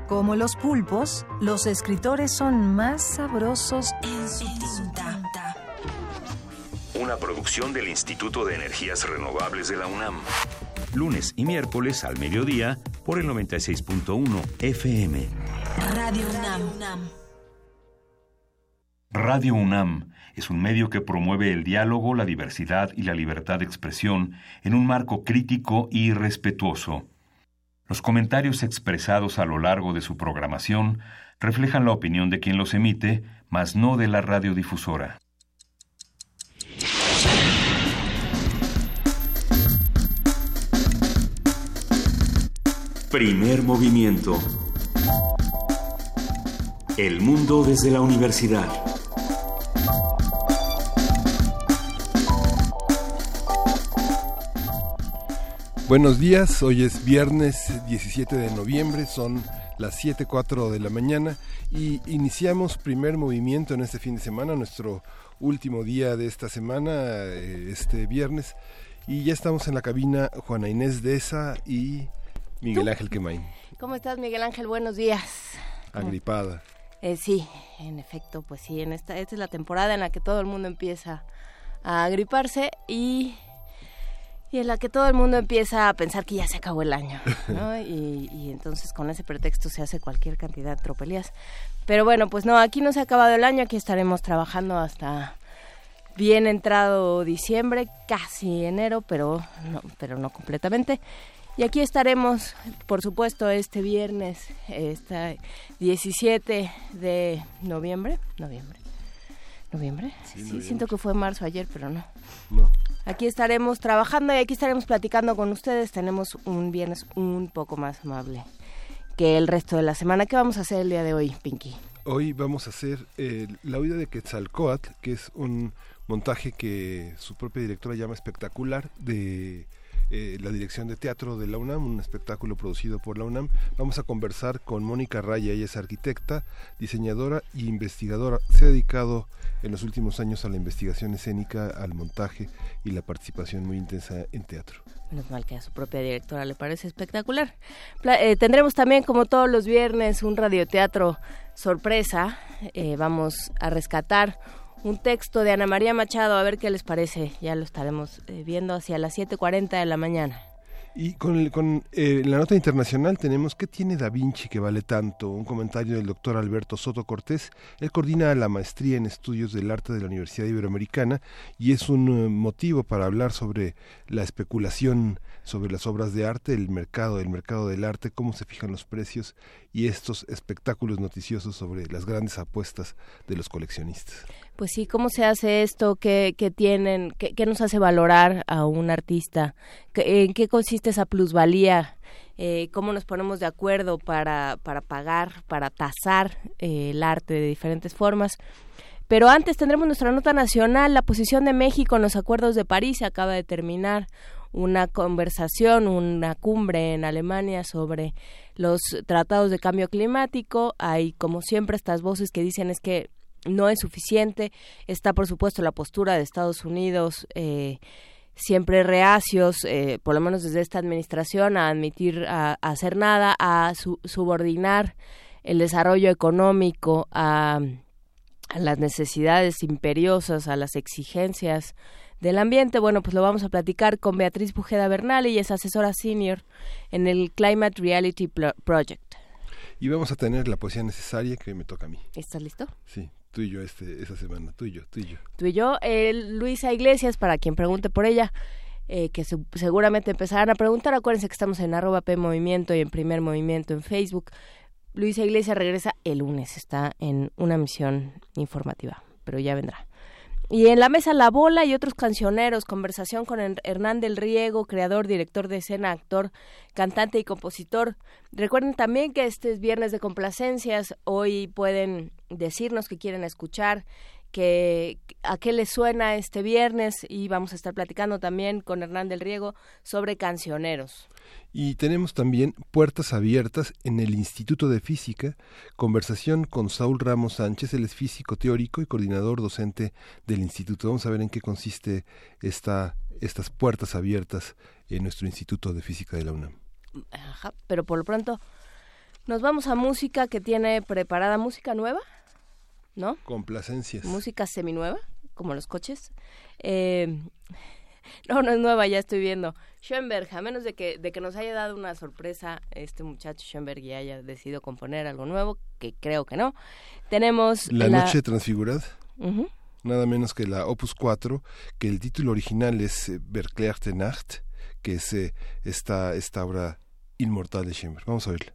Como los pulpos, los escritores son más sabrosos en su tinta. Una producción del Instituto de Energías Renovables de la UNAM. Lunes y miércoles al mediodía por el 96.1 FM. Radio UNAM. Radio UNAM es un medio que promueve el diálogo, la diversidad y la libertad de expresión en un marco crítico y respetuoso. Los comentarios expresados a lo largo de su programación reflejan la opinión de quien los emite, mas no de la radiodifusora. Primer movimiento. El mundo desde la universidad. Buenos días, hoy es viernes 17 de noviembre, son las 7:04 de la mañana y iniciamos primer movimiento en este fin de semana, nuestro último día de esta semana, este viernes, y ya estamos en la cabina Juana Inés de Esa y Miguel Ángel Quemain. ¿Cómo estás, Miguel Ángel? Buenos días. Agripada. Sí, en efecto, pues sí, esta es la temporada en la que todo el mundo empieza a agriparse y en la que todo el mundo empieza a pensar que ya se acabó el año, ¿no? y entonces con ese pretexto se hace cualquier cantidad de tropelías. Pero bueno, pues no, aquí no se ha acabado el año, aquí estaremos trabajando hasta bien entrado diciembre, casi enero, pero no completamente. Y aquí estaremos, por supuesto, este viernes, 17 de noviembre. ¿Noviembre? Sí, siento que fue marzo ayer, pero no. Aquí estaremos trabajando y aquí estaremos platicando con ustedes. Tenemos un viernes un poco más amable que el resto de la semana. ¿Qué vamos a hacer el día de hoy, Pinky? Hoy vamos a hacer La huida de Quetzalcóatl, que es un montaje que su propia directora llama espectacular, de la dirección de teatro de la UNAM, un espectáculo producido por la UNAM. Vamos a conversar con Mónica Raya, ella es arquitecta, diseñadora e investigadora. Se ha dedicado en los últimos años a la investigación escénica, al montaje y la participación muy intensa en teatro. Menos mal que a su propia directora le parece espectacular. Tendremos también, como todos los viernes, un radioteatro sorpresa. Vamos a rescatar un texto de Ana María Machado, a ver qué les parece. Ya lo estaremos viendo hacia las 7:40 de la mañana. Y con la nota internacional tenemos ¿qué tiene Da Vinci que vale tanto? Un comentario del doctor Alberto Soto Cortés. Él coordina la maestría en estudios del arte de la Universidad Iberoamericana y es un motivo para hablar sobre la especulación sobre las obras de arte, el mercado del arte, cómo se fijan los precios y estos espectáculos noticiosos sobre las grandes apuestas de los coleccionistas. Pues sí, ¿cómo se hace esto? ¿Qué nos hace valorar a un artista? ¿En qué consiste esa plusvalía? ¿Cómo nos ponemos de acuerdo para pagar, para tasar el arte de diferentes formas? Pero antes tendremos nuestra nota nacional, la posición de México en los acuerdos de París. Se acaba de terminar una conversación, una cumbre en Alemania sobre los tratados de cambio climático. Hay, como siempre, estas voces que dicen es que no es suficiente. Está, por supuesto, la postura de Estados Unidos, siempre reacios, por lo menos desde esta administración, a admitir, a hacer nada, a subordinar el desarrollo económico a las necesidades imperiosas, a las exigencias del ambiente. Bueno, pues lo vamos a platicar con Beatriz Bujeda Bernal, y es asesora senior en el Climate Reality Project. Y vamos a tener la poesía necesaria que me toca a mí. ¿Estás listo? Sí, tú y yo esa semana, tú y yo. Tú y yo, Luisa Iglesias, para quien pregunte por ella, que seguramente empezarán a preguntar. Acuérdense que estamos en @PMovimiento y en Primer Movimiento en Facebook. Luisa Iglesias regresa el lunes, está en una misión informativa, pero ya vendrá. Y en la mesa La Bola y otros cancioneros, conversación con Hernán del Riego, creador, director de escena, actor, cantante y compositor. Recuerden también que este es viernes de complacencias. Hoy pueden decirnos qué quieren escuchar, a qué les suena este viernes, y vamos a estar platicando también con Hernán del Riego sobre cancioneros. Y tenemos también Puertas Abiertas en el Instituto de Física, conversación con Saúl Ramos Sánchez. Él es físico teórico y coordinador docente del instituto. Vamos a ver en qué consiste estas puertas abiertas en nuestro Instituto de Física de la UNAM. Ajá, pero por lo pronto Nos vamos a música que tiene preparada, música nueva, ¿no? Complacencias. Música seminueva, como los coches. No es nueva, ya estoy viendo. Schoenberg, a menos de que nos haya dado una sorpresa este muchacho Schoenberg y haya decidido componer algo nuevo, que creo que no. Tenemos La Noche Transfigurada. Uh-huh. Nada menos que la Opus 4, que el título original es Verklärte Nacht, que es esta obra inmortal de Schoenberg. Vamos a verla.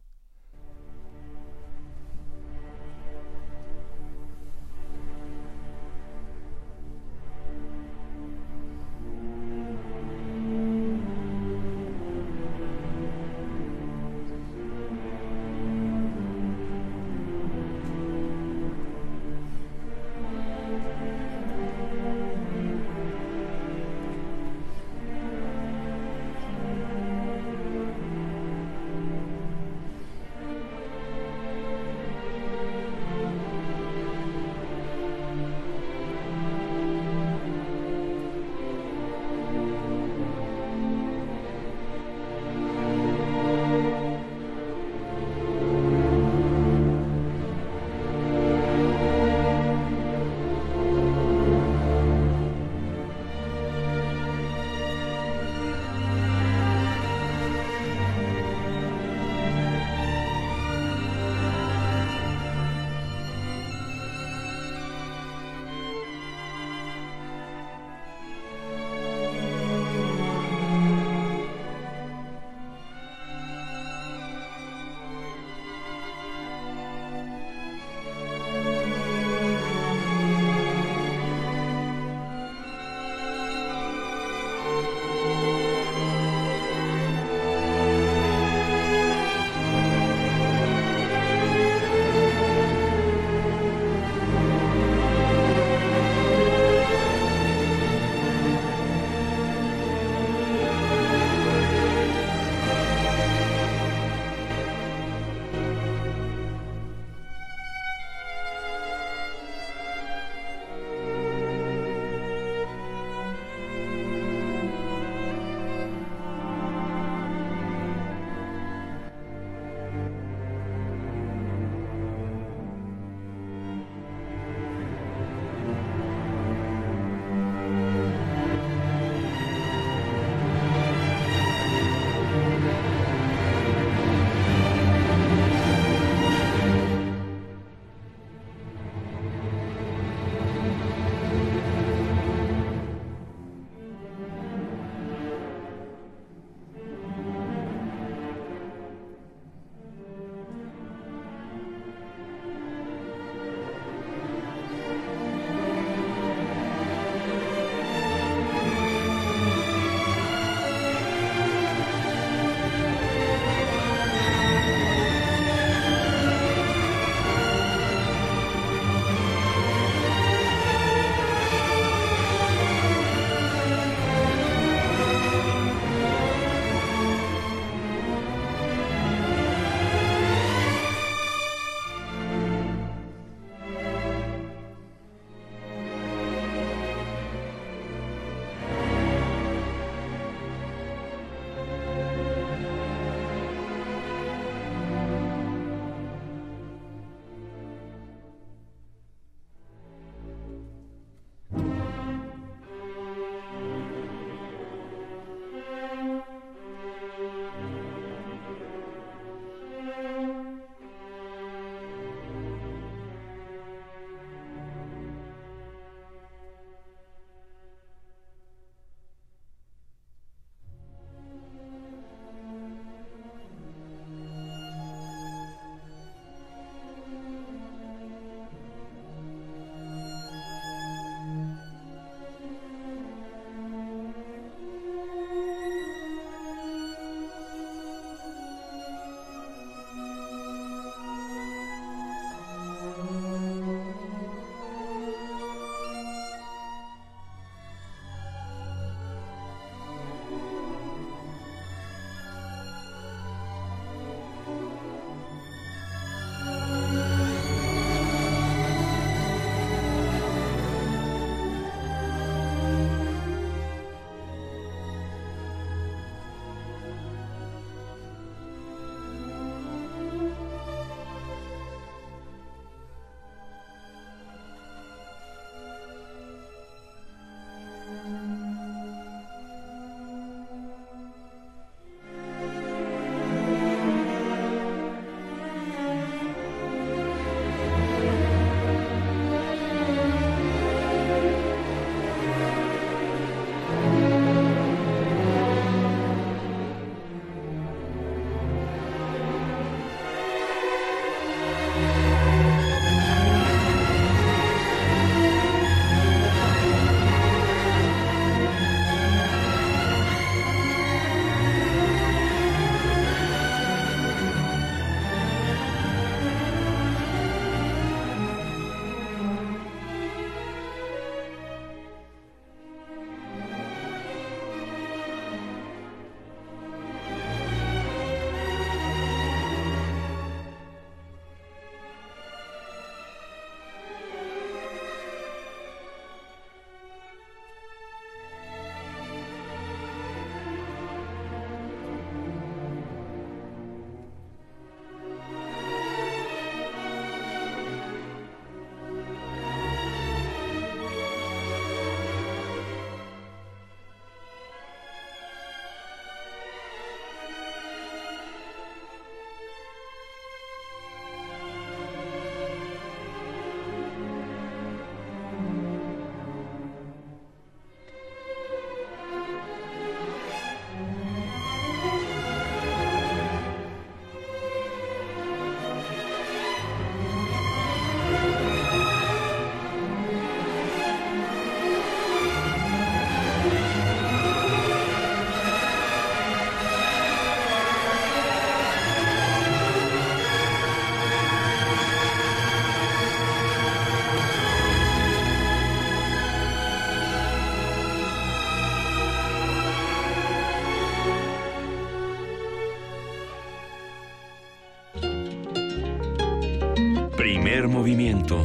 Primer movimiento.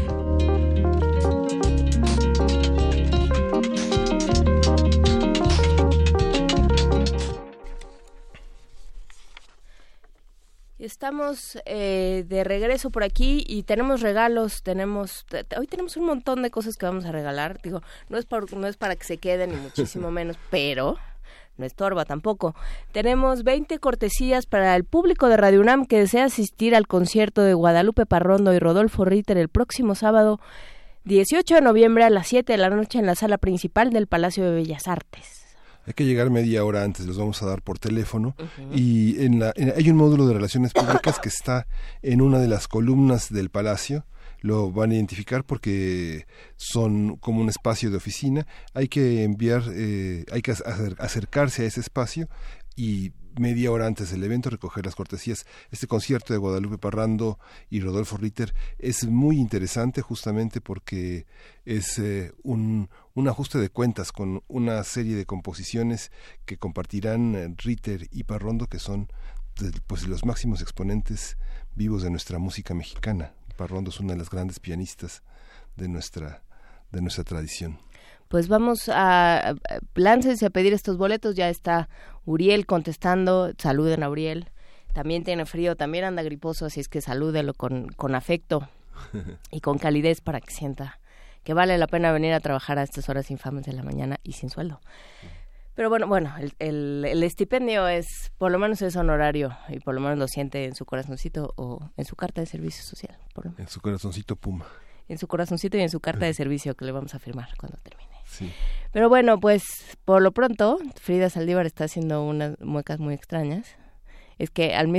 Estamos de regreso por aquí y tenemos regalos, hoy tenemos un montón de cosas que vamos a regalar. Digo, no es para que se queden, ni muchísimo menos, pero no estorba tampoco. Tenemos 20 cortesías para el público de Radio UNAM que desea asistir al concierto de Guadalupe Parrondo y Rodolfo Ritter el próximo sábado 18 de noviembre a las 7 de la noche en la sala principal del Palacio de Bellas Artes. Hay que llegar media hora antes, los vamos a dar por teléfono. Y hay un módulo de relaciones públicas que está en una de las columnas del Palacio. Lo van a identificar porque son como un espacio de oficina. Hay que acercarse a ese espacio y media hora antes del evento recoger las cortesías. Este concierto de Guadalupe Parrondo y Rodolfo Ritter es muy interesante justamente porque es un ajuste de cuentas con una serie de composiciones que compartirán Ritter y Parrondo, que son pues los máximos exponentes vivos de nuestra música mexicana. Parrondo es una de las grandes pianistas de nuestra tradición. Pues vamos a láncense a pedir estos boletos. Ya está Uriel contestando. Saluden a Uriel. También tiene frío, también anda griposo, así es que salúdelo con afecto y con calidez para que sienta que vale la pena venir a trabajar a estas horas infames de la mañana y sin sueldo. Pero bueno, el estipendio es, por lo menos es honorario y por lo menos lo siente en su corazoncito o en su carta de servicio social. En su corazoncito Puma. En su corazoncito y en su carta de servicio que le vamos a firmar cuando termine. Sí. Pero bueno, pues por lo pronto Frida Saldívar está haciendo unas muecas muy extrañas. Es que al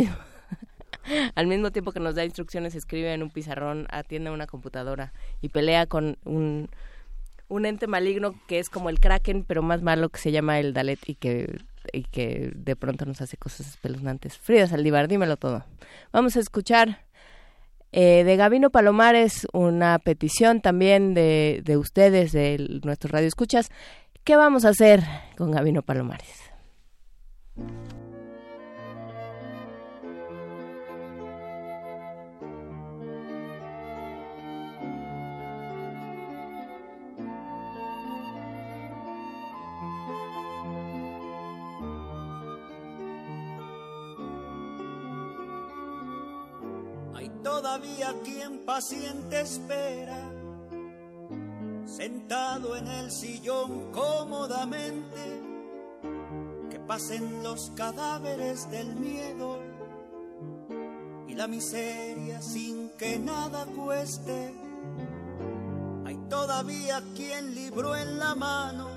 mismo tiempo que nos da instrucciones, escribe en un pizarrón, atiende a una computadora y pelea con un ente maligno que es como el Kraken, pero más malo, que se llama el Dalet y que de pronto nos hace cosas espeluznantes. Frida Saldívar, dímelo todo. Vamos a escuchar de Gabino Palomares, una petición también de ustedes, de nuestros radioescuchas. ¿Qué vamos a hacer con Gabino Palomares? Todavía quien paciente espera, sentado en el sillón cómodamente, que pasen los cadáveres del miedo y la miseria sin que nada cueste. Hay todavía quien libro en la mano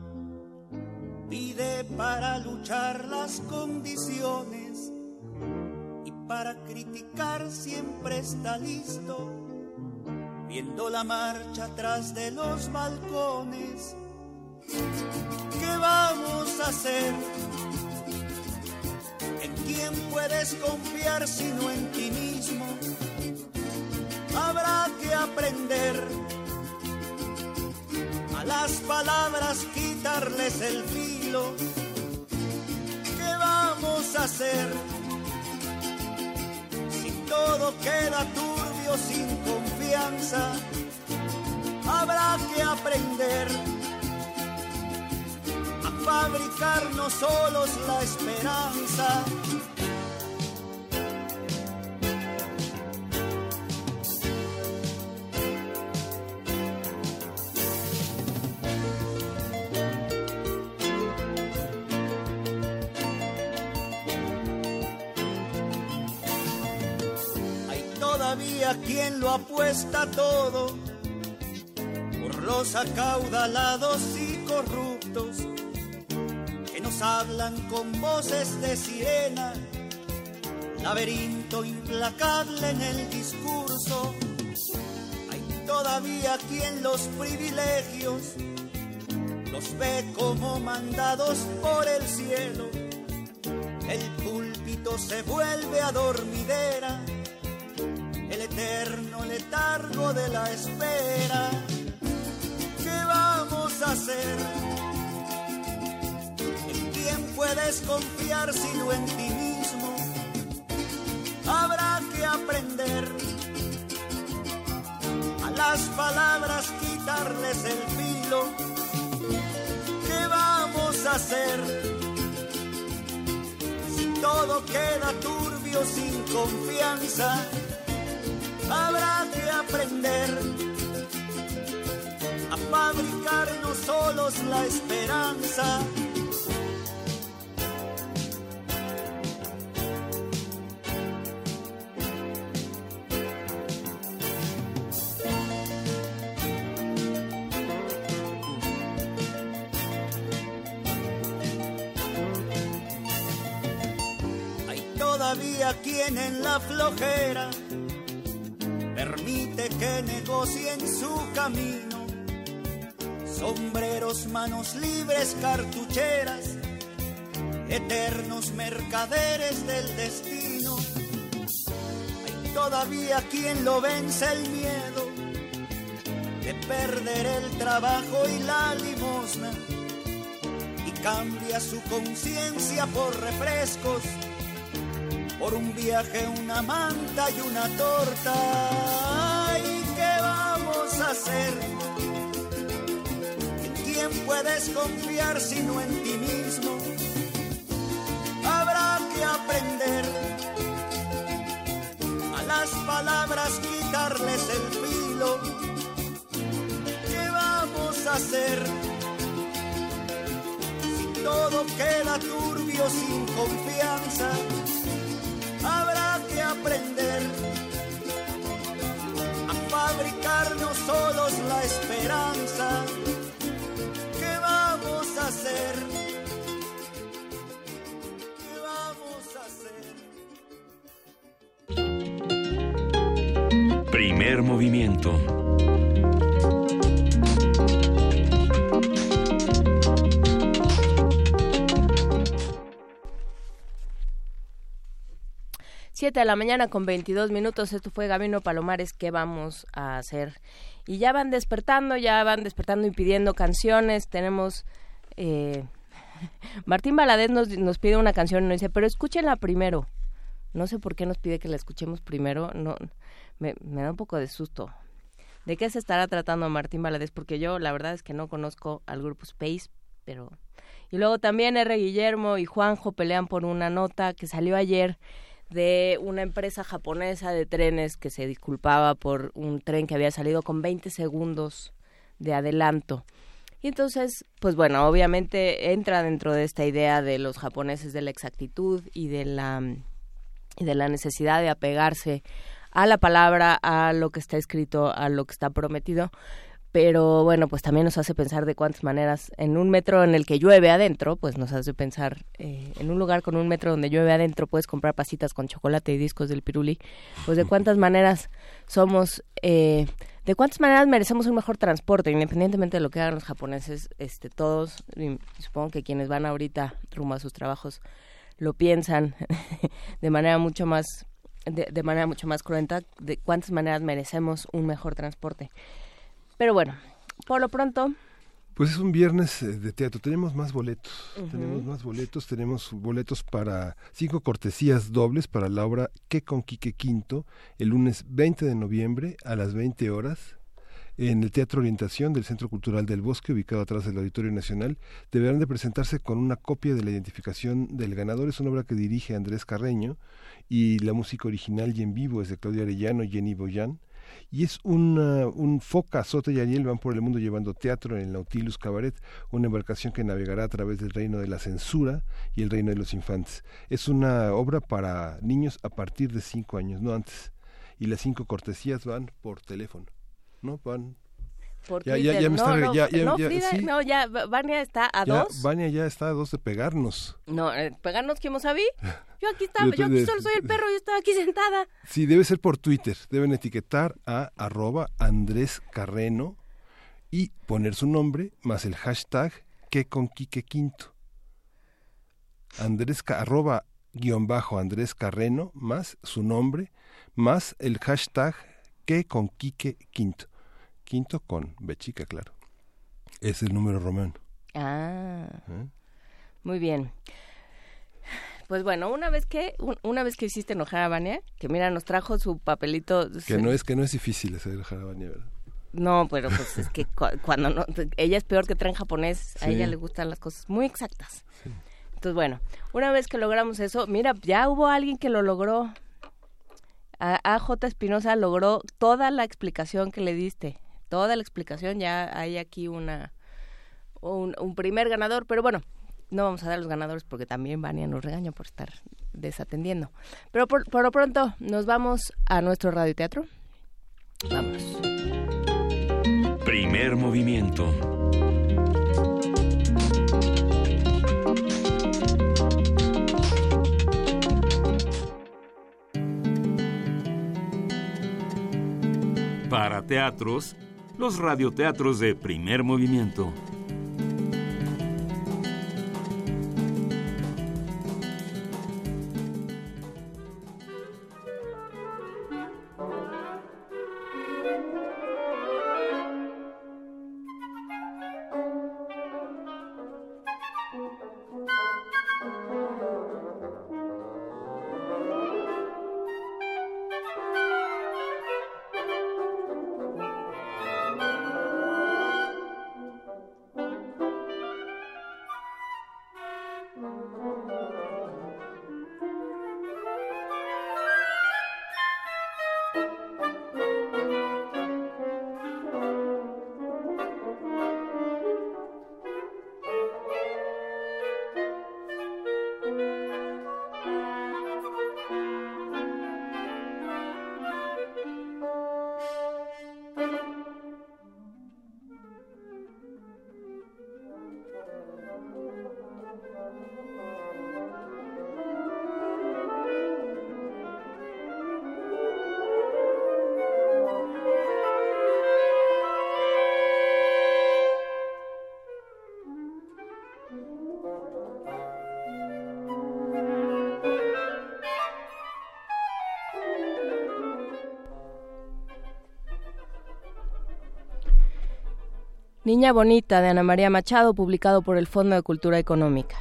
pide para luchar las condiciones, para criticar siempre está listo, viendo la marcha atrás de los balcones. ¿Qué vamos a hacer? ¿En quién puedes confiar sino en ti mismo? Habrá que aprender a las palabras, quitarles el filo. ¿Qué vamos a hacer? Todo queda turbio sin confianza. Habrá que aprender a fabricarnos solos la esperanza. Todavía quien lo apuesta todo por los acaudalados y corruptos que nos hablan con voces de sirena, laberinto implacable en el discurso. Hay todavía quien los privilegios los ve como mandados por el cielo. El púlpito se vuelve adormidera, el eterno letargo de la espera. ¿Qué vamos a hacer? ¿En quién puedes confiar sino en ti mismo? Habrá que aprender las palabras quitarles el filo. ¿Qué vamos a hacer si todo queda turbio sin confianza? Habrá que aprender a fabricarnos solos la esperanza. Hay todavía quien en la flojera permite que negocien su camino. Sombreros, manos libres, cartucheras, eternos mercaderes del destino. Hay todavía quien lo vence el miedo de perder el trabajo y la limosna y cambia su conciencia por refrescos, por un viaje, una manta y una torta. ¿Y qué vamos a hacer? ¿En quién puedes confiar sino en ti mismo? Habrá que aprender a las palabras quitarles el filo. ¿Qué vamos a hacer si todo queda turbio sin confianza? Habrá que aprender a fabricarnos solos la esperanza. ¿Qué vamos a hacer? ¿Qué vamos a hacer? Primer movimiento. Siete de la mañana con 22 minutos. Esto fue Gabino Palomares. ¿Qué vamos a hacer? Y ya van despertando y pidiendo canciones. Tenemos Martín Valadez nos pide una canción y nos dice, pero escúchenla primero. No sé por qué nos pide que la escuchemos primero. No, me da un poco de susto. ¿De qué se estará tratando Martín Valadez? Porque yo la verdad es que no conozco al grupo Space, pero... Y luego también R. Guillermo y Juanjo pelean por una nota que salió ayer de una empresa japonesa de trenes que se disculpaba por un tren que había salido con 20 segundos de adelanto. Y entonces, pues bueno, obviamente entra dentro de esta idea de los japoneses de la exactitud y de la necesidad de apegarse a la palabra, a lo que está escrito, a lo que está prometido. Pero bueno, pues también nos hace pensar de cuántas maneras, en un metro en el que llueve adentro, pues nos hace pensar, en un lugar con un metro donde llueve adentro puedes comprar pasitas con chocolate y discos del Pirulí, pues de cuántas maneras somos, de cuántas maneras merecemos un mejor transporte, independientemente de lo que hagan los japoneses, todos, y supongo que quienes van ahorita rumbo a sus trabajos lo piensan de manera mucho más, de manera mucho más cruenta, de cuántas maneras merecemos un mejor transporte. Pero bueno, por lo pronto... Pues es un viernes de teatro, tenemos más boletos, Uh-huh. tenemos boletos para 5 cortesías dobles para la obra Que con Quique Quinto, el lunes 20 de noviembre a las 20 horas, en el Teatro Orientación del Centro Cultural del Bosque, ubicado atrás del Auditorio Nacional. Deberán de presentarse con una copia de la identificación del ganador. Es una obra que dirige Andrés Carreño y la música original y en vivo es de Claudia Arellano y Jenny Boyan. Y es un Foca, Sota y Ariel van por el mundo llevando teatro en el Nautilus Cabaret, una embarcación que navegará a través del reino de la censura y el reino de los infantes. Es una obra para niños a partir de 5 años, no antes. Y las 5 cortesías van por teléfono, ¿no? Van... Por Ya Frida, me está... no, ya, Vania está a 2. Vania ya está a 2 de pegarnos. No, pegarnos, ¿quién sabía? Yo aquí estaba, yo aquí solo soy el perro, yo estaba aquí sentada. Sí, debe ser por Twitter. Deben etiquetar a @Andrés Carreno y poner su nombre más el hashtag Que con Quique Quinto. @Andrés Carreno más su nombre más el hashtag Que con Quique Quinto. Quinto con B chica, claro. Es el número romano. Muy bien. Pues bueno, una vez que hiciste enojar a Vania, que mira, nos trajo su papelito. Que no es difícil hacer enojar a Vania, ¿verdad? No, pero pues es que cuando no, ella es peor que tren japonés, a ella le gustan las cosas muy exactas. Sí. Entonces, bueno, una vez que logramos eso, mira, ya hubo alguien que lo logró. A.J. Espinosa logró toda la explicación que le diste. Toda la explicación, ya hay aquí un primer ganador, pero bueno, no vamos a dar los ganadores porque también Vania nos regaña por estar desatendiendo. Pero por lo pronto nos vamos a nuestro radioteatro. Vamos. Primer movimiento. Para teatros, los radioteatros de Primer Movimiento. Niña Bonita, de Ana María Machado, publicado por el Fondo de Cultura Económica.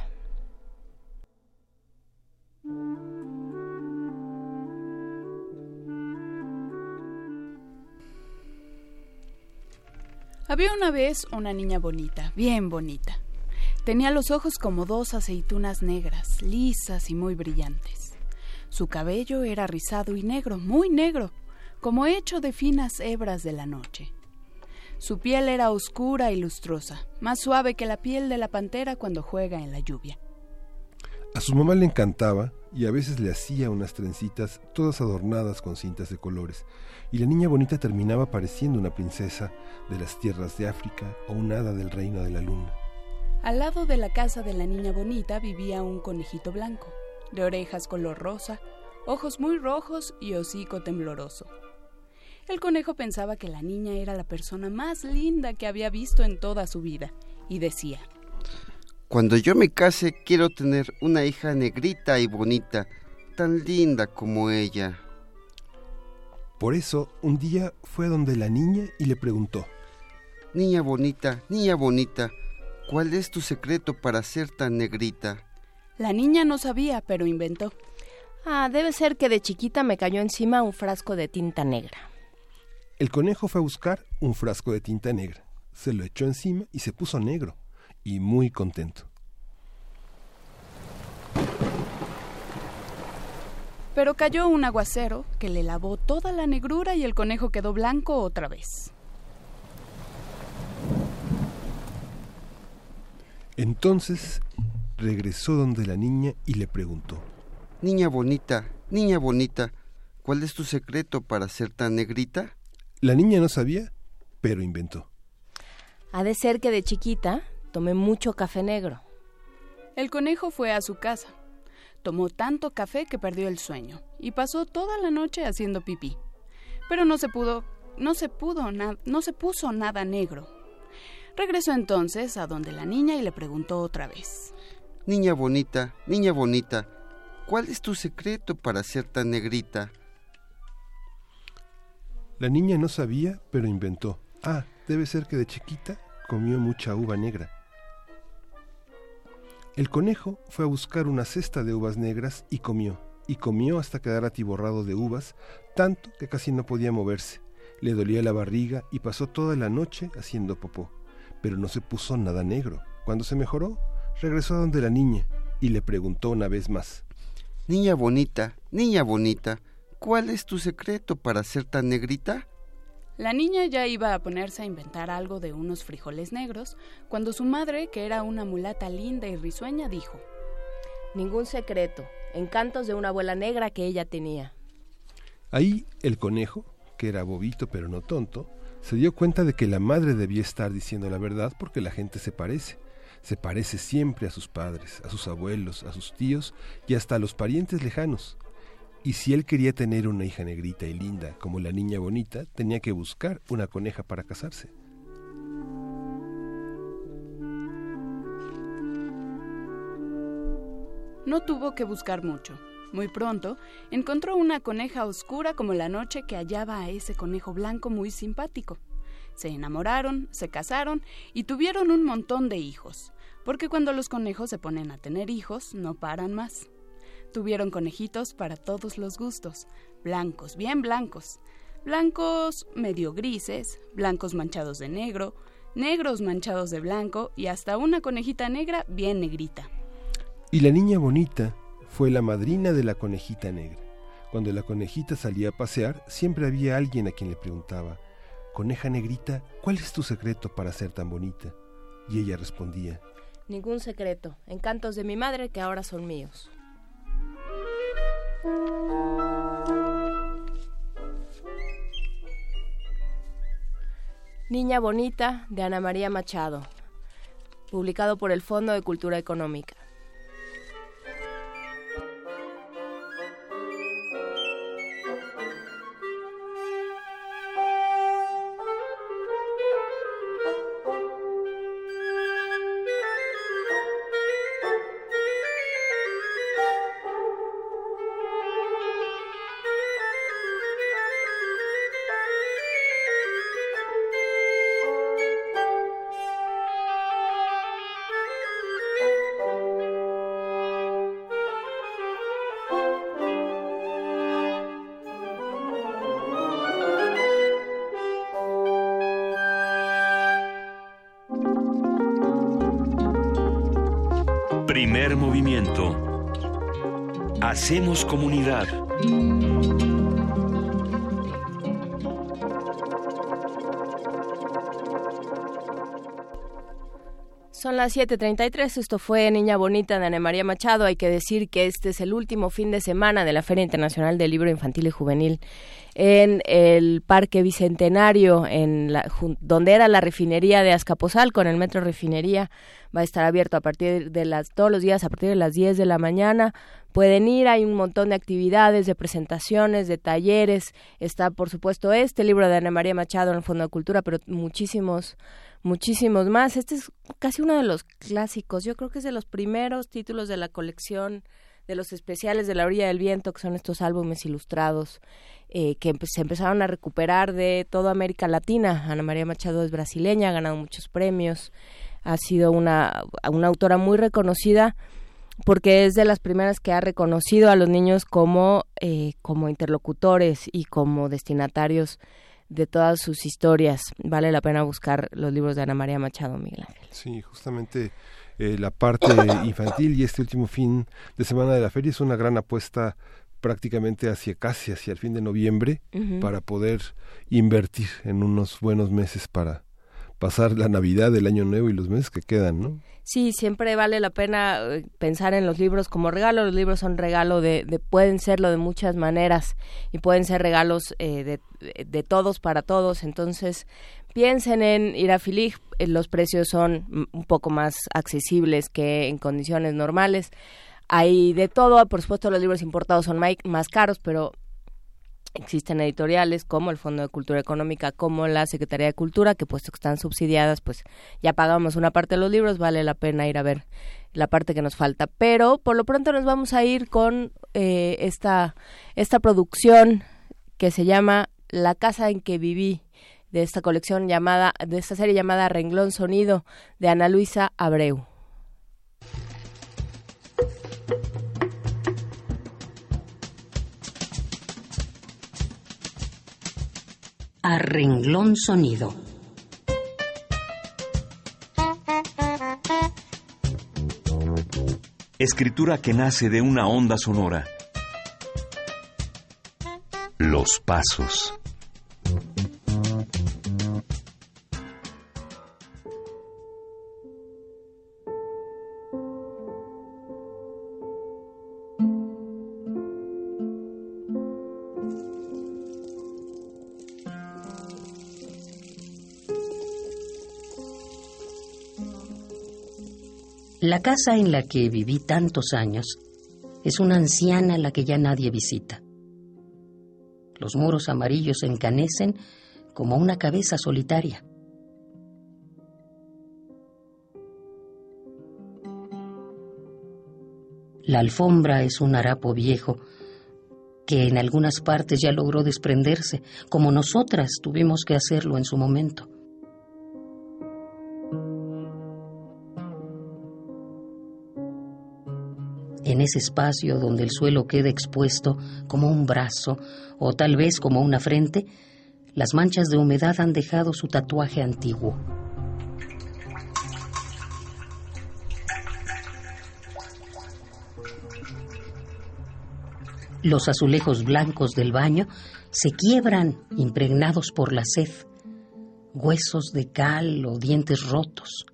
Había una vez una niña bonita, bien bonita. Tenía los ojos como 2 aceitunas negras, lisas y muy brillantes. Su cabello era rizado y negro, muy negro, como hecho de finas hebras de la noche. Su piel era oscura y lustrosa, más suave que la piel de la pantera cuando juega en la lluvia. A su mamá le encantaba y a veces le hacía unas trencitas todas adornadas con cintas de colores, y la niña bonita terminaba pareciendo una princesa de las tierras de África o un hada del reino de la luna. Al lado de la casa de la niña bonita vivía un conejito blanco, de orejas color rosa, ojos muy rojos y hocico tembloroso. El conejo pensaba que la niña era la persona más linda que había visto en toda su vida, y decía: cuando yo me case quiero tener una hija negrita y bonita, tan linda como ella. Por eso, un día fue donde la niña y le preguntó: niña bonita, ¿cuál es tu secreto para ser tan negrita? La niña no sabía, pero inventó: debe ser que de chiquita me cayó encima un frasco de tinta negra. El conejo fue a buscar un frasco de tinta negra, se lo echó encima y se puso negro, y muy contento. Pero cayó un aguacero que le lavó toda la negrura y el conejo quedó blanco otra vez. Entonces regresó donde la niña y le preguntó: niña bonita, ¿cuál es tu secreto para ser tan negrita? La niña no sabía, pero inventó: ha de ser que de chiquita tomé mucho café negro. El conejo fue a su casa. Tomó tanto café que perdió el sueño y pasó toda la noche haciendo pipí. Pero no se puso nada negro. Regresó entonces a donde la niña y le preguntó otra vez: niña bonita, ¿cuál es tu secreto para ser tan negrita? La niña no sabía, pero inventó: debe ser que de chiquita comió mucha uva negra. El conejo fue a buscar una cesta de uvas negras y comió hasta quedar atiborrado de uvas, tanto que casi no podía moverse, Le dolía la barriga y pasó toda la noche haciendo popó, pero no se puso nada negro. Cuando se mejoró, regresó donde la niña y le preguntó una vez más: niña bonita, ¿cuál es tu secreto para ser tan negrita? La niña ya iba a ponerse a inventar algo de unos frijoles negros, cuando su madre, que era una mulata linda y risueña, dijo: ningún secreto, encantos de una abuela negra que ella tenía. Ahí el conejo, que era bobito pero no tonto, se dio cuenta de que la madre debía estar diciendo la verdad porque la gente se parece siempre a sus padres, a sus abuelos, a sus tíos y hasta a los parientes lejanos. Y si él quería tener una hija negrita y linda como la niña bonita, tenía que buscar una coneja para casarse. No tuvo que buscar mucho. Muy pronto encontró una coneja oscura como la noche que hallaba a ese conejo blanco muy simpático. Se enamoraron, se casaron y tuvieron un montón de hijos, porque cuando los conejos se ponen a tener hijos, no paran más. Tuvieron conejitos para todos los gustos, blancos, bien blancos, blancos medio grises, blancos manchados de negro, negros manchados de blanco y hasta una conejita negra bien negrita. Y la niña bonita fue la madrina de la conejita negra. Cuando la conejita salía a pasear, siempre había alguien a quien le preguntaba: coneja negrita, ¿cuál es tu secreto para ser tan bonita? Y ella respondía: ningún secreto, encantos de mi madre que ahora son míos. Niña bonita, de Ana María Machado, publicado por el Fondo de Cultura Económica. Primer movimiento. Hacemos comunidad. Son las 7:33, esto fue Niña Bonita de Ana María Machado. Hay que decir que este es el último fin de semana de la Feria Internacional del Libro Infantil y Juvenil en el Parque Bicentenario, donde era la refinería de Azcapotzalco, en el Metro Refinería. Va a estar abierto todos los días a partir de las 10 de la mañana. Pueden ir, hay un montón de actividades, de presentaciones, de talleres. Está, por supuesto, este libro de Ana María Machado en el Fondo de Cultura, pero muchísimos más. Este es casi uno de los clásicos. Yo creo que es de los primeros títulos de la colección de los especiales de La Orilla del Viento, que son estos álbumes ilustrados que se empezaron a recuperar de toda América Latina. Ana María Machado es brasileña, ha ganado muchos premios, ha sido una autora muy reconocida porque es de las primeras que ha reconocido a los niños como interlocutores y como destinatarios de todas sus historias. Vale la pena buscar los libros de Ana María Machado, Miguel Ángel. Sí, justamente la parte infantil y este último fin de semana de la feria es una gran apuesta prácticamente hacia el fin de noviembre, uh-huh, para poder invertir en unos buenos meses para pasar la Navidad, el Año Nuevo y los meses que quedan, ¿no? Sí, siempre vale la pena pensar en los libros como regalo. Los libros son regalo pueden serlo de muchas maneras y pueden ser regalos de todos para todos. Entonces, piensen en Irafilig. Los precios son un poco más accesibles que en condiciones normales. Hay de todo, por supuesto los libros importados son más caros, pero existen editoriales como el Fondo de Cultura Económica, como la Secretaría de Cultura, que puesto que están subsidiadas, pues ya pagamos una parte de los libros, vale la pena ir a ver la parte que nos falta. Pero por lo pronto nos vamos a ir con esta producción que se llama La casa en que viví, de esta serie llamada Renglón Sonido, de Ana Luisa Abreu. a renglón sonido. Escritura que nace de una onda sonora. Los pasos. La casa en la que viví tantos años es una anciana a la que ya nadie visita. Los muros amarillos se encanecen como una cabeza solitaria. La alfombra es un harapo viejo que en algunas partes ya logró desprenderse, como nosotras tuvimos que hacerlo en su momento. En ese espacio donde el suelo queda expuesto como un brazo o tal vez como una frente, las manchas de humedad han dejado su tatuaje antiguo. Los azulejos blancos del baño se quiebran impregnados por la sed, huesos de cal o dientes rotos.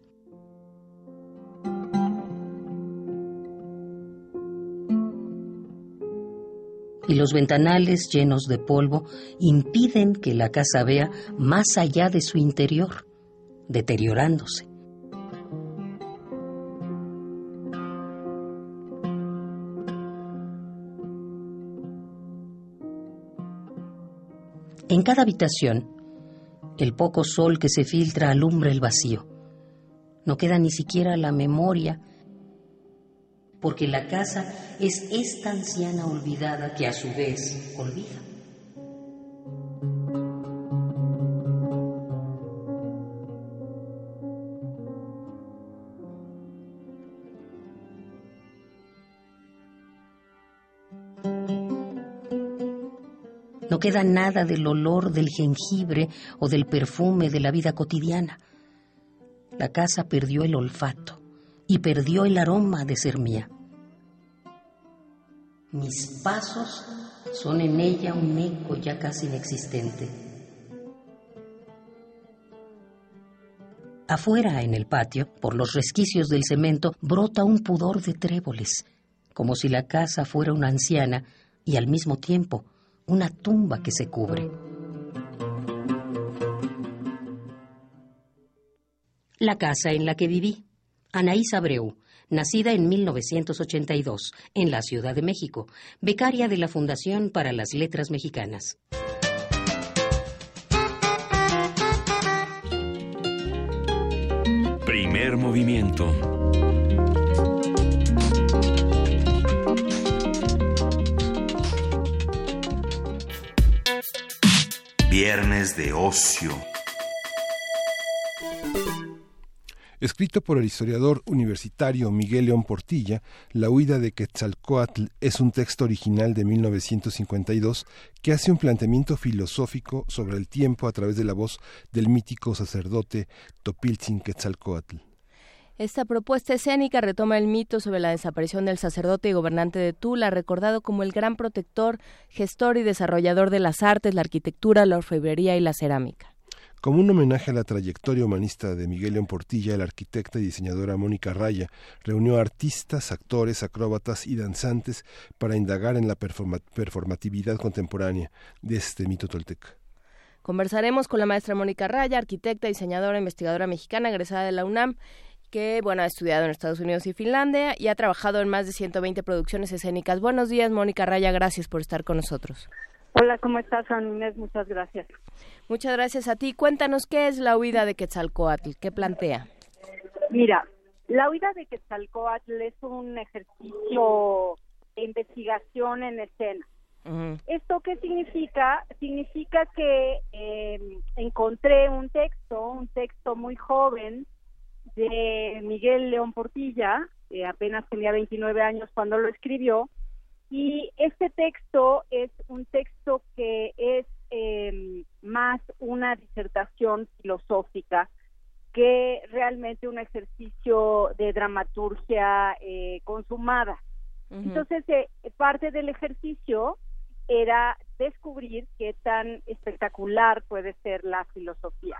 Y los ventanales llenos de polvo impiden que la casa vea más allá de su interior, deteriorándose. En cada habitación, el poco sol que se filtra alumbra el vacío. No queda ni siquiera la memoria, porque la casa es esta anciana olvidada que a su vez olvida. No queda nada del olor del jengibre o del perfume de la vida cotidiana. La casa perdió el olfato y perdió el aroma de ser mía. Mis pasos son en ella un eco ya casi inexistente. Afuera, en el patio, por los resquicios del cemento, brota un pudor de tréboles, como si la casa fuera una anciana y al mismo tiempo una tumba que se cubre. La casa en la que viví, Anaís Abreu, nacida en 1982, en la Ciudad de México, becaria de la Fundación para las Letras Mexicanas. Primer movimiento. Viernes de ocio. Escrito por el historiador universitario Miguel León Portilla, La huida de Quetzalcóatl es un texto original de 1952 que hace un planteamiento filosófico sobre el tiempo a través de la voz del mítico sacerdote Topiltzin Quetzalcóatl. Esta propuesta escénica retoma el mito sobre la desaparición del sacerdote y gobernante de Tula, recordado como el gran protector, gestor y desarrollador de las artes, la arquitectura, la orfebrería y la cerámica. Como un homenaje a la trayectoria humanista de Miguel León Portilla, la arquitecta y diseñadora Mónica Raya reunió a artistas, actores, acróbatas y danzantes para indagar en la performatividad contemporánea de este mito tolteca. Conversaremos con la maestra Mónica Raya, arquitecta, diseñadora, investigadora mexicana, egresada de la UNAM, que ha estudiado en Estados Unidos y Finlandia y ha trabajado en más de 120 producciones escénicas. Buenos días, Mónica Raya, gracias por estar con nosotros. Hola, ¿cómo estás, Juan Inés? Muchas gracias. Muchas gracias a ti. Cuéntanos, ¿qué es la huida de Quetzalcóatl? ¿Qué plantea? Mira, la huida de Quetzalcóatl es un ejercicio de investigación en escena. Uh-huh. ¿Esto qué significa? Significa que encontré un texto muy joven de Miguel León Portilla, que apenas tenía 29 años cuando lo escribió, y este texto es un texto que es más una disertación filosófica que realmente un ejercicio de dramaturgia consumada. Uh-huh. Entonces, parte del ejercicio era descubrir qué tan espectacular puede ser la filosofía.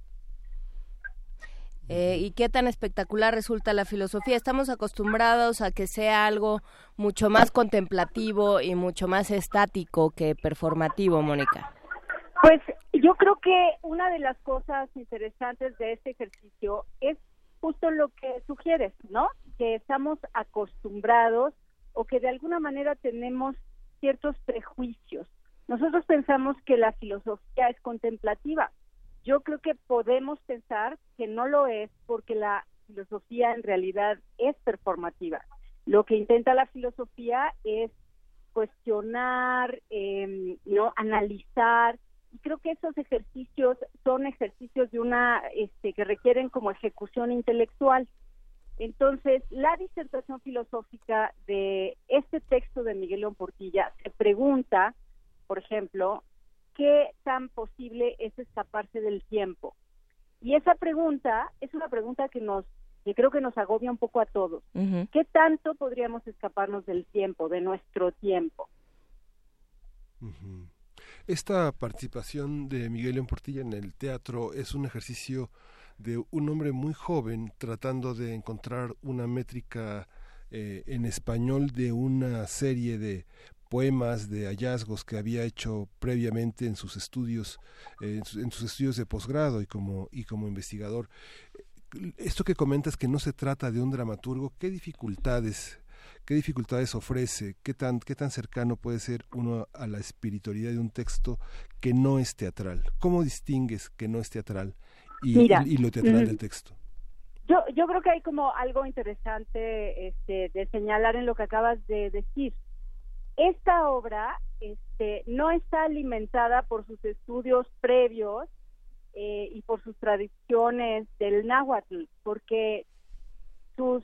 ¿Y qué tan espectacular resulta la filosofía? Estamos acostumbrados a que sea algo mucho más contemplativo y mucho más estático que performativo, Mónica. Pues yo creo que una de las cosas interesantes de este ejercicio es justo lo que sugieres, ¿no? Que estamos acostumbrados o que de alguna manera tenemos ciertos prejuicios. Nosotros pensamos que la filosofía es contemplativa. Yo creo que podemos pensar que no lo es porque la filosofía en realidad es performativa. Lo que intenta la filosofía es cuestionar, ¿no? Analizar, y creo que esos ejercicios son ejercicios de una que requieren como ejecución intelectual. Entonces, la disertación filosófica de este texto de Miguel León Portilla se pregunta, por ejemplo, ¿qué tan posible es escaparse del tiempo? Y esa pregunta es una pregunta que creo que nos agobia un poco a todos. Uh-huh. ¿Qué tanto podríamos escaparnos del tiempo, de nuestro tiempo? Uh-huh. Esta participación de Miguel León Portilla en el teatro es un ejercicio de un hombre muy joven tratando de encontrar una métrica en español de una serie de poemas, de hallazgos que había hecho previamente en sus estudios, en sus estudios de posgrado y como investigador. Esto que comentas, que no se trata de un dramaturgo, ¿qué dificultades ofrece? ¿Qué tan cercano puede ser uno a la espiritualidad de un texto que no es teatral? ¿Cómo distingues que no es teatral y lo teatral del texto? Yo creo que hay como algo interesante de señalar en lo que acabas de decir. Esta obra no está alimentada por sus estudios previos y por sus tradiciones del náhuatl, porque su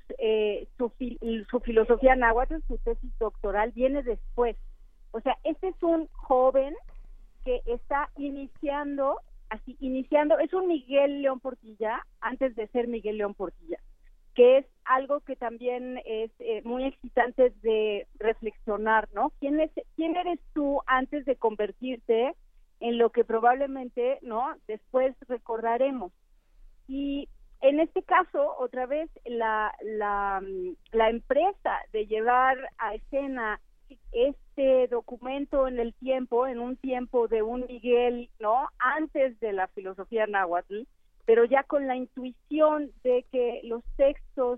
filosofía náhuatl, su tesis doctoral, viene después. O sea, este es un joven que está iniciando, es un Miguel León Portilla antes de ser Miguel León Portilla, que es algo que también es muy excitante de reflexionar, ¿no? ¿Quién eres tú antes de convertirte en lo que probablemente, ¿no?, después recordaremos? Y en este caso, otra vez, la empresa de llevar a escena este documento en el tiempo, en un tiempo de un Miguel, ¿no?, antes de la filosofía náhuatl, pero ya con la intuición de que los textos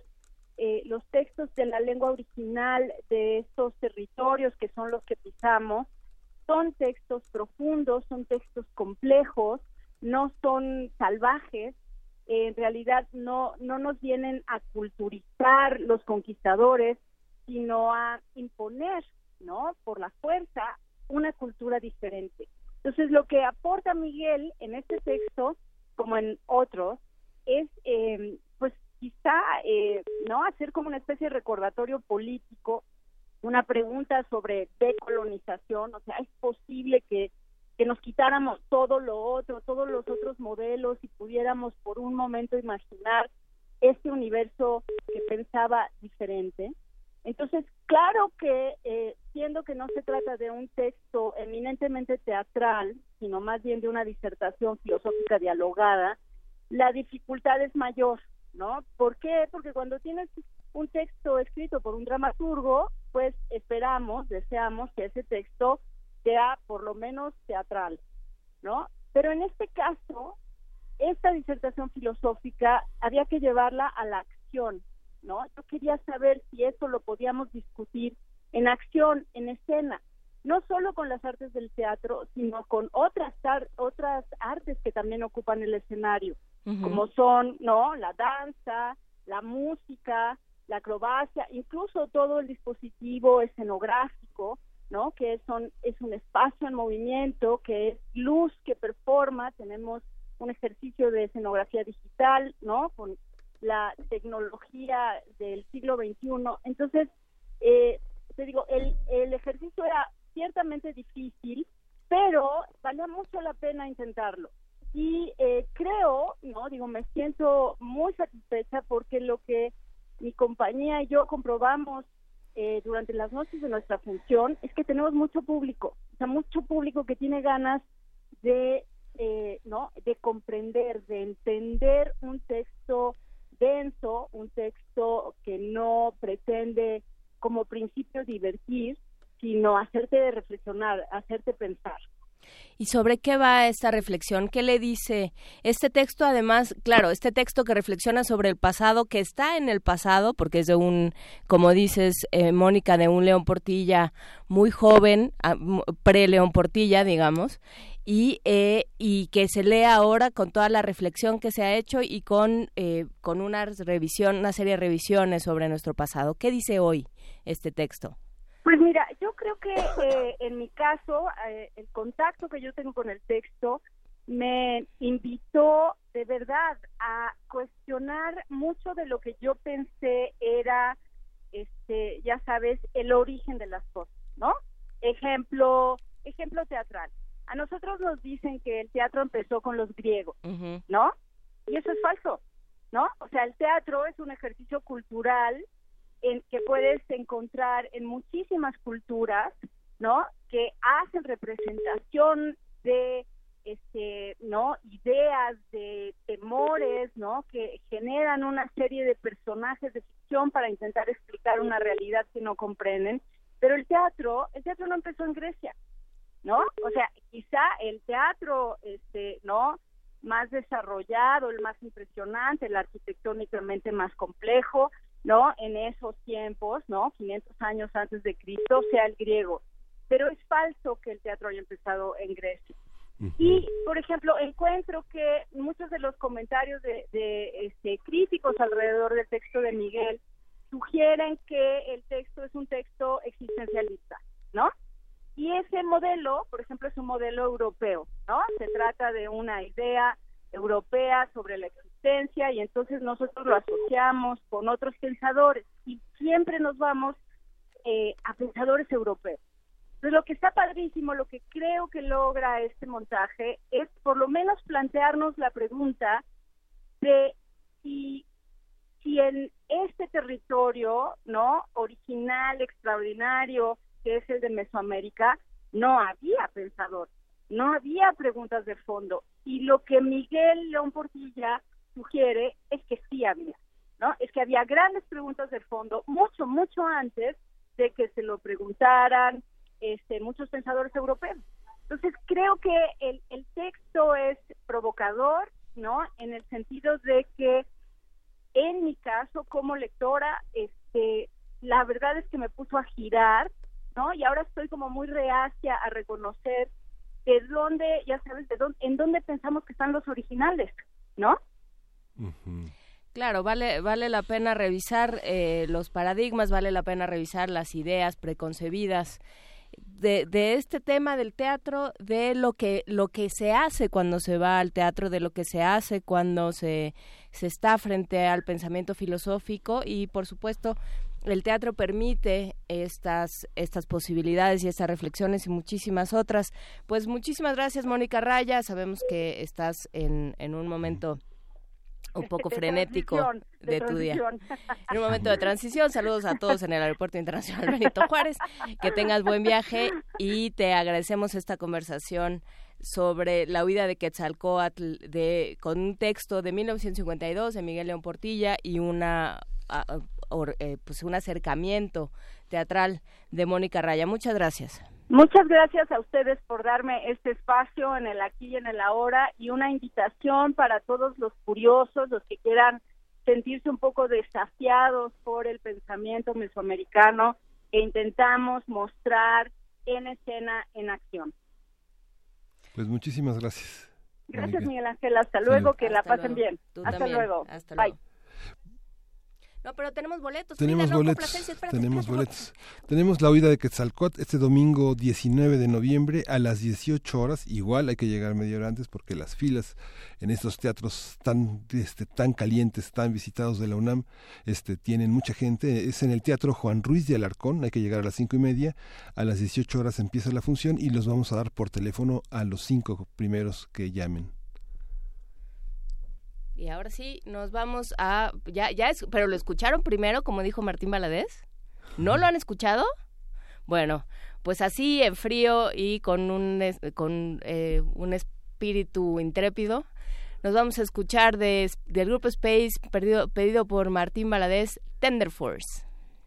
de la lengua original de estos territorios que son los que pisamos, son textos profundos, son textos complejos, no son salvajes, en realidad no nos vienen a culturizar los conquistadores, sino a imponer, ¿no?, por la fuerza, una cultura diferente. Entonces, lo que aporta Miguel en este texto, como en otros, es pues quizá no hacer como una especie de recordatorio político, una pregunta sobre decolonización. O sea, es posible que nos quitáramos todo lo otro, todos los otros modelos, y pudiéramos por un momento imaginar este universo que pensaba diferente. Entonces, claro que siendo que no se trata de un texto eminentemente teatral, sino más bien de una disertación filosófica dialogada, la dificultad es mayor, ¿no? ¿Por qué? Porque cuando tienes un texto escrito por un dramaturgo, pues deseamos que ese texto sea por lo menos teatral, ¿no? Pero en este caso, esta disertación filosófica había que llevarla a la acción, ¿no? Yo quería saber si eso lo podíamos discutir en acción, en escena, no solo con las artes del teatro, sino con otras artes que también ocupan el escenario, uh-huh, como son, ¿no?, la danza, la música, la acrobacia, incluso todo el dispositivo escenográfico, ¿no?, que es un espacio en movimiento, que es luz que performa. Tenemos un ejercicio de escenografía digital, ¿no?, con la tecnología del siglo XXI. Entonces, te digo, el ejercicio era ciertamente difícil, pero valía mucho la pena intentarlo. Y creo, me siento muy satisfecha porque lo que mi compañía y yo comprobamos durante las noches de nuestra función es que tenemos mucho público que tiene ganas de comprender, de entender un texto denso, un texto que no pretende como principio divertir, sino hacerte reflexionar, hacerte pensar. ¿Y sobre qué va esta reflexión? ¿Qué le dice este texto? Además, claro, este texto que reflexiona sobre el pasado, que está en el pasado, porque es de como dices, Mónica, de un León Portilla muy joven, pre-León Portilla, digamos, y que se lee ahora con toda la reflexión que se ha hecho y con una serie de revisiones sobre nuestro pasado. ¿Qué dice hoy este texto? Pues mira, yo creo que en mi caso, el contacto que yo tengo con el texto me invitó de verdad a cuestionar mucho de lo que yo pensé era, ya sabes, el origen de las cosas, ¿no? Ejemplo teatral. A nosotros nos dicen que el teatro empezó con los griegos, ¿no? Y eso es falso, ¿no? O sea, el teatro es un ejercicio cultural que puedes encontrar en muchísimas culturas, ¿no? Que hacen representación de, ideas, de temores, ¿no? Que generan una serie de personajes de ficción para intentar explicar una realidad que no comprenden. Pero el teatro no empezó en Grecia, ¿no? O sea, quizá el teatro, más desarrollado, el más impresionante, el arquitectónicamente más complejo, ¿no? En esos tiempos, ¿no? 500 años antes de Cristo, sea el griego. Pero es falso que el teatro haya empezado en Grecia. Y, por ejemplo, encuentro que muchos de los comentarios de críticos alrededor del texto de Miguel sugieren que el texto es un texto existencialista, ¿no? Y ese modelo, por ejemplo, es un modelo europeo, ¿no? Se trata de una idea europea sobre la existencia y entonces nosotros lo asociamos con otros pensadores y siempre nos vamos a pensadores europeos. Entonces lo que está padrísimo, lo que creo que logra este montaje es por lo menos plantearnos la pregunta de si en este territorio, ¿no? Original, extraordinario, que es el de Mesoamérica, no había pensadores, no había preguntas de fondo. Y lo que Miguel León Portilla sugiere es que sí había, ¿no? Es que había grandes preguntas de fondo, mucho antes de que se lo preguntaran muchos pensadores europeos. Entonces creo que el texto es provocador, ¿no? En el sentido de que en mi caso como lectora, la verdad es que me puso a girar, ¿no? Y ahora estoy como muy reacia a reconocer de dónde, ya sabes, en dónde pensamos que están los originales, ¿no? Claro, vale la pena revisar los paradigmas, vale la pena revisar las ideas preconcebidas de este tema del teatro, de lo que se hace cuando se va al teatro, de lo que se hace cuando se está frente al pensamiento filosófico y, por supuesto, el teatro permite estas posibilidades y estas reflexiones y muchísimas otras. Pues muchísimas gracias, Mónica Raya. Sabemos que estás en un momento un poco frenético de tu día. En un momento de transición. Saludos a todos en el Aeropuerto Internacional Benito Juárez. Que tengas buen viaje y te agradecemos esta conversación sobre la huida de Quetzalcóatl con un texto de 1952 de Miguel León Portilla y un acercamiento teatral de Mónica Raya. Muchas gracias. Muchas gracias a ustedes por darme este espacio en el aquí y en el ahora y una invitación para todos los curiosos, los que quieran sentirse un poco desafiados por el pensamiento mesoamericano que intentamos mostrar en escena, en acción. Pues muchísimas gracias. Gracias, Mónica. Miguel Ángel. Hasta luego, que la pasen bien. Tú Hasta también. luego. Hasta Bye. luego. No, pero tenemos boletos. Tenemos boletos. Tenemos la huida de Quetzalcóatl este domingo 19 de noviembre a las 18 horas. Igual hay que llegar media hora antes porque las filas en estos teatros tan calientes, tan visitados de la UNAM, tienen mucha gente. Es en el Teatro Juan Ruiz de Alarcón. Hay que llegar a las 5:30. A las 18 horas empieza la función y los vamos a dar por teléfono a los 5 primeros que llamen. Y ahora sí, nos vamos a... pero lo escucharon primero, como dijo Martín Valadez. ¿No lo han escuchado? Bueno, pues así en frío y con un espíritu intrépido, nos vamos a escuchar del grupo Space, pedido por Martín Valadez, Tender Force.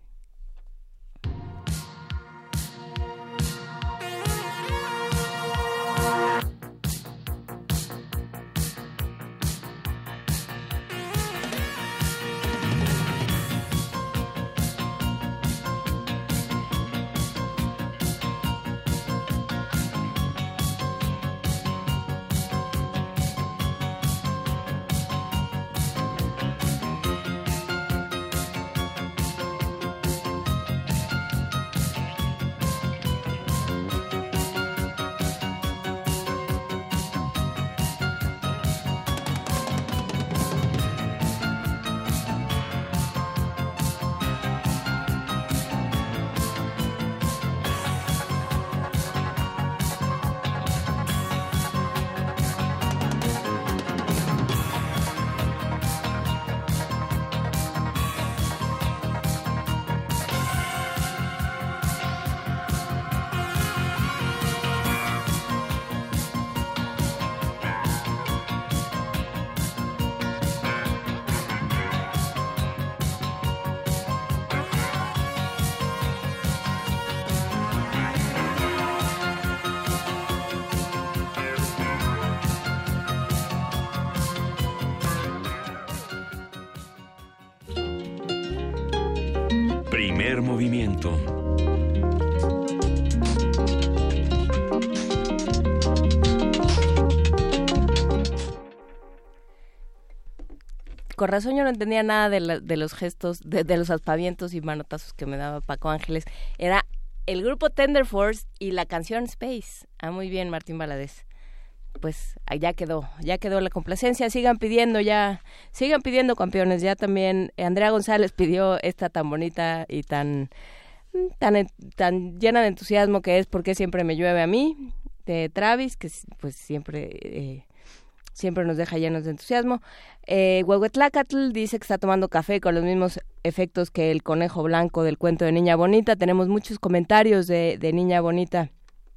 Primer movimiento. Con razón yo no entendía nada de los gestos, de los aspavientos y manotazos que me daba Paco Ángeles. Era el grupo Tender Force y la canción Space. Muy bien, Martín Valadez. Pues ya quedó la complacencia. Sigan pidiendo, campeones. Ya también Andrea González pidió esta tan bonita y tan llena de entusiasmo que es Porque siempre me llueve a mí, de Travis, que pues siempre nos deja llenos de entusiasmo. Huehuetlacatl dice que está tomando café con los mismos efectos que el conejo blanco del cuento de Niña Bonita. Tenemos muchos comentarios de Niña Bonita.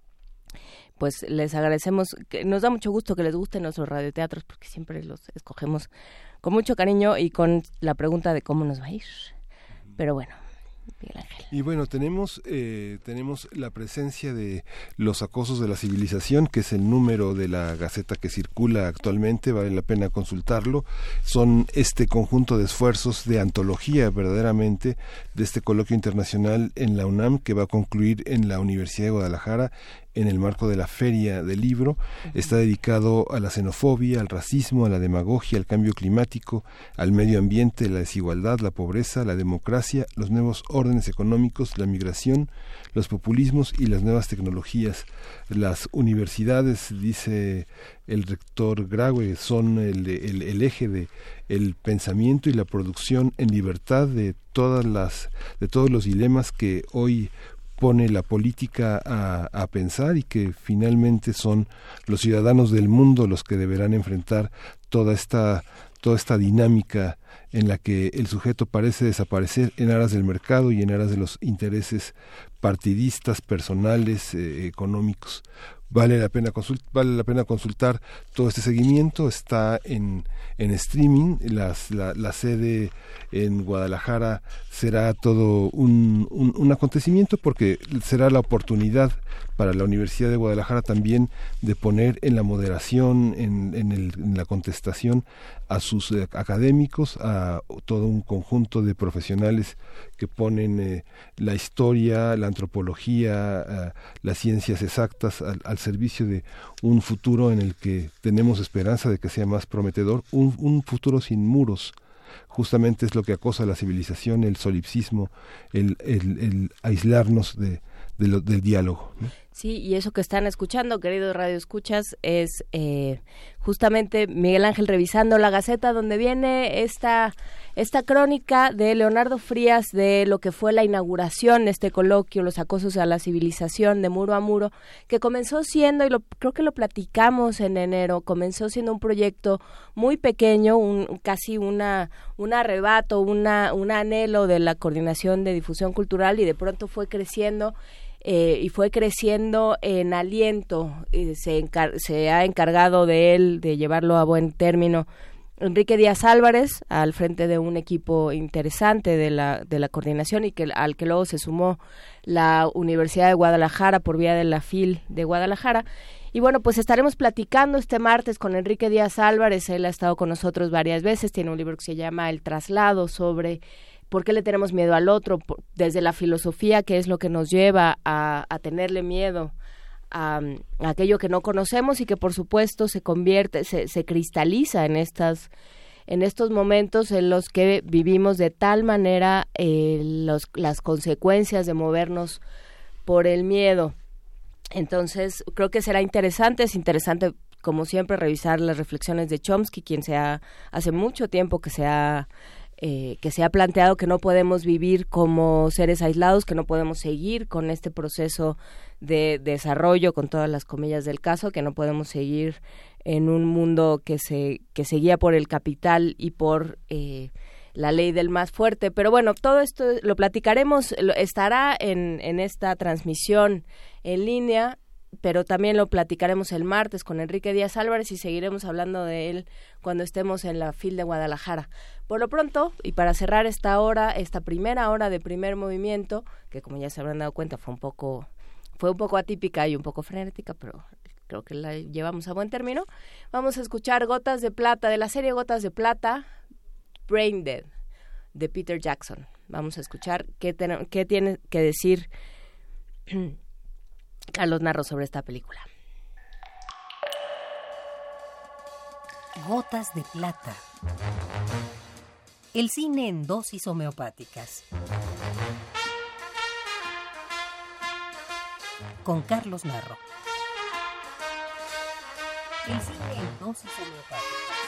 Pues les agradecemos, nos da mucho gusto que les gusten nuestros radioteatros porque siempre los escogemos con mucho cariño y con la pregunta de cómo nos va a ir. Pero bueno, Miguel Ángel. Y bueno, tenemos la presencia de Los acosos de la civilización, que es el número de la Gaceta que circula actualmente, vale la pena consultarlo. Son este conjunto de esfuerzos de antología verdaderamente de este coloquio internacional en la UNAM que va a concluir en la Universidad de Guadalajara en el marco de la Feria del Libro. Está dedicado a la xenofobia, al racismo, a la demagogia, al cambio climático, al medio ambiente, la desigualdad, la pobreza, la democracia, los nuevos órdenes económicos, la migración, los populismos y las nuevas tecnologías. Las universidades, dice el rector Graue, son el eje de el pensamiento y la producción en libertad de todos los dilemas que hoy pone la política a pensar y que finalmente son los ciudadanos del mundo los que deberán enfrentar toda esta dinámica en la que el sujeto parece desaparecer en aras del mercado y en aras de los intereses partidistas, personales, económicos. Vale la pena consultar todo este seguimiento. Está en streaming. La sede en Guadalajara será todo un acontecimiento porque será la oportunidad para la Universidad de Guadalajara también de poner en la moderación, en la contestación a sus académicos, a todo un conjunto de profesionales que ponen la historia, la antropología, las ciencias exactas al servicio de un futuro en el que tenemos esperanza de que sea más prometedor, un futuro sin muros. Justamente es lo que acosa la civilización, el solipsismo, el aislarnos del diálogo, ¿no? Sí, y eso que están escuchando, queridos radioescuchas, es justamente Miguel Ángel revisando la Gaceta, donde viene esta crónica de Leonardo Frías de lo que fue la inauguración de este coloquio, los acosos a la civilización de Muro a Muro, que comenzó siendo, y creo que lo platicamos en enero, comenzó siendo un proyecto muy pequeño, casi un arrebato, un anhelo de la Coordinación de Difusión Cultural, y de pronto fue creciendo en aliento. Se ha encargado de él, de llevarlo a buen término, Enrique Díaz Álvarez, al frente de un equipo interesante de la coordinación, y al que luego se sumó la Universidad de Guadalajara por vía de la FIL de Guadalajara. Y bueno, pues estaremos platicando este martes con Enrique Díaz Álvarez. Él ha estado con nosotros varias veces, tiene un libro que se llama El Traslado, sobre ¿por qué le tenemos miedo al otro? Desde la filosofía, ¿qué es lo que nos lleva a tenerle miedo a aquello que no conocemos y que por supuesto se cristaliza en estos momentos en los que vivimos de tal manera las consecuencias de movernos por el miedo? Entonces creo que será interesante, es interesante como siempre revisar las reflexiones de Chomsky, quien hace mucho tiempo que se ha planteado que no podemos vivir como seres aislados, que no podemos seguir con este proceso de desarrollo, con todas las comillas del caso, que no podemos seguir en un mundo que se guía por el capital y por la ley del más fuerte. Pero bueno, todo esto lo platicaremos, estará en esta transmisión en línea, pero también lo platicaremos el martes con Enrique Díaz Álvarez y seguiremos hablando de él cuando estemos en la FIL de Guadalajara. Por lo pronto, y para cerrar esta primera hora de Primer Movimiento, que como ya se habrán dado cuenta fue un poco atípica y un poco frenética, pero creo que la llevamos a buen término, vamos a escuchar Gotas de Plata, de la serie Gotas de Plata, Brain Dead, de Peter Jackson. Vamos a escuchar qué tiene que decir Carlos Narro sobre esta película. Gotas de Plata. El cine en dosis homeopáticas. Con Carlos Narro. El cine en dosis homeopáticas.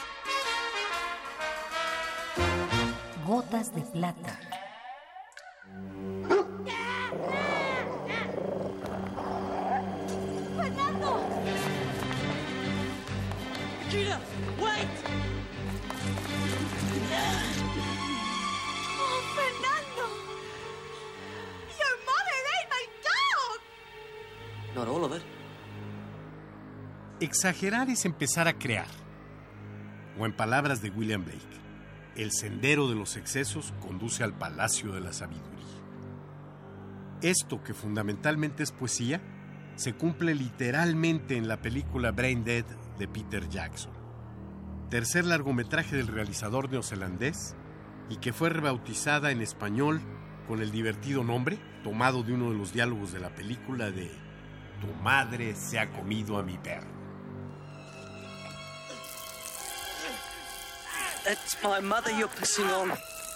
Gotas de Plata. ¡Fernando! ¡Gina! ¡Wait! ¡Oh, Fernando! Your mother ate my dog! Not all of it. Exagerar es empezar a crear. O en palabras de William Blake, el sendero de los excesos conduce al palacio de la sabiduría. Esto, que fundamentalmente es poesía, se cumple literalmente en la película Brain Dead de Peter Jackson, tercer largometraje del realizador neozelandés y que fue rebautizada en español con el divertido nombre, tomado de uno de los diálogos de la película, de Tu madre se ha comido a mi perro. That's my mother you're pissing on.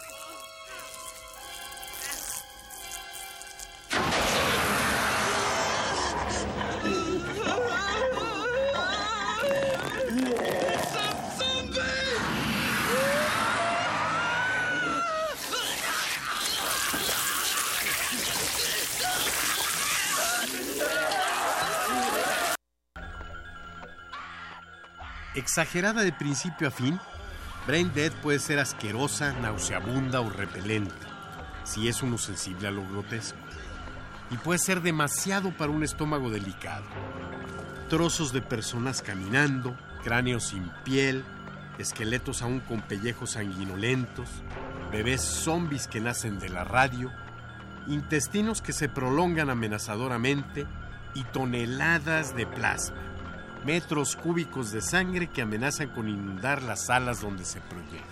Exagerada de principio a fin, Brain Dead puede ser asquerosa, nauseabunda o repelente, si es uno sensible a lo grotesco. Y puede ser demasiado para un estómago delicado. Trozos de personas caminando, cráneos sin piel, esqueletos aún con pellejos sanguinolentos, bebés zombies que nacen de la radio, intestinos que se prolongan amenazadoramente y toneladas de plasma. Metros cúbicos de sangre que amenazan con inundar las salas donde se proyecta.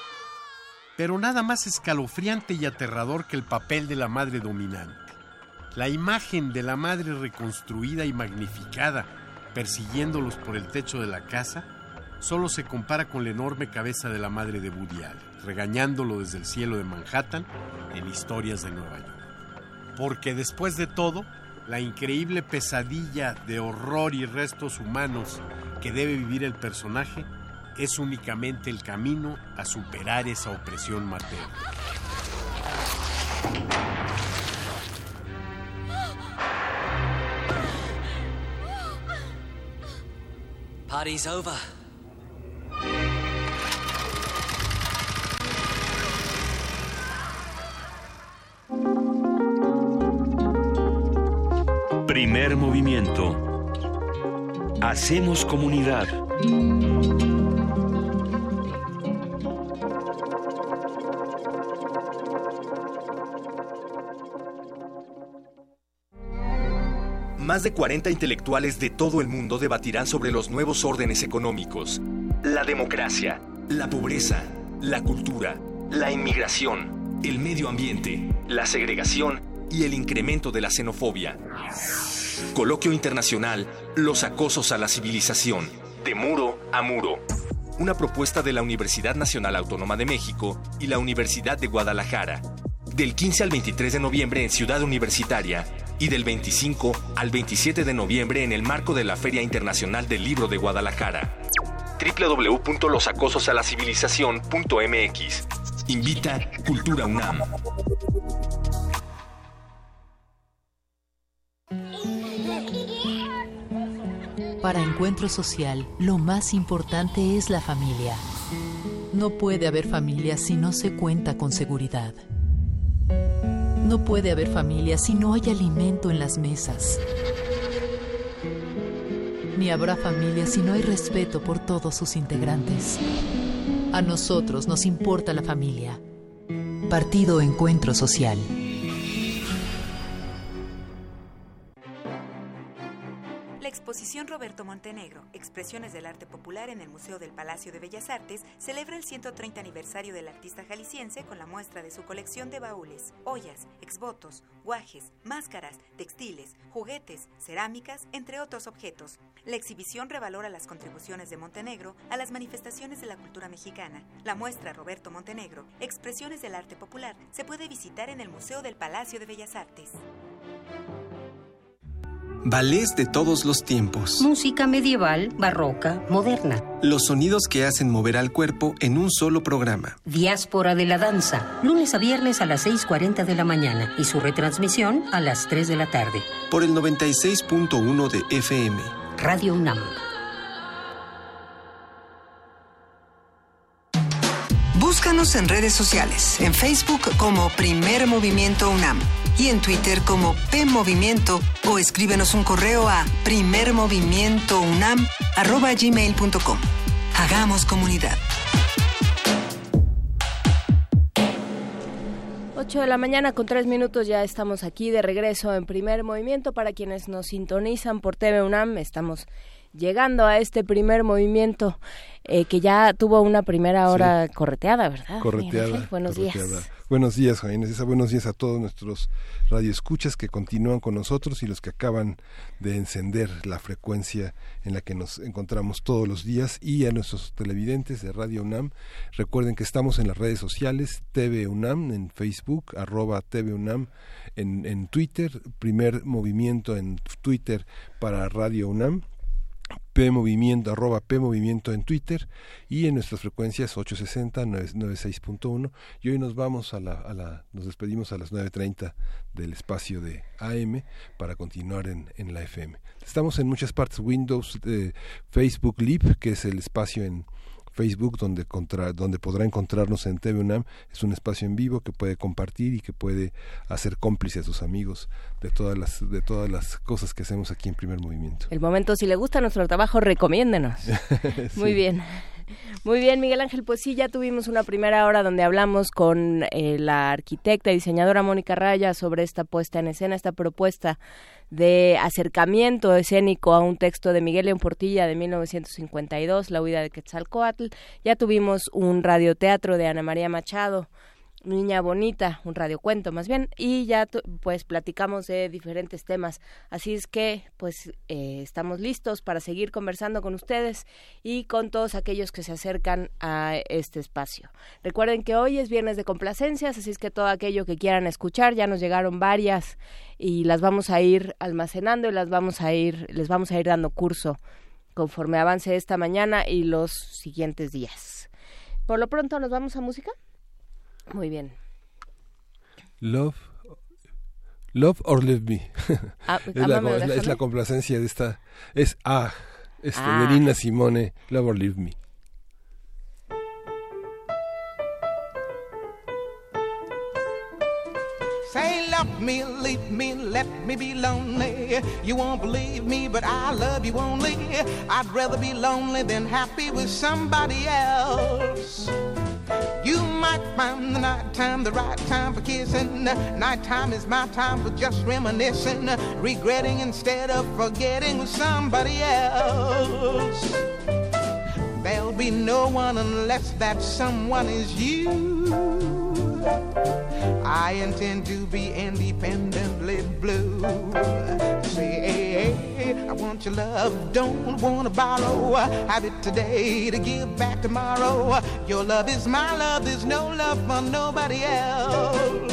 Pero nada más escalofriante y aterrador que el papel de la madre dominante, La imagen de la madre reconstruida y magnificada, persiguiéndolos por el techo de la casa, solo se compara con la enorme cabeza de la madre de Woody Allen, regañándolo desde el cielo de Manhattan en Historias de Nueva York. Porque después de todo, la increíble pesadilla de horror y restos humanos que debe vivir el personaje es únicamente el camino a superar esa opresión materna. Party's over. Primer movimiento. Hacemos comunidad. Más de 40 intelectuales de todo el mundo debatirán sobre los nuevos órdenes económicos, la democracia, la pobreza, la cultura, la inmigración, el medio ambiente, la segregación y el incremento de la xenofobia. Coloquio Internacional, los acosos a la civilización, de muro a muro. Una propuesta de la Universidad Nacional Autónoma de México y la Universidad de Guadalajara. Del 15 al 23 de noviembre en Ciudad Universitaria y del 25 al 27 de noviembre en el marco de la Feria Internacional del Libro de Guadalajara. www.losacososalacivilizacion.mx. Invita Cultura UNAM. Para Encuentro Social, lo más importante es la familia. No puede haber familia si no se cuenta con seguridad. No puede haber familia si no hay alimento en las mesas. Ni habrá familia si no hay respeto por todos sus integrantes. A nosotros nos importa la familia. Partido Encuentro Social. La exposición Roberto Montenegro, Expresiones del Arte Popular en el Museo del Palacio de Bellas Artes, celebra el 130 aniversario del artista jalisciense con la muestra de su colección de baúles, ollas, exvotos, guajes, máscaras, textiles, juguetes, cerámicas, entre otros objetos. La exhibición revalora las contribuciones de Montenegro a las manifestaciones de la cultura mexicana. La muestra Roberto Montenegro, Expresiones del Arte Popular, se puede visitar en el Museo del Palacio de Bellas Artes. Ballets de todos los tiempos. Música medieval, barroca, moderna. Los sonidos que hacen mover al cuerpo en un solo programa. Diáspora de la danza, lunes a viernes a las 6:40 de la mañana y su retransmisión a las 3 de la tarde. Por el 96.1 de FM. Radio UNAM. Búscanos en redes sociales, en Facebook como Primer Movimiento UNAM y en Twitter como PMovimiento o escríbenos un correo a primermovimientounam@gmail.com. Hagamos comunidad. 8 de la mañana con 3 minutos, ya estamos aquí de regreso en Primer Movimiento. Para quienes nos sintonizan por TV UNAM, estamos llegando a este Primer Movimiento que ya tuvo una primera hora correteada, ¿verdad? Correteada. Buenos días. Buenos días, Juan Inés. Buenos días a todos nuestros radioescuchas que continúan con nosotros y los que acaban de encender la frecuencia en la que nos encontramos todos los días, y a nuestros televidentes de Radio UNAM. Recuerden que estamos en las redes sociales, TV UNAM, en Facebook, @TV UNAM, en Twitter, Primer Movimiento en Twitter para Radio UNAM, PMovimiento, @PMovimiento en Twitter, y en nuestras frecuencias 860, 96.1, y hoy nos vamos nos despedimos a las 9:30 del espacio de AM para continuar en la FM. Estamos en muchas partes, Windows, Facebook Live, que es el espacio en Facebook donde podrá encontrarnos en TV UNAM. Es un espacio en vivo que puede compartir y que puede hacer cómplice a sus amigos de todas las cosas que hacemos aquí en Primer Movimiento. El momento, si le gusta nuestro trabajo, recomiéndenos. Sí. Muy bien. Muy bien, Miguel Ángel, pues sí, ya tuvimos una primera hora donde hablamos con la arquitecta y diseñadora Mónica Raya sobre esta puesta en escena, esta propuesta de acercamiento escénico a un texto de Miguel León Portilla de 1952, La huida de Quetzalcóatl. Ya tuvimos un radioteatro de Ana María Machado Niña Bonita, un radiocuento más bien, y ya pues platicamos de diferentes temas, así es que pues estamos listos para seguir conversando con ustedes y con todos aquellos que se acercan a este espacio. Recuerden que hoy es viernes de complacencias, así es que todo aquello que quieran escuchar, ya nos llegaron varias y las vamos a ir almacenando y les vamos a ir dando curso conforme avance esta mañana y los siguientes días. Por lo pronto nos vamos a música. Muy bien. Love or Leave Me. Es la complacencia de esta. Es de Nina Simone, Love or Leave Me. Say love me, leave me, let me be lonely. You won't believe me, but I love you only. I'd rather be lonely than happy with somebody else. You might find the nighttime the right time for kissing. Nighttime is my time for just reminiscing, regretting instead of forgetting with somebody else. There'll be no one unless that someone is you. I intend to be independently blue. Say, I want your love, don't want to borrow. Have it today to give back tomorrow. Your love is my love, there's no love for nobody else.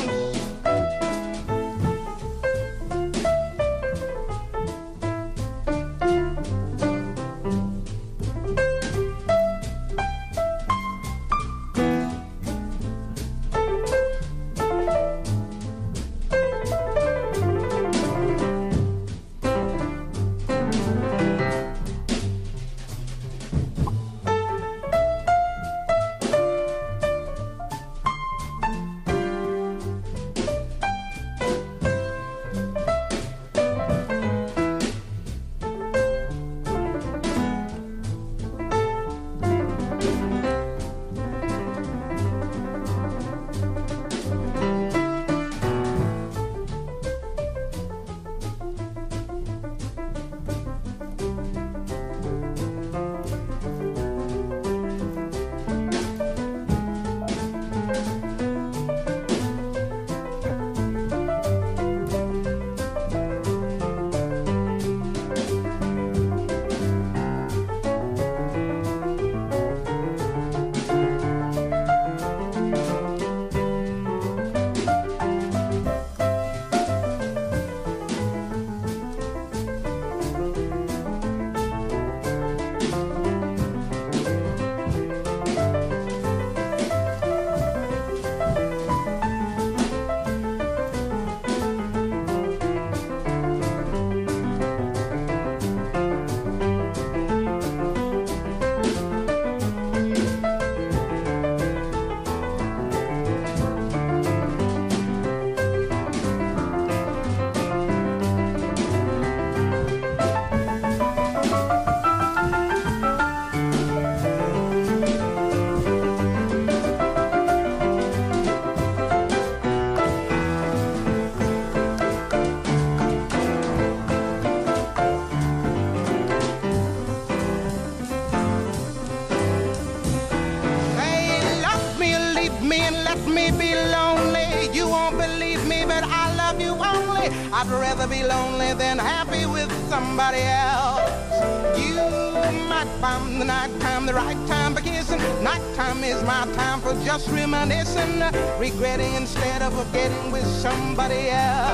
I'd rather be lonely than happy with somebody else. You might find the nighttime the right time for kissing. Nighttime is my time for just reminiscing, regretting instead of forgetting with somebody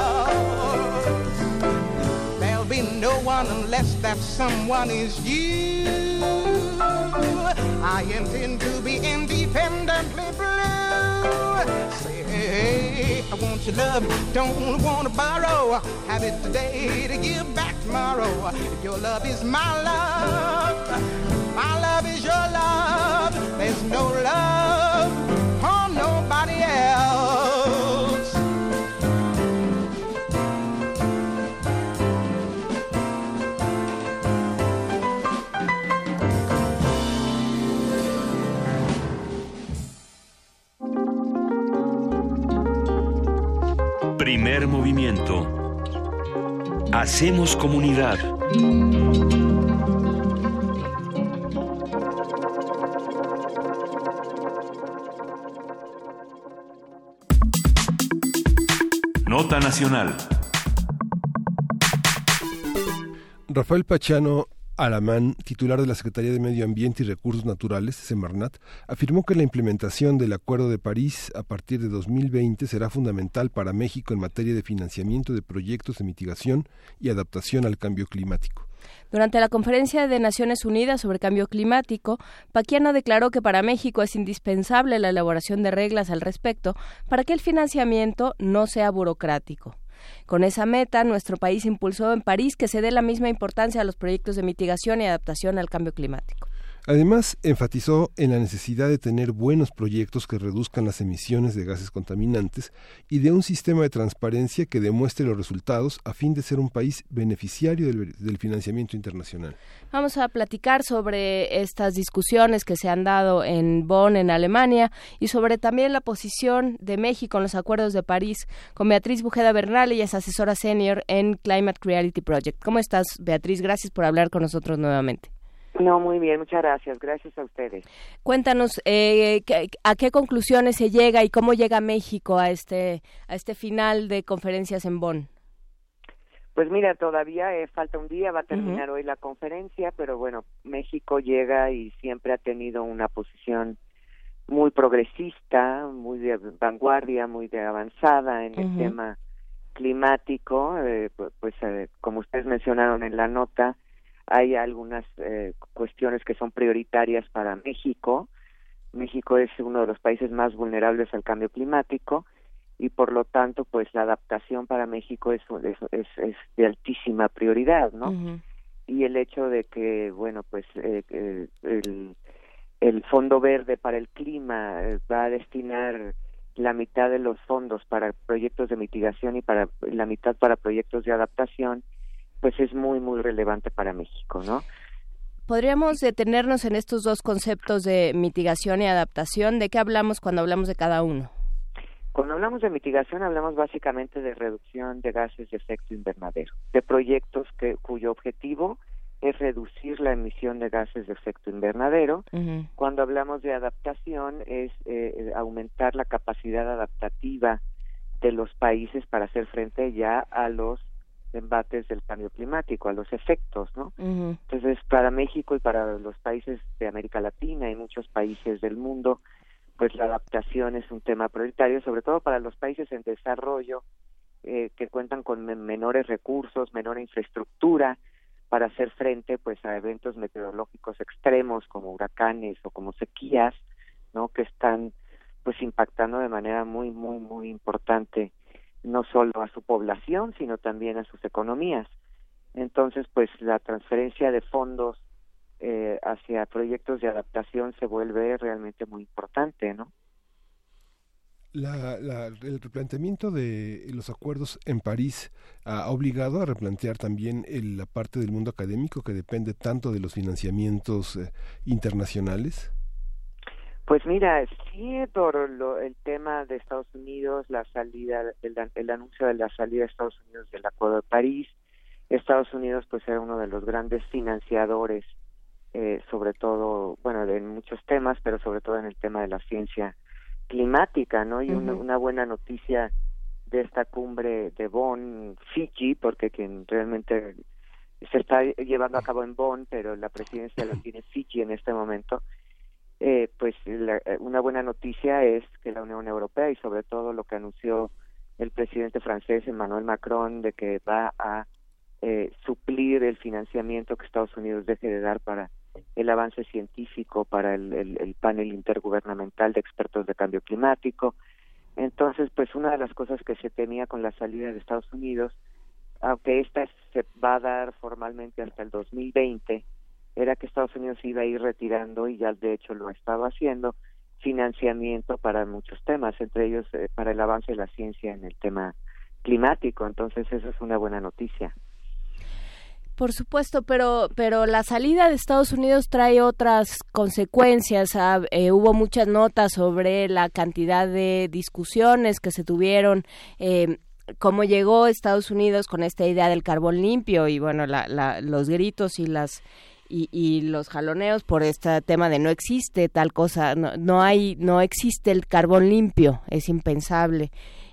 else. There'll be no one unless that someone is you. I intend to be independently blue. Say, hey, I want your love, don't want to borrow. Have it today to give back tomorrow. Your love is my love is your love. There's no love for nobody else. Primer movimiento. Hacemos comunidad. Nacional. Rafael Pachano Alamán, titular de la Secretaría de Medio Ambiente y Recursos Naturales, Semarnat, afirmó que la implementación del Acuerdo de París a partir de 2020 será fundamental para México en materia de financiamiento de proyectos de mitigación y adaptación al cambio climático. Durante la Conferencia de Naciones Unidas sobre Cambio Climático, Pachano declaró que para México es indispensable la elaboración de reglas al respecto para que el financiamiento no sea burocrático. Con esa meta, nuestro país impulsó en París que se dé la misma importancia a los proyectos de mitigación y adaptación al cambio climático. Además, enfatizó en la necesidad de tener buenos proyectos que reduzcan las emisiones de gases contaminantes y de un sistema de transparencia que demuestre los resultados a fin de ser un país beneficiario del financiamiento internacional. Vamos a platicar sobre estas discusiones que se han dado en Bonn, en Alemania, y sobre también la posición de México en los acuerdos de París con Beatriz Bujeda Bernal. Ella es asesora senior en Climate Reality Project. ¿Cómo estás, Beatriz? Gracias por hablar con nosotros nuevamente. No, muy bien, muchas gracias. Gracias a ustedes. Cuéntanos a qué conclusiones se llega y cómo llega México a este final de conferencias en Bonn. Pues mira, todavía falta un día, va a terminar hoy la conferencia, pero bueno, México llega y siempre ha tenido una posición muy progresista, muy de vanguardia, muy de avanzada en el tema climático. Como ustedes mencionaron en la nota, hay algunas cuestiones que son prioritarias para México. México es uno de los países más vulnerables al cambio climático y por lo tanto, pues la adaptación para México es de altísima prioridad, ¿no? Y el hecho de que, bueno, pues el Fondo Verde para el Clima va a destinar la mitad de los fondos para proyectos de mitigación y para la mitad para proyectos de adaptación, pues es muy, muy relevante para México, ¿no? ¿Podríamos detenernos en estos dos conceptos de mitigación y adaptación? ¿De qué hablamos cuando hablamos de cada uno? Cuando hablamos de mitigación, hablamos básicamente de reducción de gases de efecto invernadero, de proyectos cuyo objetivo es reducir la emisión de gases de efecto invernadero. Cuando hablamos de adaptación, es aumentar la capacidad adaptativa de los países para hacer frente ya a los embates del cambio climático, a los efectos, ¿no? Entonces, para México y para los países de América Latina y muchos países del mundo, pues la adaptación es un tema prioritario, sobre todo para los países en desarrollo que cuentan con menores recursos, menor infraestructura para hacer frente, pues, a eventos meteorológicos extremos como huracanes o como sequías, ¿no? Que están, pues, impactando de manera muy, muy, muy importante no solo a su población, sino también a sus economías. Entonces, pues la transferencia de fondos hacia proyectos de adaptación se vuelve realmente muy importante, ¿no? El replanteamiento de los acuerdos en París ha obligado a replantear también la parte del mundo académico que depende tanto de los financiamientos internacionales. Pues mira, sí, por el tema de Estados Unidos, la salida, el anuncio de la salida de Estados Unidos del Acuerdo de París. Estados Unidos pues era uno de los grandes financiadores, sobre todo, bueno, en muchos temas, pero sobre todo en el tema de la ciencia climática, ¿no? Y una buena noticia de esta cumbre de Bonn, Fiji, porque quien realmente se está llevando a cabo en Bonn, pero la presidencia la tiene Fiji en este momento. Pues una buena noticia es que la Unión Europea y sobre todo lo que anunció el presidente francés Emmanuel Macron de que va a suplir el financiamiento que Estados Unidos deje de dar para el avance científico, para el panel intergubernamental de expertos de cambio climático. Entonces, pues una de las cosas que se temía con la salida de Estados Unidos, aunque esta se va a dar formalmente hasta el 2020, era que Estados Unidos iba a ir retirando, y ya de hecho lo ha estado haciendo, financiamiento para muchos temas, entre ellos para el avance de la ciencia en el tema climático. Entonces eso es una buena noticia. Por supuesto, pero la salida de Estados Unidos trae otras consecuencias. Hubo muchas notas sobre la cantidad de discusiones que se tuvieron, cómo llegó Estados Unidos con esta idea del carbón limpio y bueno, los gritos y los jaloneos por este tema de no existe tal cosa, no existe el carbón limpio, es impensable.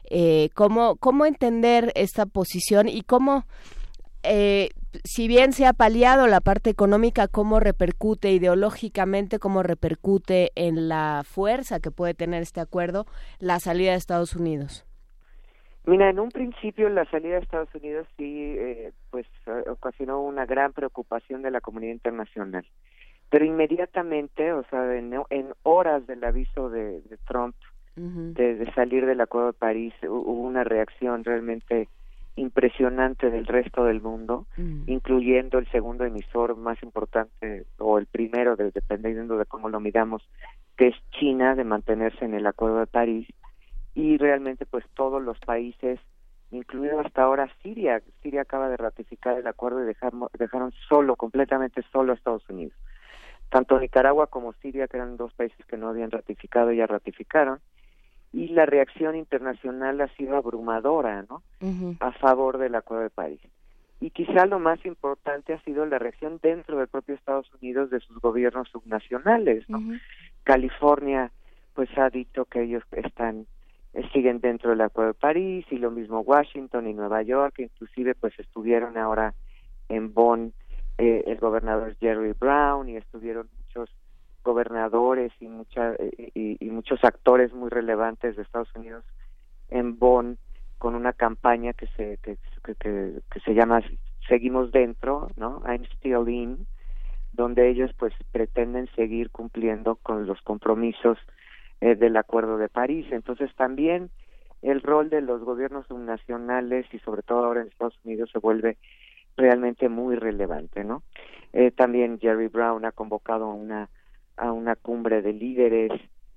¿Cómo entender esta posición y cómo, si bien se ha paliado la parte económica, cómo repercute ideológicamente, cómo repercute en la fuerza que puede tener este acuerdo la salida de Estados Unidos? Mira, en un principio la salida de Estados Unidos sí, ocasionó una gran preocupación de la comunidad internacional. Pero inmediatamente, o sea, en horas del aviso de Trump de salir del Acuerdo de París, hubo una reacción realmente impresionante del resto del mundo, incluyendo el segundo emisor más importante, o el primero, dependiendo de cómo lo midamos, que es China, de mantenerse en el Acuerdo de París, y realmente pues todos los países, incluido hasta ahora Siria acaba de ratificar el acuerdo y dejaron completamente solo a Estados Unidos. Tanto Nicaragua como Siria, que eran dos países que no habían ratificado, ya ratificaron, y la reacción internacional ha sido abrumadora, ¿no? A favor del Acuerdo de París. Y quizá lo más importante ha sido la reacción dentro del propio Estados Unidos de sus gobiernos subnacionales, ¿no? California, pues ha dicho que ellos siguen dentro del Acuerdo de París, y lo mismo Washington y Nueva York, que inclusive pues estuvieron ahora en Bonn el gobernador Jerry Brown, y estuvieron muchos gobernadores y muchos actores muy relevantes de Estados Unidos en Bonn con una campaña que se llama Seguimos Dentro, ¿no? I'm Still In, donde ellos pues pretenden seguir cumpliendo con los compromisos del Acuerdo de París. Entonces también el rol de los gobiernos subnacionales, y sobre todo ahora en Estados Unidos, se vuelve realmente muy relevante, ¿no? También Jerry Brown ha convocado a una cumbre de líderes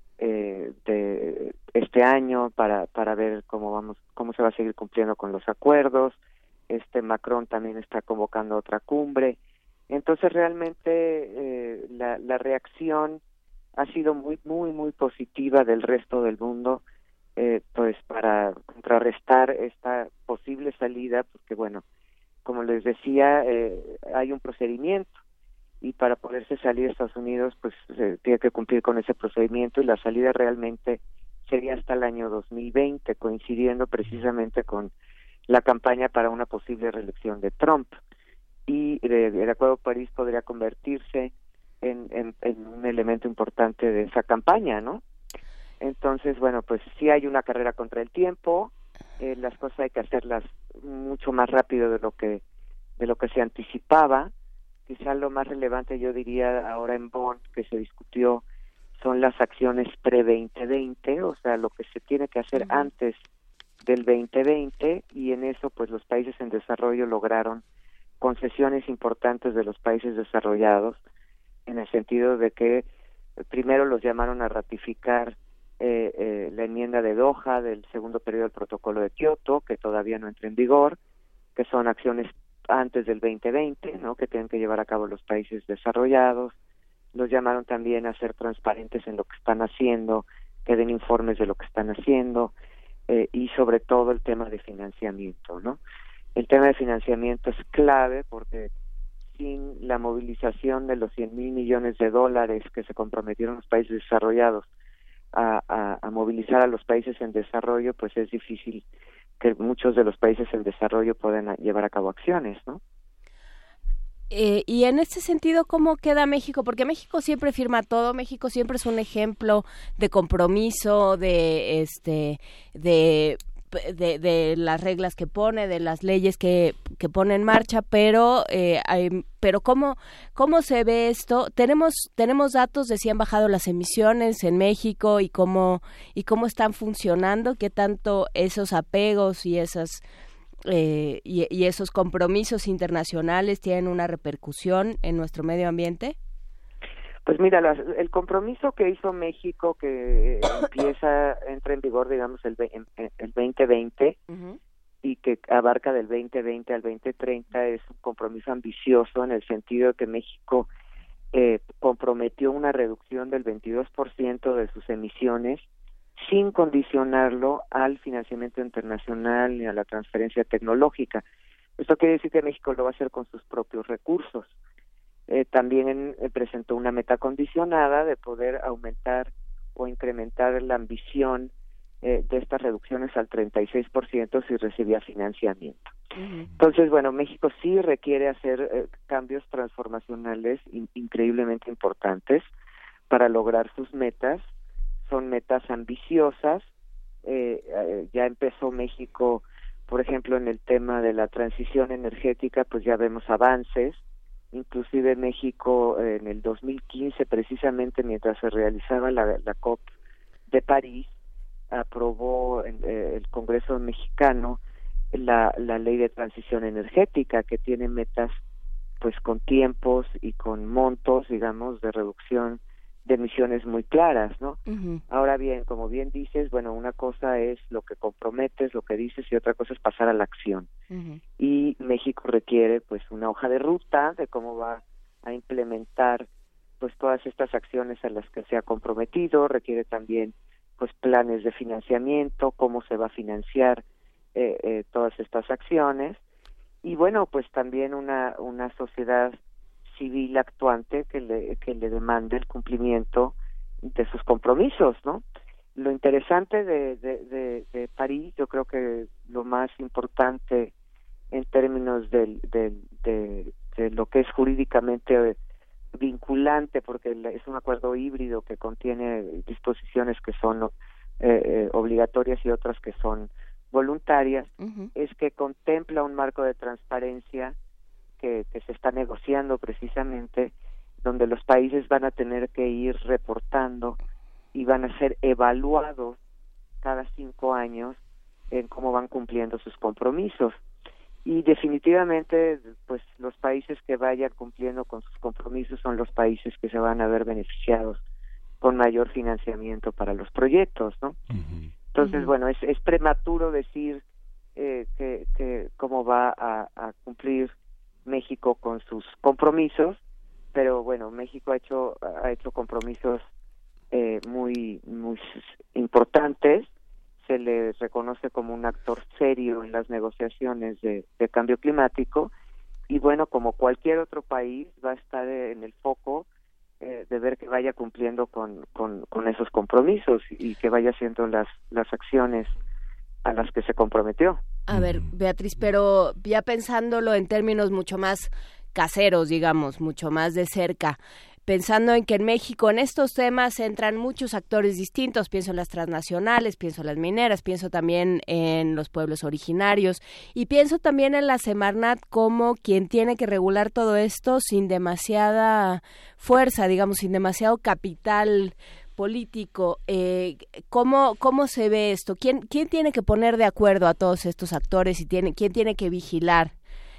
de este año para ver cómo se va a seguir cumpliendo con los acuerdos. Macron también está convocando otra cumbre. Entonces realmente la reacción ha sido muy muy muy positiva del resto del mundo, pues para contrarrestar esta posible salida, porque bueno, como les decía, hay un procedimiento, y para poderse salir de Estados Unidos pues se tiene que cumplir con ese procedimiento, y la salida realmente sería hasta el año 2020, coincidiendo precisamente con la campaña para una posible reelección de Trump, y el Acuerdo de París podría convertirse en un elemento importante de esa campaña, ¿no? Entonces, bueno, pues sí hay una carrera contra el tiempo, las cosas hay que hacerlas mucho más rápido de lo que se anticipaba. Quizá lo más relevante, yo diría, ahora en Bonn, que se discutió, son las acciones pre-2020, o sea, lo que se tiene que hacer antes del 2020, y en eso pues los países en desarrollo lograron concesiones importantes de los países desarrollados, en el sentido de que primero los llamaron a ratificar la enmienda de Doha del segundo periodo del protocolo de Kioto, que todavía no entra en vigor, que son acciones antes del 2020, ¿no? Que tienen que llevar a cabo los países desarrollados. Los llamaron también a ser transparentes en lo que están haciendo, que den informes de lo que están haciendo, y sobre todo el tema de financiamiento, ¿no? El tema de financiamiento es clave, porque sin la movilización de los $100,000 millones que se comprometieron los países desarrollados a movilizar a los países en desarrollo, pues es difícil que muchos de los países en desarrollo puedan llevar a cabo acciones, ¿no? Y en este sentido, ¿cómo queda México? Porque México siempre firma todo, México siempre es un ejemplo de compromiso, de las reglas que pone, de las leyes que pone en marcha, pero ¿cómo se ve esto? Tenemos datos de si han bajado las emisiones en México y cómo están funcionando, qué tanto esos apegos y esas y esos compromisos internacionales tienen una repercusión en nuestro medio ambiente. Pues mira, el compromiso que hizo México, que entra en vigor, digamos, el 2020, y que abarca del 2020 al 2030, es un compromiso ambicioso, en el sentido de que México comprometió una reducción del 22% de sus emisiones, sin condicionarlo al financiamiento internacional ni a la transferencia tecnológica. Esto quiere decir que México lo va a hacer con sus propios recursos. También presentó una meta condicionada de poder aumentar o incrementar la ambición de estas reducciones al 36% si recibía financiamiento. Entonces, bueno, México sí requiere hacer cambios transformacionales increíblemente importantes para lograr sus metas. Son metas ambiciosas. Ya empezó México, por ejemplo, en el tema de la transición energética, pues ya vemos avances. Inclusive México en el 2015, precisamente mientras se realizaba la COP de París, aprobó el Congreso mexicano la ley de transición energética, que tiene metas pues con tiempos y con montos, digamos, de reducción de emisiones muy claras, ¿no? Ahora bien, como bien dices, bueno, una cosa es lo que comprometes, lo que dices, y otra cosa es pasar a la acción. Y México requiere pues una hoja de ruta de cómo va a implementar pues todas estas acciones a las que se ha comprometido. Requiere también pues planes de financiamiento, cómo se va a financiar todas estas acciones, y bueno, pues también una sociedad civil actuante que le demande el cumplimiento de sus compromisos, ¿no? Lo interesante de París, yo creo que lo más importante en términos de lo que es jurídicamente vinculante, porque es un acuerdo híbrido que contiene disposiciones que son obligatorias y otras que son voluntarias, es que contempla un marco de transparencia que se está negociando precisamente, donde los países van a tener que ir reportando y van a ser evaluados cada 5 años en cómo van cumpliendo sus compromisos. Y definitivamente, pues los países que vayan cumpliendo con sus compromisos son los países que se van a ver beneficiados con mayor financiamiento para los proyectos, ¿no? Entonces, bueno, es prematuro decir que cómo va a cumplir México con sus compromisos, pero bueno, México ha hecho compromisos muy importantes. Se le reconoce como un actor serio en las negociaciones de cambio climático, y bueno, como cualquier otro país, va a estar en el foco de ver que vaya cumpliendo con esos compromisos y que vaya haciendo las acciones a las que se comprometió. A ver, Beatriz, pero ya pensándolo en términos mucho más caseros, digamos, mucho más de cerca, pensando en que en México en estos temas entran muchos actores distintos, pienso en las transnacionales, pienso en las mineras, pienso también en los pueblos originarios y pienso también en la Semarnat como quien tiene que regular todo esto sin demasiada fuerza, digamos, sin demasiado capital político. ¿Cómo se ve esto? ¿Quién tiene que poner de acuerdo a todos estos actores y quién tiene que vigilar?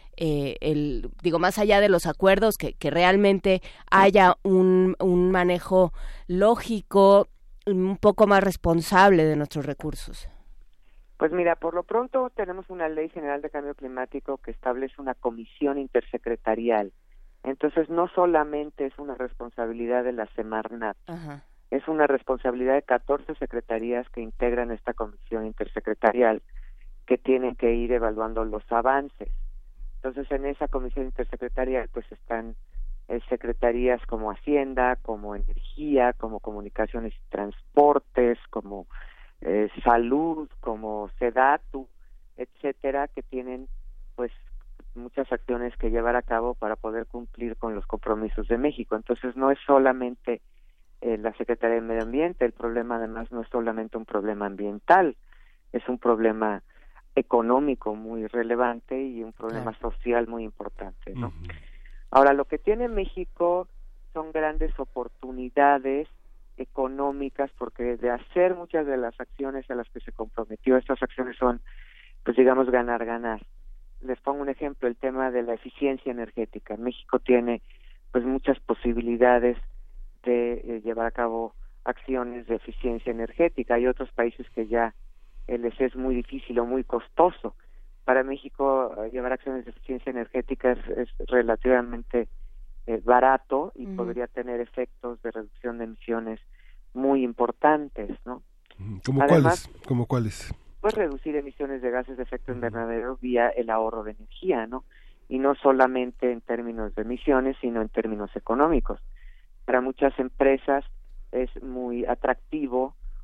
Más allá de los acuerdos, que realmente haya un manejo lógico, un poco más responsable de nuestros recursos. Pues mira, por lo pronto tenemos una Ley General de Cambio Climático que establece una comisión intersecretarial. Entonces no solamente es una responsabilidad de la Semarnat, es una responsabilidad de 14 secretarías que integran esta comisión intersecretarial, que tienen que ir evaluando los avances. Entonces, en esa comisión intersecretarial pues están secretarías como Hacienda, como Energía, como Comunicaciones y Transportes, como Salud, como Sedatu, etcétera, que tienen pues muchas acciones que llevar a cabo para poder cumplir con los compromisos de México. Entonces, no es solamente la Secretaría de Medio Ambiente, el problema además no es solamente un problema ambiental, es un problema económico muy relevante y un problema social muy importante, ¿no? Ahora, lo que tiene México son grandes oportunidades económicas, porque de hacer muchas de las acciones a las que se comprometió, estas acciones son, pues digamos, ganar. Les pongo un ejemplo, el tema de la eficiencia energética. México tiene pues muchas posibilidades de llevar a cabo acciones de eficiencia energética. Hay otros países que ya les es muy difícil o muy costoso. Para México llevar acciones de eficiencia energética es relativamente barato y podría tener efectos de reducción de emisiones muy importantes, ¿no? ¿Cómo cuáles? Pues reducir emisiones de gases de efecto invernadero vía el ahorro de energía, ¿no? Y no solamente en términos de emisiones, sino en términos económicos. Para muchas empresas es muy atractivo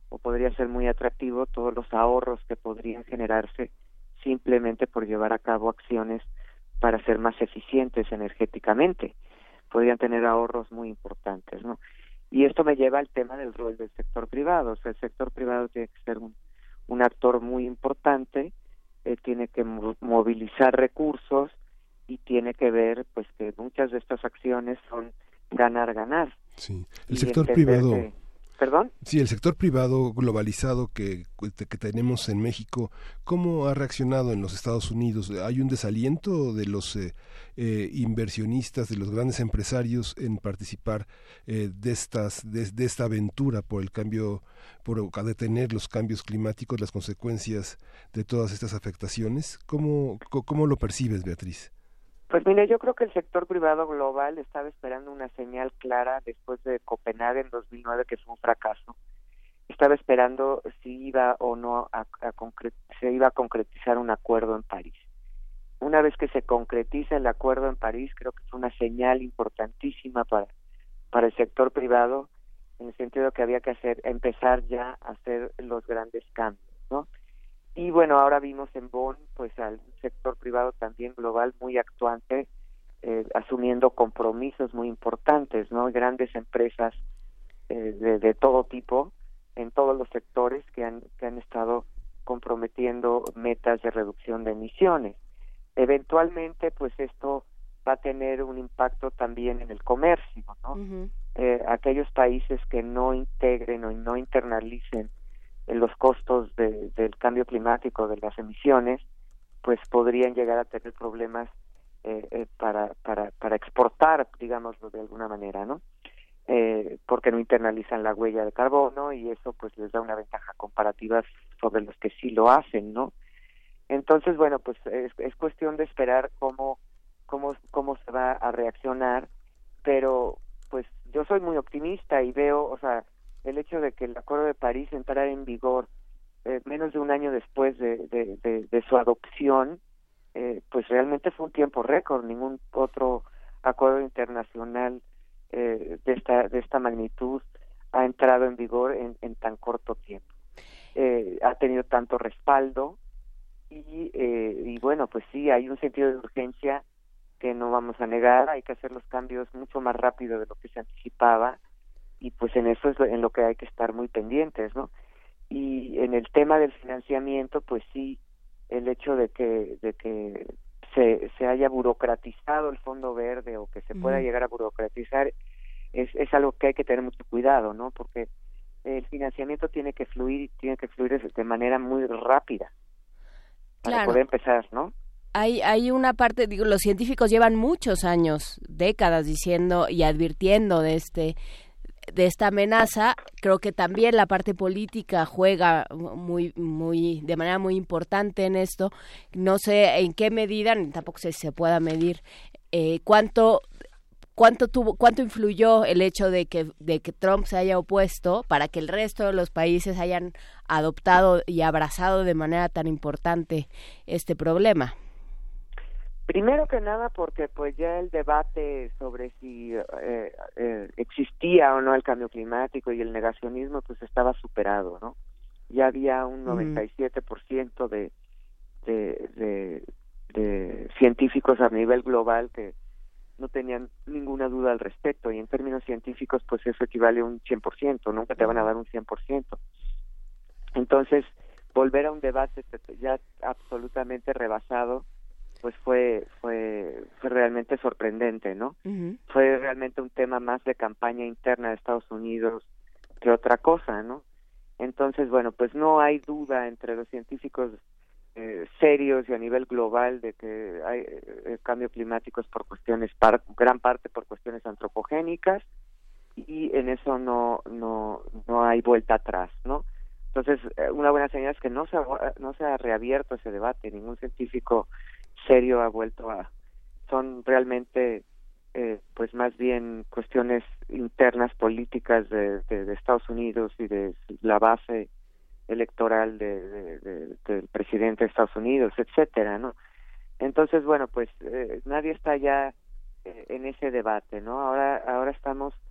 o podría ser muy atractivo todos los ahorros que podrían generarse simplemente por llevar a cabo acciones para ser más eficientes energéticamente. Podrían tener ahorros muy importantes, ¿no? Y esto me lleva al tema del rol del sector privado. O sea, el sector privado tiene que ser un actor muy importante, tiene que movilizar recursos y tiene que ver pues que muchas de estas acciones son ganar. Sí, el sector privado. ¿Perdón? Sí, el sector privado globalizado que tenemos en México, ¿cómo ha reaccionado en los Estados Unidos? ¿Hay un desaliento de los inversionistas, de los grandes empresarios en participar de esta aventura por el cambio, por detener los cambios climáticos, las consecuencias de todas estas afectaciones? ¿Cómo lo percibes, Beatriz? Pues mire, yo creo que el sector privado global estaba esperando una señal clara después de Copenhague en 2009, que fue un fracaso. Estaba esperando si iba o no se iba a concretizar un acuerdo en París. Una vez que se concretiza el acuerdo en París, creo que fue una señal importantísima para el sector privado, en el sentido que había que empezar ya a hacer los grandes cambios, ¿no? Y bueno, ahora vimos en Bonn pues al sector privado también global muy actuante, asumiendo compromisos muy importantes, ¿no? Grandes empresas de todo tipo, en todos los sectores que han estado comprometiendo metas de reducción de emisiones. Eventualmente pues esto va a tener un impacto también en el comercio, ¿no? Uh-huh. Aquellos países que no integren o no internalicen los costos del cambio climático, de las emisiones, pues podrían llegar a tener problemas para exportar, digámoslo de alguna manera, ¿no? Porque no internalizan la huella de carbono y eso pues les da una ventaja comparativa sobre los que sí lo hacen, ¿no? Entonces, bueno, pues es cuestión de esperar cómo se va a reaccionar, pero pues yo soy muy optimista y veo, o sea, el hecho de que el Acuerdo de París entrara en vigor menos de un año después de su adopción, pues realmente fue un tiempo récord. Ningún otro acuerdo internacional de esta magnitud ha entrado en vigor en tan corto tiempo. Ha tenido tanto respaldo y bueno, pues sí, hay un sentido de urgencia que no vamos a negar. Hay que hacer los cambios mucho más rápido de lo que se anticipaba, y pues en eso es en lo que hay que estar muy pendientes, ¿no? Y en el tema del financiamiento, pues sí, el hecho de que se haya burocratizado el Fondo Verde, o que se pueda llegar a burocratizar, es algo que hay que tener mucho cuidado, ¿no? Porque el financiamiento tiene que fluir de manera muy rápida para poder empezar, ¿no? Hay una parte, digo, los científicos llevan muchos años, décadas diciendo y advirtiendo de esta amenaza. Creo que también la parte política juega de manera muy importante en esto. No sé en qué medida, ni tampoco sé si se pueda medir cuánto influyó el hecho de que Trump se haya opuesto para que el resto de los países hayan adoptado y abrazado de manera tan importante este problema. Primero que nada porque pues ya el debate sobre si existía o no el cambio climático y el negacionismo pues estaba superado, ¿no? Ya había un 97% de científicos a nivel global que no tenían ninguna duda al respecto, y en términos científicos pues eso equivale a un 100%, nunca te van a dar un 100%. Entonces, volver a un debate ya absolutamente rebasado pues fue realmente sorprendente, ¿no? Uh-huh. Fue realmente un tema más de campaña interna de Estados Unidos que otra cosa, ¿no? Entonces, bueno, pues no hay duda entre los científicos serios y a nivel global de que hay cambio climático es por cuestiones, gran parte por cuestiones antropogénicas, y en eso no hay vuelta atrás, ¿no? Entonces, una buena señal es que no se ha reabierto ese debate, ningún científico serio ha vuelto son realmente pues más bien cuestiones internas políticas de Estados Unidos y de la base electoral del presidente de Estados Unidos, etcétera, ¿no? Entonces, bueno, pues nadie está ya en ese debate, ¿no? Ahora estamos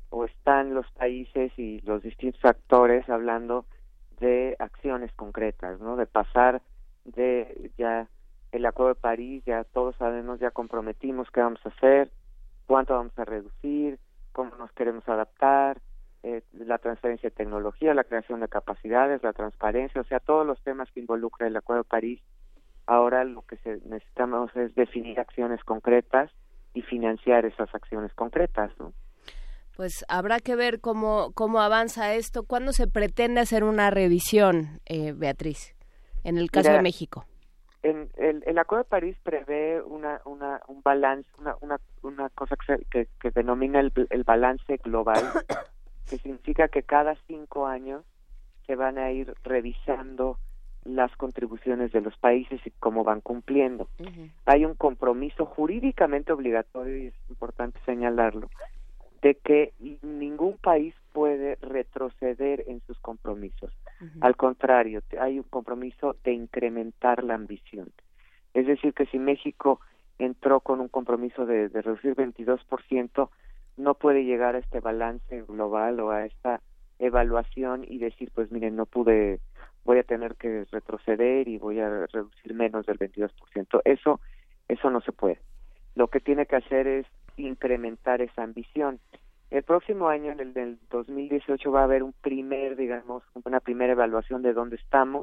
o están los países y los distintos actores hablando de acciones concretas, ¿no? De pasar de ya el Acuerdo de París, ya todos sabemos, ya comprometimos qué vamos a hacer, cuánto vamos a reducir, cómo nos queremos adaptar, la transferencia de tecnología, la creación de capacidades, la transparencia, o sea, todos los temas que involucra el Acuerdo de París. Ahora lo que necesitamos es definir acciones concretas y financiar esas acciones concretas, ¿no? Pues habrá que ver cómo avanza esto. ¿Cuándo se pretende hacer una revisión, Beatriz, en el caso de México? El Acuerdo de París prevé un balance, una cosa que denomina el balance global, que significa que cada 5 años se van a ir revisando las contribuciones de los países y cómo van cumpliendo. Hay un compromiso jurídicamente obligatorio, y es importante señalarlo, de que ningún país puede retroceder en sus compromisos. Al contrario, hay un compromiso de incrementar la ambición. Es decir, que si México entró con un compromiso de reducir 22%, no puede llegar a este balance global o a esta evaluación y decir, pues miren, no pude, voy a tener que retroceder y voy a reducir menos del 22%. Eso no se puede. Lo que tiene que hacer es incrementar esa ambición. El próximo año, en el 2018, va a haber una primera evaluación de dónde estamos,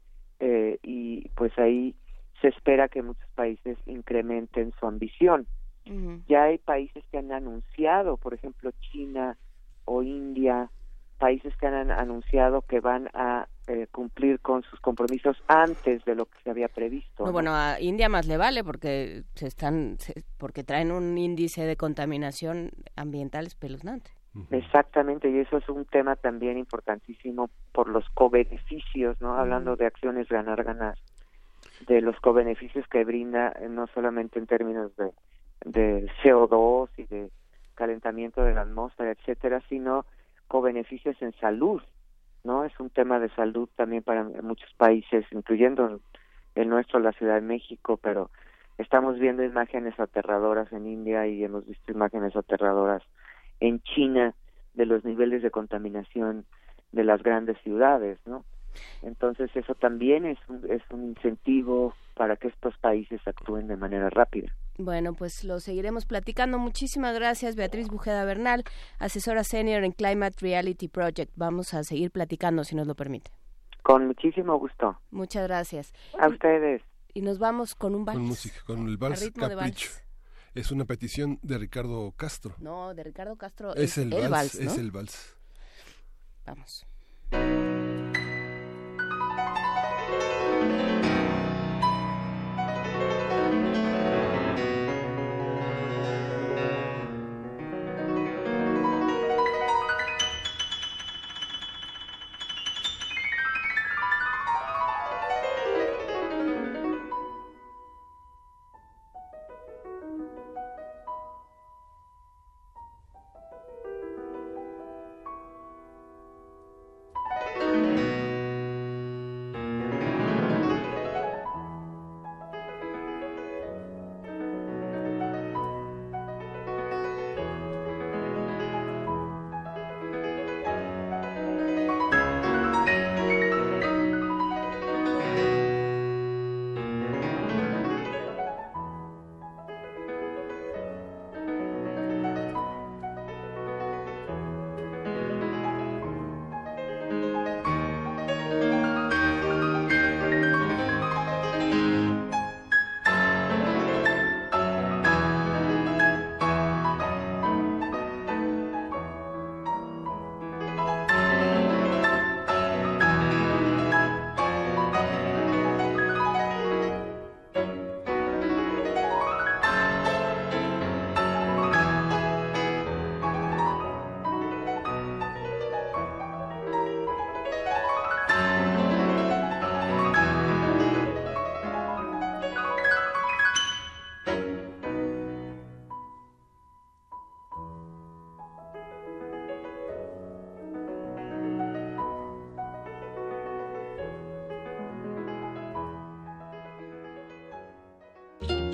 y pues ahí se espera que muchos países incrementen su ambición. Ya hay países que han anunciado, por ejemplo, China o India, países que han anunciado que van a cumplir con sus compromisos antes de lo que se había previsto. No, bueno, a India más le vale porque porque traen un índice de contaminación ambiental espeluznante. Exactamente, y eso es un tema también importantísimo por los cobeneficios, ¿no? Hablando de acciones ganar-ganar, de los cobeneficios que brinda, no solamente en términos de CO2 y de calentamiento de la atmósfera, etcétera, sino cobeneficios en salud, ¿no? Es un tema de salud también para muchos países, incluyendo el nuestro, la Ciudad de México, pero estamos viendo imágenes aterradoras en India y hemos visto imágenes aterradoras en China de los niveles de contaminación de las grandes ciudades, ¿no? Entonces eso también es un incentivo para que estos países actúen de manera rápida. Bueno, pues lo seguiremos platicando. Muchísimas gracias, Beatriz Bujeda Bernal, asesora senior en Climate Reality Project. Vamos a seguir platicando, si nos lo permite. Con muchísimo gusto. Muchas gracias. A ustedes. Y nos vamos con un vals. Con música, con el vals Capricho. Vals. Es una petición de Ricardo Castro. No, de Ricardo Castro es el vals, ¿no? Es el vals. Vamos.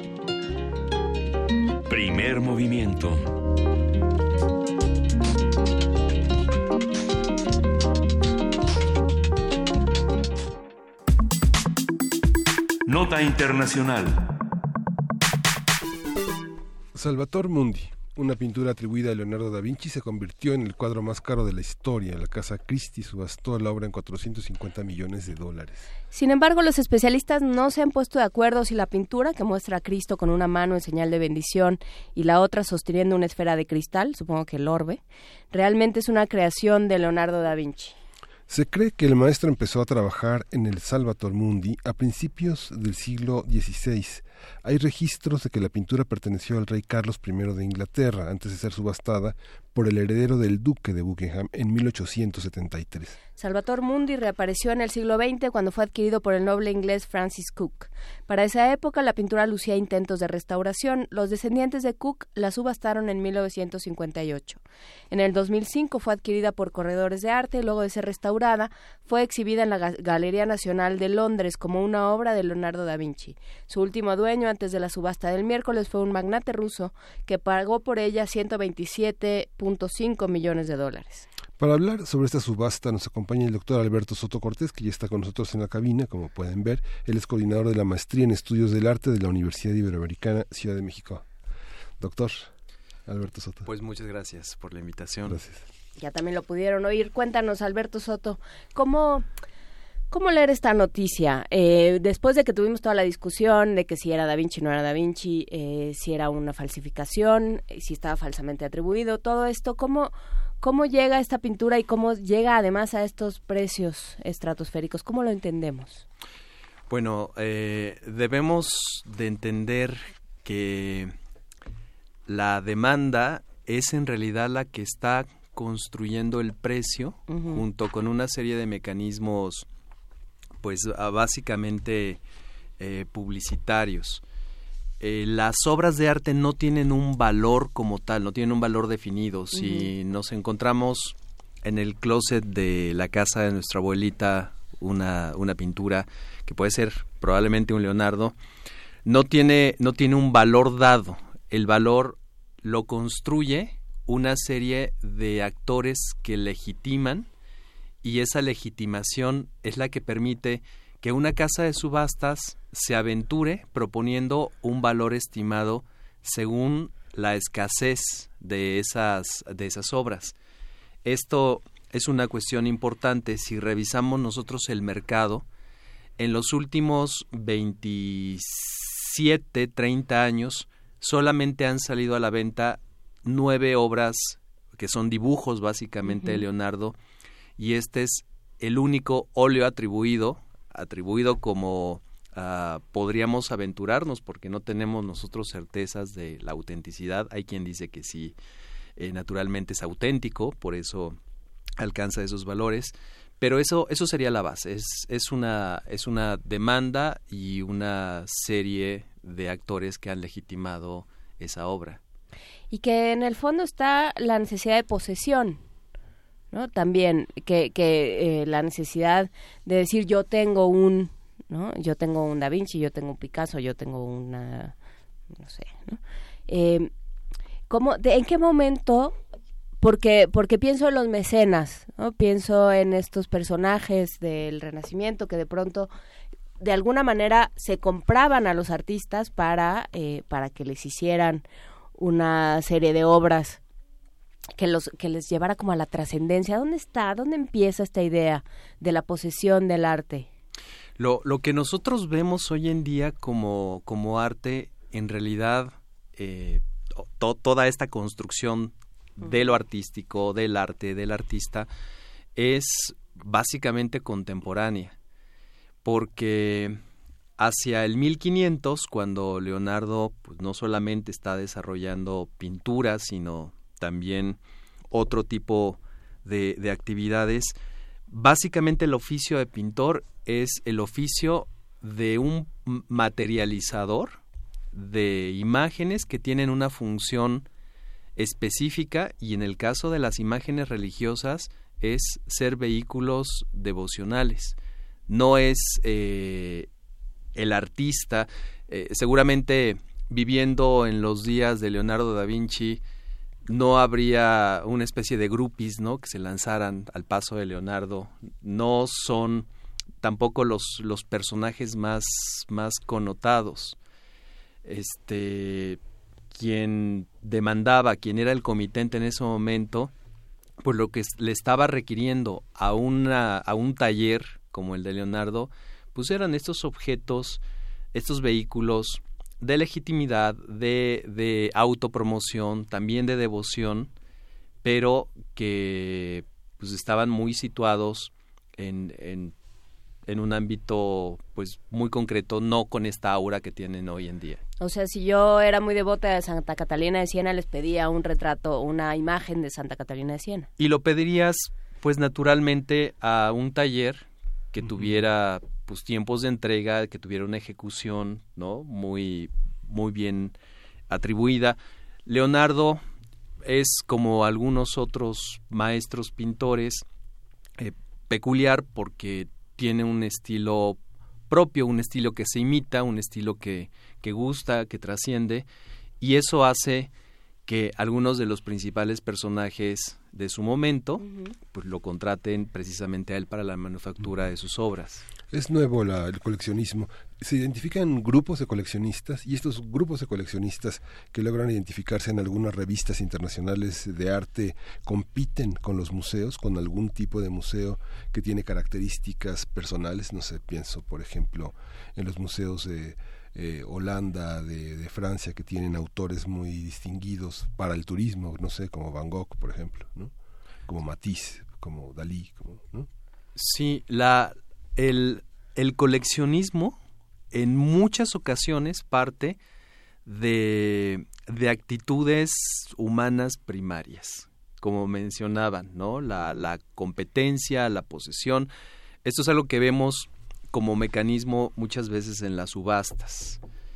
Primer movimiento. Nota Internacional. Salvator Mundi, una pintura atribuida a Leonardo da Vinci, se convirtió en el cuadro más caro de la historia. La Casa Christie subastó la obra en $450 millones. Sin embargo, los especialistas no se han puesto de acuerdo si la pintura, que muestra a Cristo con una mano en señal de bendición y la otra sosteniendo una esfera de cristal, supongo que el orbe, realmente es una creación de Leonardo da Vinci. Se cree que el maestro empezó a trabajar en el Salvator Mundi a principios del siglo XVI. Hay registros de que la pintura perteneció al rey Carlos I de Inglaterra antes de ser subastada por el heredero del duque de Buckingham en 1873. Salvator Mundi reapareció en el siglo XX cuando fue adquirido por el noble inglés Francis Cook. Para esa época la pintura lucía intentos de restauración. Los descendientes de Cook la subastaron en 1958. En el 2005 fue adquirida por corredores de arte y luego de ser restaurada fue exhibida en la Galería Nacional de Londres como una obra de Leonardo da Vinci. Su último dueño antes de la subasta del miércoles fue un magnate ruso que pagó por ella $127.5 millones. Para hablar sobre esta subasta nos acompaña el doctor Alberto Soto Cortés, que ya está con nosotros en la cabina, como pueden ver. Él es coordinador de la Maestría en Estudios del Arte de la Universidad Iberoamericana, Ciudad de México. Doctor Alberto Soto. Pues muchas gracias por la invitación. Gracias. Ya también lo pudieron oír. Cuéntanos, Alberto Soto, ¿cómo leer esta noticia? Después de que tuvimos toda la discusión de que si era Da Vinci o no era Da Vinci, si era una falsificación, si estaba falsamente atribuido, todo esto, ¿cómo llega esta pintura y cómo llega además a estos precios estratosféricos? ¿Cómo lo entendemos? Bueno, debemos de entender que la demanda es en realidad la que está construyendo el precio, junto con una serie de mecanismos pues básicamente publicitarios. Las obras de arte no tienen un valor como tal, no tienen un valor definido. Si nos encontramos en el closet de la casa de nuestra abuelita una pintura que puede ser probablemente un Leonardo, no tiene un valor dado. El valor lo construye una serie de actores que legitiman, y esa legitimación es la que permite que una casa de subastas se aventure proponiendo un valor estimado según la escasez de esas obras. Esto es una cuestión importante. Si revisamos nosotros el mercado, en los últimos 27, 30 años, solamente han salido a la venta 9 obras que son dibujos básicamente de Leonardo, y este es el único óleo atribuido como podríamos aventurarnos, porque no tenemos nosotros certezas de la autenticidad. Hay quien dice que sí, naturalmente es auténtico, por eso alcanza esos valores, pero eso sería la base. Es una demanda y una serie de actores que han legitimado esa obra. Y que en el fondo está la necesidad de posesión, ¿no? También que la necesidad de decir yo tengo un Da Vinci, yo tengo un Picasso, yo tengo una, no sé, ¿no? ¿En qué momento? Porque pienso en los mecenas, ¿no? Pienso en estos personajes del Renacimiento que de pronto de alguna manera se compraban a los artistas para que les hicieran una serie de obras que les llevara como a la trascendencia. ¿Dónde empieza esta idea de la posesión del arte? Lo que nosotros vemos hoy en día como arte, en realidad, toda esta construcción de lo artístico, del arte, del artista, es básicamente contemporánea, porque hacia el 1500, cuando Leonardo pues, no solamente está desarrollando pinturas, sino también otro tipo de actividades, básicamente el oficio de pintor es el oficio de un materializador de imágenes que tienen una función específica, y en el caso de las imágenes religiosas es ser vehículos devocionales. No es el artista, seguramente viviendo en los días de Leonardo da Vinci no habría una especie de groupies, ¿no?, que se lanzaran al paso de Leonardo. No son tampoco los personajes más connotados. Quien demandaba, quien era el comitente en ese momento, pues lo que le estaba requiriendo a un taller como el de Leonardo, pues eran estos objetos, estos vehículos de legitimidad, de autopromoción, también de devoción, pero que pues estaban muy situados en un ámbito pues muy concreto, no con esta aura que tienen hoy en día. O sea, si yo era muy devota de Santa Catalina de Siena, les pedía un retrato, una imagen de Santa Catalina de Siena. Y lo pedirías pues naturalmente a un taller que tuviera pues tiempos de entrega, que tuviera una ejecución, ¿no? Muy bien atribuida. Leonardo es, como algunos otros maestros pintores, peculiar porque tiene un estilo propio, un estilo que se imita, un estilo que gusta, que trasciende, y eso hace que algunos de los principales personajes de su momento pues lo contraten precisamente a él para la manufactura de sus obras. Es nuevo el coleccionismo. Se identifican grupos de coleccionistas, y estos grupos de coleccionistas que logran identificarse en algunas revistas internacionales de arte compiten con los museos, con algún tipo de museo que tiene características personales. No sé, pienso por ejemplo en los museos de Holanda, de Francia, que tienen autores muy distinguidos para el turismo, no sé, como Van Gogh, por ejemplo, ¿no? Como Matisse, como Dalí, ¿no? Sí, el coleccionismo en muchas ocasiones parte de actitudes humanas primarias, como mencionaban, ¿no? La competencia, la posesión. Esto es algo que vemos como mecanismo muchas veces en las subastas.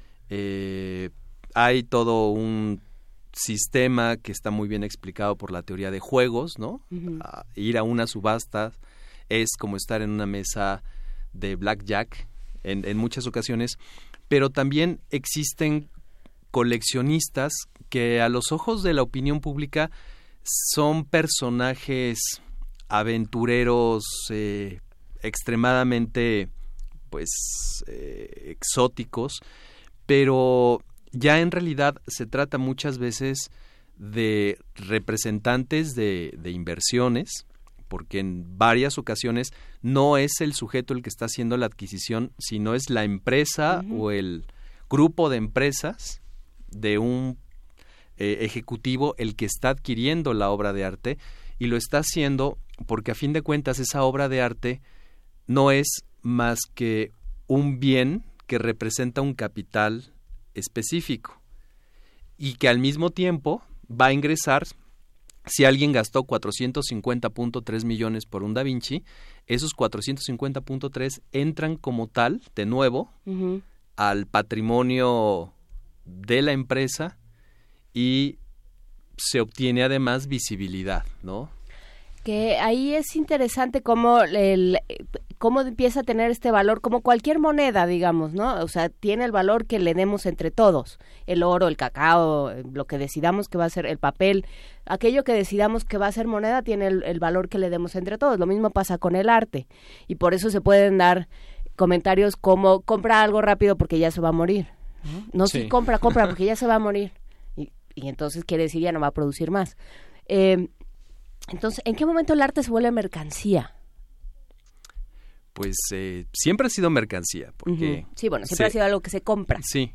Hay todo un sistema que está muy bien explicado por la teoría de juegos, ¿no? Ir a una subasta es como estar en una mesa de blackjack en muchas ocasiones, pero también existen coleccionistas que a los ojos de la opinión pública son personajes aventureros extremadamente exóticos, pero ya en realidad se trata muchas veces de representantes de inversiones, porque en varias ocasiones no es el sujeto el que está haciendo la adquisición, sino es la empresa o el grupo de empresas de un ejecutivo el que está adquiriendo la obra de arte, y lo está haciendo porque a fin de cuentas esa obra de arte no es más que un bien que representa un capital específico y que al mismo tiempo va a ingresar. Si alguien gastó 450.3 millones por un Da Vinci, esos 450.3 entran como tal, de nuevo, al patrimonio de la empresa, y se obtiene además visibilidad, ¿no? Que ahí es interesante cómo empieza a tener este valor, como cualquier moneda, digamos, ¿no? O sea, tiene el valor que le demos entre todos, el oro, el cacao, lo que decidamos que va a ser el papel, aquello que decidamos que va a ser moneda tiene el valor que le demos entre todos. Lo mismo pasa con el arte, y por eso se pueden dar comentarios como compra algo rápido porque ya se va a morir, ¿no? Sí, compra porque ya se va a morir, y entonces quiere decir ya no va a producir más. Entonces, ¿en qué momento el arte se vuelve mercancía? Pues siempre ha sido mercancía, porque... Sí, bueno, siempre ha sido algo que se compra. Sí.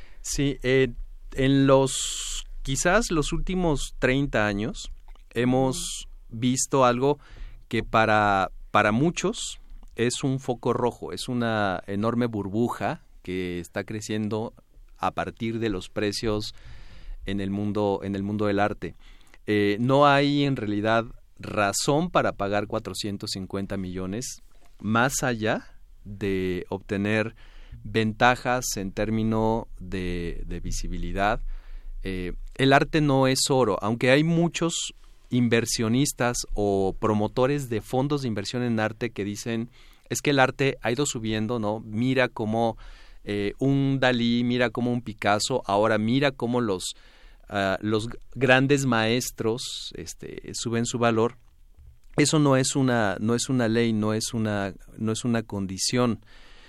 En quizás los últimos 30 años hemos visto algo que para muchos es un foco rojo, es una enorme burbuja que está creciendo a partir de los precios en el mundo del arte. No hay en realidad razón para pagar 450 millones más allá de obtener ventajas en términos de visibilidad. El arte no es oro, aunque hay muchos inversionistas o promotores de fondos de inversión en arte que dicen es que el arte ha ido subiendo, ¿no? Mira cómo un Dalí, mira cómo un Picasso, ahora mira cómo los grandes maestros suben su valor. eso no es una ley, no es una condición.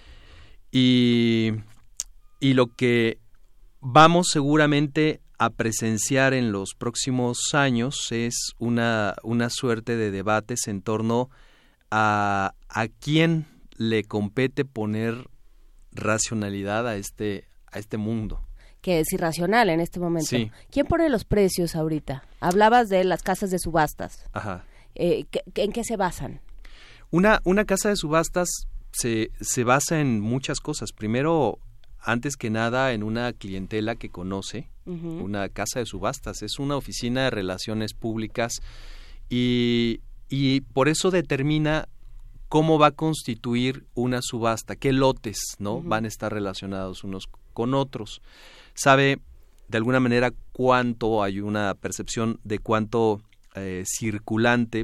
Y lo que vamos seguramente a presenciar en los próximos años es una suerte de debates en torno a quién le compete poner racionalidad a este mundo. Que es irracional en este momento. Sí. ¿Quién pone los precios ahorita? Hablabas de las casas de subastas. Ajá. ¿En qué se basan? Una casa de subastas se basa en muchas cosas. Primero, antes que nada, en una clientela que conoce. Uh-huh. Una casa de subastas es una oficina de relaciones públicas y por eso determina cómo va a constituir una subasta, qué lotes, ¿no? Uh-huh. Van a estar relacionados unos con otros. Sabe de alguna manera cuánto, hay una percepción de cuánto circulante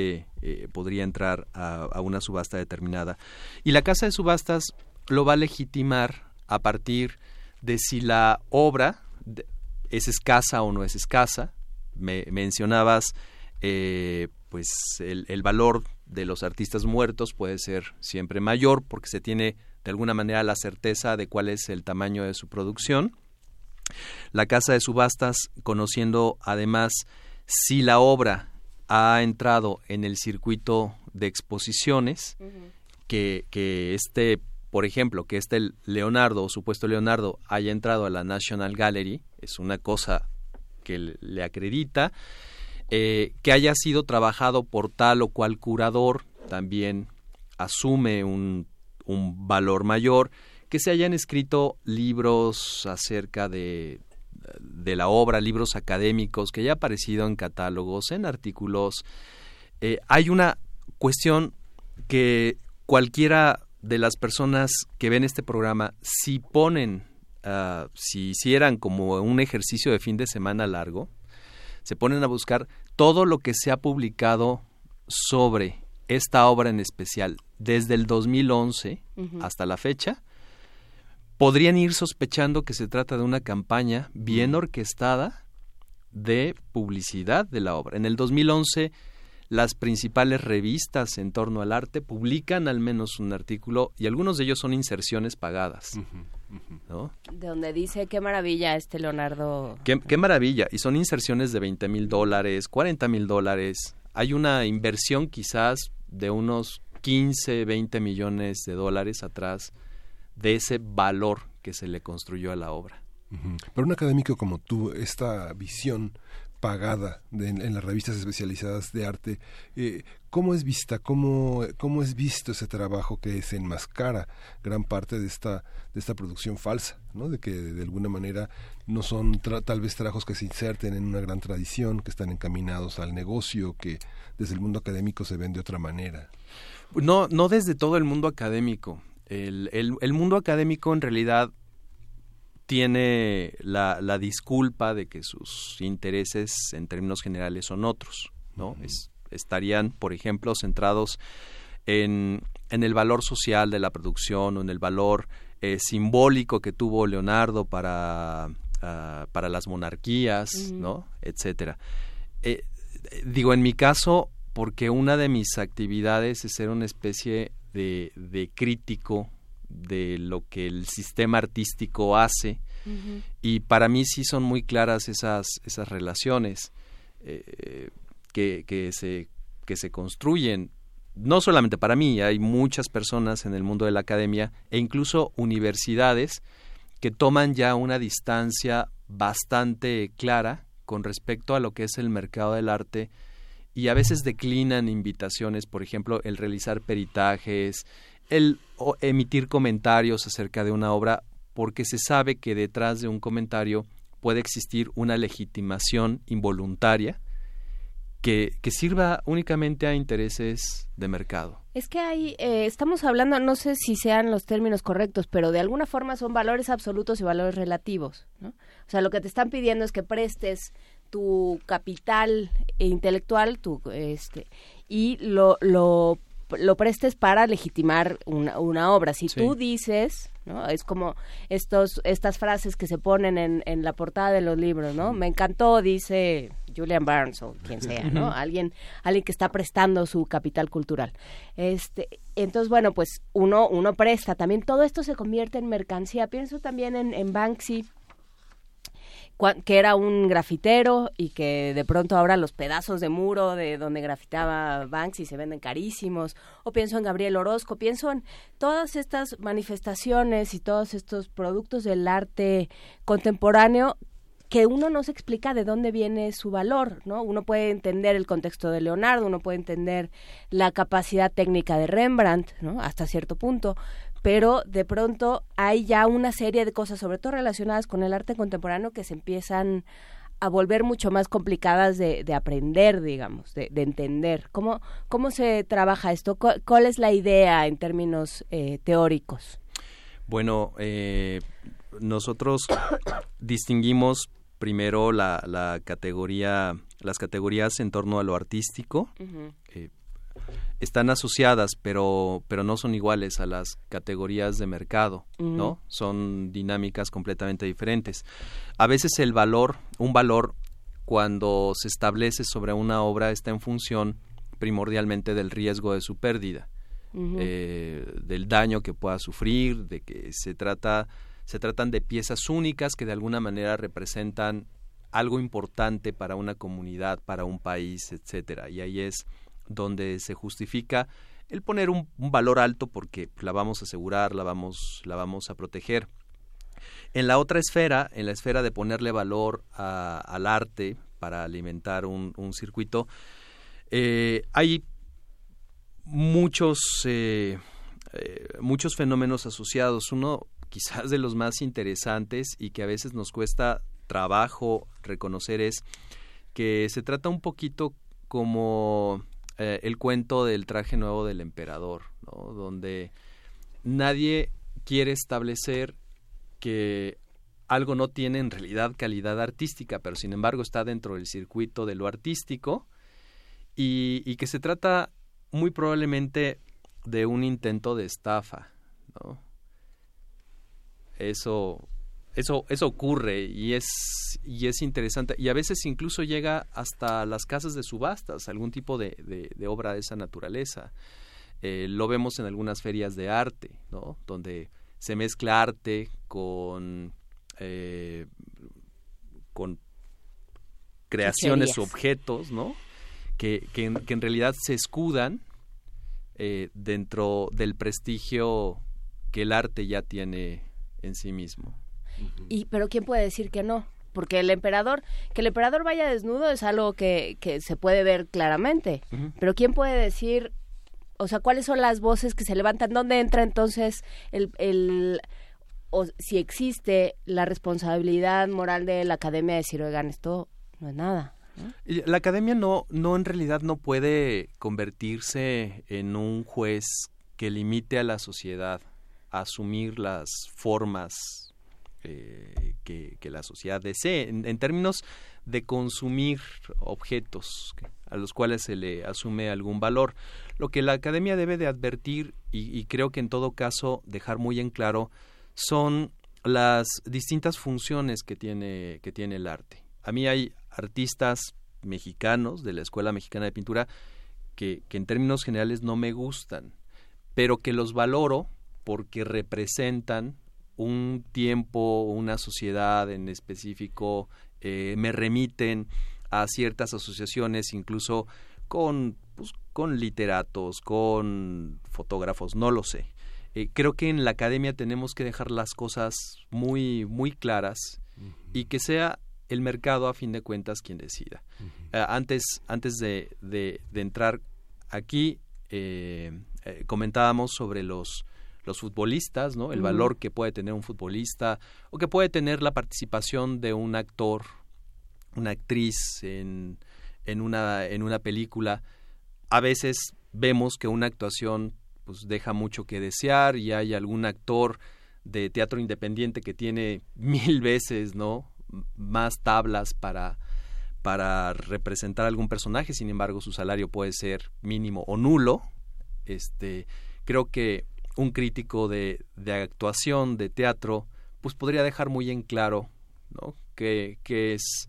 podría entrar a una subasta determinada. Y la casa de subastas lo va a legitimar a partir de si la obra es escasa o no es escasa. Mencionabas pues el valor de los artistas muertos puede ser siempre mayor porque se tiene de alguna manera la certeza de cuál es el tamaño de su producción. La casa de subastas, conociendo además si la obra ha entrado en el circuito de exposiciones, uh-huh. que por ejemplo, que Leonardo o supuesto Leonardo haya entrado a la National Gallery, es una cosa que le acredita, que haya sido trabajado por tal o cual curador, también asume un valor mayor, que se hayan escrito libros acerca de la obra, libros académicos, que haya aparecido en catálogos, en artículos. Hay una cuestión que cualquiera de las personas que ven este programa, si ponen, si hicieran como un ejercicio de fin de semana largo, se ponen a buscar todo lo que se ha publicado sobre esta obra en especial desde el 2011 uh-huh. hasta la fecha, podrían ir sospechando que se trata de una campaña bien orquestada de publicidad de la obra. En el 2011, las principales revistas en torno al arte publican al menos un artículo y algunos de ellos son inserciones pagadas. ¿No? De donde dice, qué maravilla Leonardo. Qué maravilla. Y son inserciones de $20,000, $40,000. Hay una inversión quizás de unos 15, 20 millones de dólares atrás de ese valor que se le construyó a la obra. Uh-huh. Para un académico como tú, esta visión pagada en las revistas especializadas de arte, ¿cómo es vista? ¿Cómo es visto ese trabajo que se enmascara gran parte de esta producción falsa, ¿no? De que de alguna manera no son tal vez trabajos que se inserten en una gran tradición, que están encaminados al negocio, que desde el mundo académico se ven de otra manera? No desde todo el mundo académico. El mundo académico en realidad tiene la disculpa de que sus intereses en términos generales son otros, ¿no? Estarían, por ejemplo, centrados en el valor social de la producción o en el valor simbólico que tuvo Leonardo para las monarquías, uh-huh. ¿no? Etcétera. Digo, en mi caso, porque una de mis actividades es ser una especie de crítico de lo que el sistema artístico hace, uh-huh. y para mí sí son muy claras esas relaciones que se construyen, no solamente para mí, hay muchas personas en el mundo de la academia e incluso universidades que toman ya una distancia bastante clara con respecto a lo que es el mercado del arte y a veces declinan invitaciones, por ejemplo, el realizar peritajes, el emitir comentarios acerca de una obra, porque se sabe que detrás de un comentario puede existir una legitimación involuntaria que sirva únicamente a intereses de mercado. Es que estamos hablando, no sé si sean los términos correctos, pero de alguna forma son valores absolutos y valores relativos, ¿no? O sea, lo que te están pidiendo es que prestes tu capital intelectual, y lo prestes para legitimar una obra. Si sí. Tú dices, ¿no? Es como estas frases que se ponen en la portada de los libros, ¿no? Me encantó, dice Julian Barnes o quien sea, ¿no? Alguien que está prestando su capital cultural. Entonces, bueno, pues uno presta. También todo esto se convierte en mercancía. Pienso también en Banksy, que era un grafitero y que de pronto ahora los pedazos de muro de donde grafitaba Banksy se venden carísimos. O pienso en Gabriel Orozco, pienso en todas estas manifestaciones y todos estos productos del arte contemporáneo que uno no se explica de dónde viene su valor, ¿no? Uno puede entender el contexto de Leonardo, uno puede entender la capacidad técnica de Rembrandt, ¿no? Hasta cierto punto, pero de pronto hay ya una serie de cosas, sobre todo relacionadas con el arte contemporáneo, que se empiezan a volver mucho más complicadas de aprender, digamos, de entender. ¿Cómo se trabaja esto? ¿Cuál es la idea en términos teóricos? Bueno, nosotros distinguimos primero las categorías en torno a lo artístico. Uh-huh. Están asociadas, pero no son iguales a las categorías de mercado, uh-huh. ¿no? Son dinámicas completamente diferentes. A veces un valor, cuando se establece sobre una obra, está en función primordialmente del riesgo de su pérdida, uh-huh. Del daño que pueda sufrir, de que se tratan de piezas únicas que de alguna manera representan algo importante para una comunidad, para un país, etcétera. Y ahí es donde se justifica el poner un valor alto porque la vamos a asegurar, la vamos a proteger. En la otra esfera, en la esfera de ponerle valor al arte para alimentar un circuito, hay muchos fenómenos asociados. Uno quizás de los más interesantes y que a veces nos cuesta trabajo reconocer es que se trata un poquito como el cuento del traje nuevo del emperador, ¿no? Donde nadie quiere establecer que algo no tiene en realidad calidad artística, pero sin embargo está dentro del circuito de lo artístico y que se trata muy probablemente de un intento de estafa, ¿no? Eso ocurre y es interesante y a veces incluso llega hasta las casas de subastas, algún tipo de obra de esa naturaleza. Lo vemos en algunas ferias de arte, ¿no? Donde se mezcla arte con creaciones o objetos, ¿no? Que en realidad se escudan dentro del prestigio que el arte ya tiene en sí mismo. Pero ¿quién puede decir que no? Porque que el emperador vaya desnudo es algo que se puede ver claramente. Uh-huh. Pero ¿quién puede decir, o sea, cuáles son las voces que se levantan? ¿Dónde entra entonces o si existe la responsabilidad moral de la academia de decir, oigan, esto no es nada, ¿no? La academia no en realidad no puede convertirse en un juez que limite a la sociedad a asumir las formas que la sociedad desee, en términos de consumir objetos a los cuales se le asume algún valor. Lo que la academia debe de advertir, y creo que en todo caso dejar muy en claro, son las distintas funciones que tiene el arte. A mí hay artistas mexicanos de la Escuela Mexicana de Pintura que en términos generales no me gustan, pero que los valoro porque representan un tiempo, una sociedad en específico, me remiten a ciertas asociaciones, incluso con literatos, con fotógrafos, no lo sé. Creo que en la academia tenemos que dejar las cosas muy, muy claras uh-huh. y que sea el mercado, a fin de cuentas, quien decida. Uh-huh. Antes de entrar aquí, comentábamos sobre los futbolistas, ¿no? El valor que puede tener un futbolista o que puede tener la participación de un actor, una actriz en una película. A veces vemos que una actuación pues deja mucho que desear y hay algún actor de teatro independiente que tiene 1000 veces, ¿no? más tablas para representar algún personaje, sin embargo su salario puede ser mínimo o nulo. Creo que un crítico de actuación, de teatro, pues podría dejar muy en claro, ¿no? que es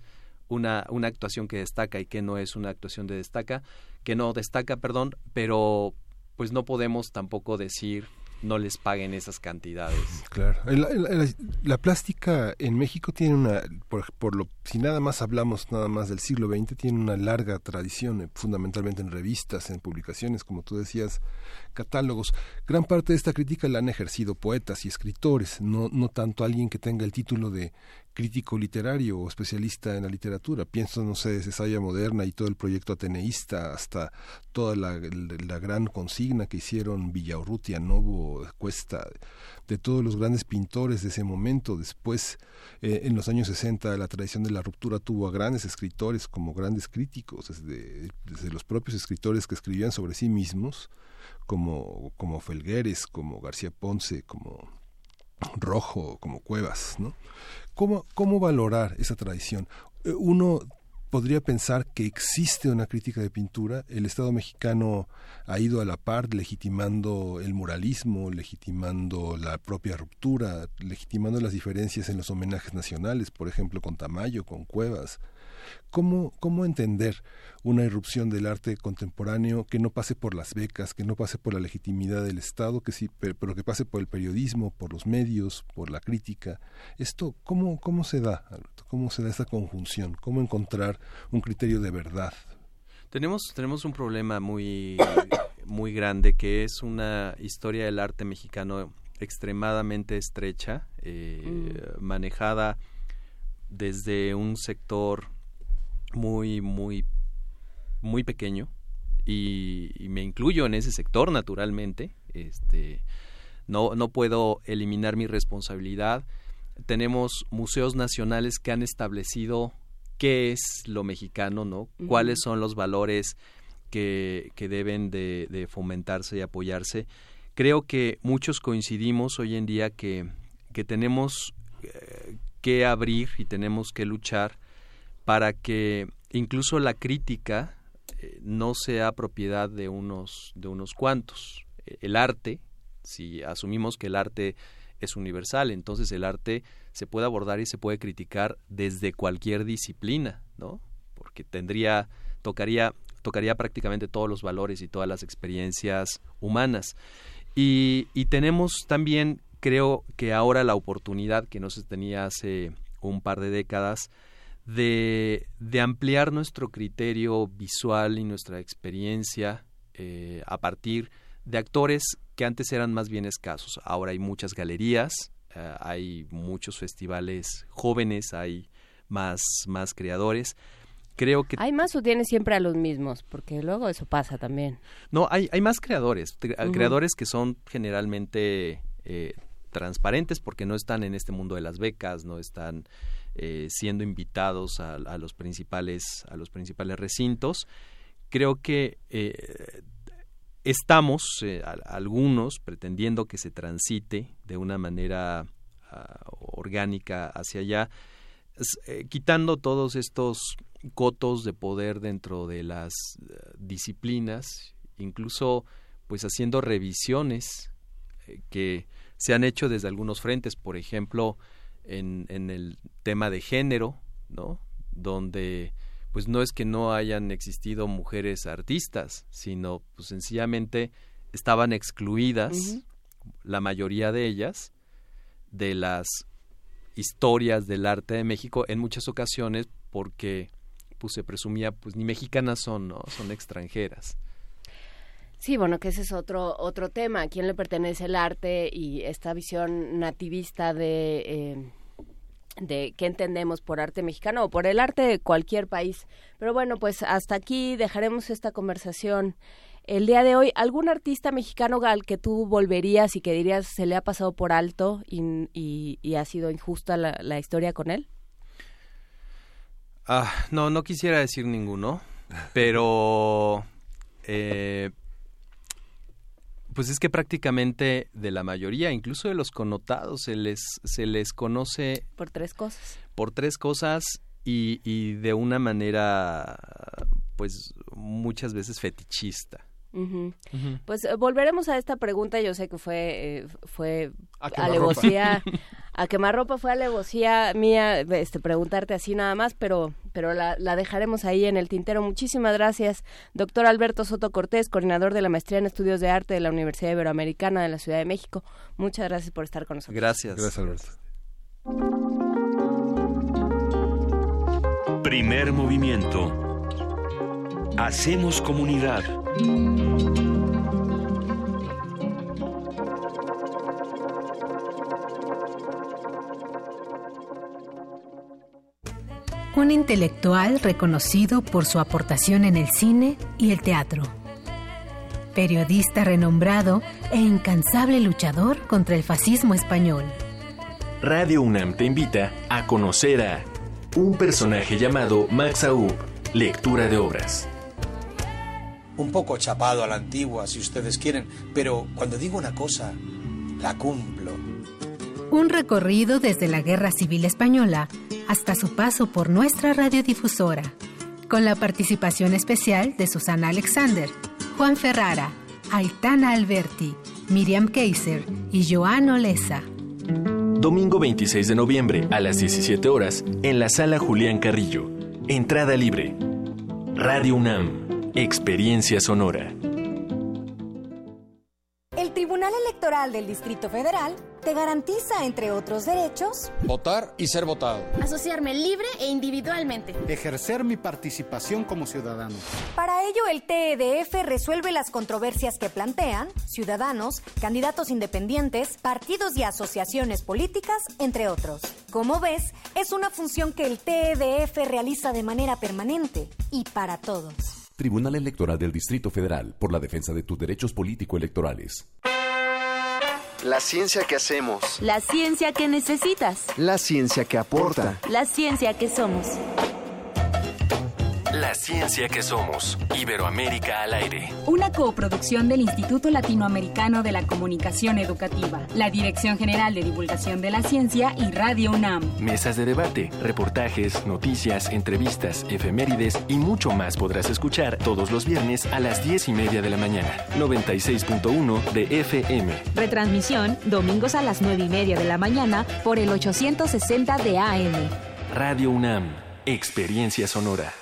una actuación que destaca y qué no es una actuación que no destaca, pero pues no podemos tampoco decir no les paguen esas cantidades. Claro. La plástica en México tiene si nada más hablamos nada más del siglo XX, tiene una larga tradición, fundamentalmente en revistas, en publicaciones, como tú decías, catálogos. Gran parte de esta crítica la han ejercido poetas y escritores, no tanto alguien que tenga el título de crítico literario o especialista en la literatura. Pienso, no sé, desde Saya Moderna y todo el proyecto ateneísta hasta toda la gran consigna que hicieron Villaurrutia, Novo, Cuesta, de todos los grandes pintores de ese momento. Después, en los años 60, la tradición de la ruptura tuvo a grandes escritores como grandes críticos, desde los propios escritores que escribían sobre sí mismos, como Felgueres, como García Ponce, como Rojo, como Cuevas, ¿no? ¿Cómo valorar esa tradición? Uno podría pensar que existe una crítica de pintura. El Estado mexicano ha ido a la par legitimando el muralismo, legitimando la propia ruptura, legitimando las diferencias en los homenajes nacionales, por ejemplo, con Tamayo, con Cuevas. ¿Cómo entender una irrupción del arte contemporáneo que no pase por las becas, que no pase por la legitimidad del Estado, que sí, pero que pase por el periodismo, por los medios, por la crítica? Esto, ¿cómo se da, Alberto? ¿Cómo se da esta conjunción? ¿Cómo encontrar un criterio de verdad? Tenemos un problema muy grande, que es una historia del arte mexicano extremadamente estrecha, manejada desde un sector muy pequeño, y me incluyo en ese sector, naturalmente. No puedo eliminar mi responsabilidad. Tenemos museos nacionales que han establecido qué es lo mexicano, ¿no? Cuáles son los valores que deben de fomentarse y apoyarse. Creo que muchos coincidimos hoy en día que tenemos que abrir y tenemos que luchar para que incluso la crítica no sea propiedad de unos cuantos. El arte, si asumimos que el arte es universal, entonces el arte se puede abordar y se puede criticar desde cualquier disciplina, ¿no? Porque tocaría prácticamente todos los valores y todas las experiencias humanas. Y tenemos también, creo que ahora, la oportunidad que no se tenía hace un par de décadas de ampliar nuestro criterio visual y nuestra experiencia a partir de actores que antes eran más bien escasos. Ahora hay muchas galerías, hay muchos festivales jóvenes, hay más creadores. Creo que ¿hay más o tienes siempre a los mismos? Porque luego eso pasa también. No, hay más creadores, creadores que son generalmente transparentes, porque no están en este mundo de las becas, no están siendo invitados a los principales recintos. Creo que estamos algunos pretendiendo que se transite de una manera orgánica hacia allá, quitando todos estos cotos de poder dentro de las disciplinas, incluso pues haciendo revisiones que se han hecho desde algunos frentes, por ejemplo en el tema de género, ¿no? Donde pues no es que no hayan existido mujeres artistas, sino pues sencillamente estaban excluidas, la mayoría de ellas, de las historias del arte de México, en muchas ocasiones porque pues se presumía pues ni mexicanas son, ¿no? Son extranjeras. Sí, bueno, que ese es otro tema. ¿A quién le pertenece el arte? Y esta visión nativista de qué entendemos por arte mexicano o por el arte de cualquier país. Pero bueno, pues hasta aquí dejaremos esta conversación el día de hoy. ¿Algún artista mexicano, Gal, que tú volverías y que dirías se le ha pasado por alto y ha sido injusta la historia con él? No quisiera decir ninguno, pero pues es que prácticamente de la mayoría, incluso de los connotados, se les conoce por tres cosas y de una manera pues muchas veces fetichista. Pues volveremos a esta pregunta. Yo sé que fue alevosía a quemarropa, fue alevosía mía preguntarte así nada más, pero la dejaremos ahí en el tintero. Muchísimas gracias, doctor Alberto Soto Cortés, coordinador de la Maestría en Estudios de Arte de la Universidad Iberoamericana de la Ciudad de México. Muchas gracias por estar con nosotros. Gracias. Gracias, Alberto. Primer movimiento. Hacemos comunidad. Un intelectual reconocido por su aportación en el cine y el teatro. Periodista renombrado e incansable luchador contra el fascismo español. Radio UNAM te invita a conocer a un personaje llamado Max Aub, lectura de obras. Un poco chapado a la antigua, si ustedes quieren, pero cuando digo una cosa, la cumplo. Un recorrido desde la Guerra Civil Española hasta su paso por nuestra radiodifusora, con la participación especial de Susana Alexander, Juan Ferrara, Aitana Alberti, Miriam Kaiser y Joan Olesa. Domingo 26 de noviembre a las 17 horas en la Sala Julián Carrillo. Entrada libre. Radio UNAM. Experiencia sonora. El Tribunal Electoral del Distrito Federal te garantiza, entre otros derechos, votar y ser votado, asociarme libre e individualmente, ejercer mi participación como ciudadano. Para ello, el TEDF resuelve las controversias que plantean ciudadanos, candidatos independientes, partidos y asociaciones políticas, entre otros. Como ves, es una función que el TEDF realiza de manera permanente y para todos. Tribunal Electoral del Distrito Federal, por la defensa de tus derechos político-electorales. La ciencia que hacemos. La ciencia que necesitas. La ciencia que aporta. La ciencia que somos. La ciencia que somos. Iberoamérica al aire. Una coproducción del Instituto Latinoamericano de la Comunicación Educativa, la Dirección General de Divulgación de la Ciencia y Radio UNAM. Mesas de debate, reportajes, noticias, entrevistas, efemérides y mucho más podrás escuchar todos los viernes a las 10:30 de la mañana. 96.1 de FM. Retransmisión domingos a las 9:30 de la mañana por el 860 de AM. Radio UNAM. Experiencia sonora.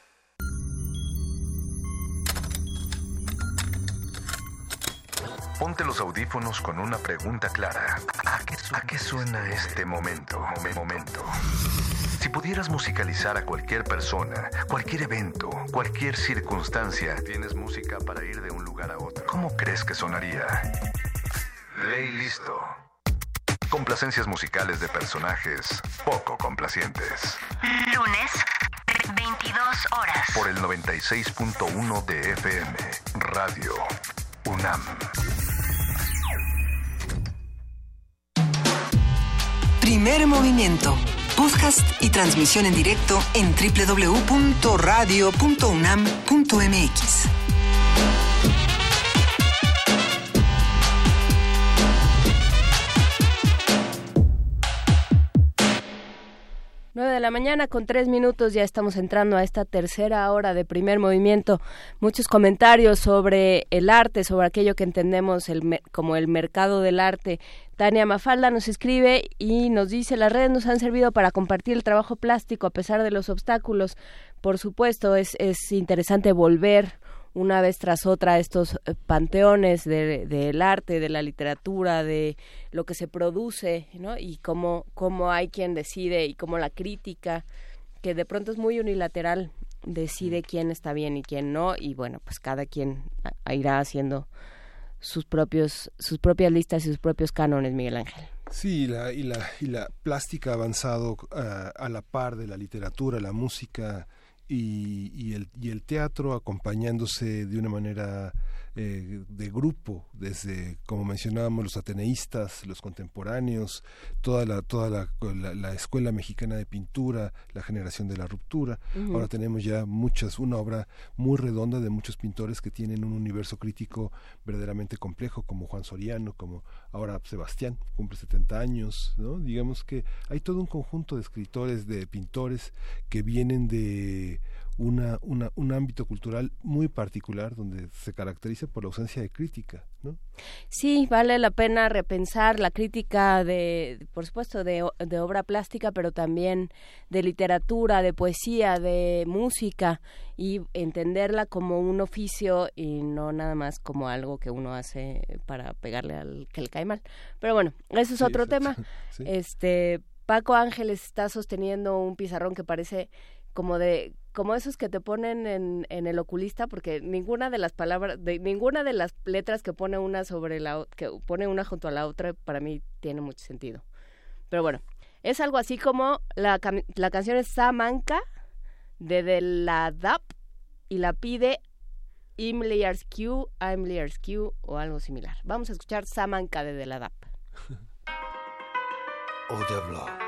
Ponte los audífonos con una pregunta clara. ¿A qué suena este momento? Si pudieras musicalizar a cualquier persona, cualquier evento, cualquier circunstancia, tienes música para ir de un lugar a otro, ¿cómo crees que sonaría? Ley listo. Complacencias musicales de personajes poco complacientes. Lunes, 22 horas. Por el 96.1 de FM, Radio UNAM. Primer movimiento. Podcast y transmisión en directo en www.radio.unam.mx. De la mañana con 3 minutos, ya estamos entrando a esta tercera hora de Primer Movimiento. Muchos comentarios sobre el arte, sobre aquello que entendemos como el mercado del arte. Tania Mafalda nos escribe y nos dice: las redes nos han servido para compartir el trabajo plástico a pesar de los obstáculos. Por supuesto, es interesante volver una vez tras otra a estos panteones del arte, de la literatura, de lo que se produce, ¿no? Y cómo hay quien decide, y cómo la crítica, que de pronto es muy unilateral, decide quién está bien y quién no, y bueno, pues cada quien irá haciendo sus propias listas y sus propios cánones, Miguel Ángel. Sí, y la plástica ha avanzado a la par de la literatura, la música y el teatro, acompañándose de una manera de grupo, desde, como mencionábamos, los ateneístas, los contemporáneos, toda la escuela mexicana de pintura, la generación de la ruptura. Uh-huh. Ahora tenemos ya una obra muy redonda de muchos pintores que tienen un universo crítico verdaderamente complejo, como Juan Soriano, como ahora Sebastián, cumple 70 años, ¿no? Digamos que hay todo un conjunto de escritores, de pintores que vienen de un ámbito cultural muy particular donde se caracteriza por la ausencia de crítica, ¿no? Sí, vale la pena repensar la crítica por supuesto, de obra plástica, pero también de literatura, de poesía, de música, y entenderla como un oficio y no nada más como algo que uno hace para pegarle al que le cae mal. Pero bueno, eso es otro tema. Sí. Paco Ángeles está sosteniendo un pizarrón que parece como esos que te ponen en el oculista, porque ninguna de las letras que pone una que pone una junto a la otra para mí tiene mucho sentido. Pero bueno, es algo así como la canción es Samanca de la DAP y la pide I'm Liars Q o algo similar. Vamos a escuchar Samanca de la DAP. Odebla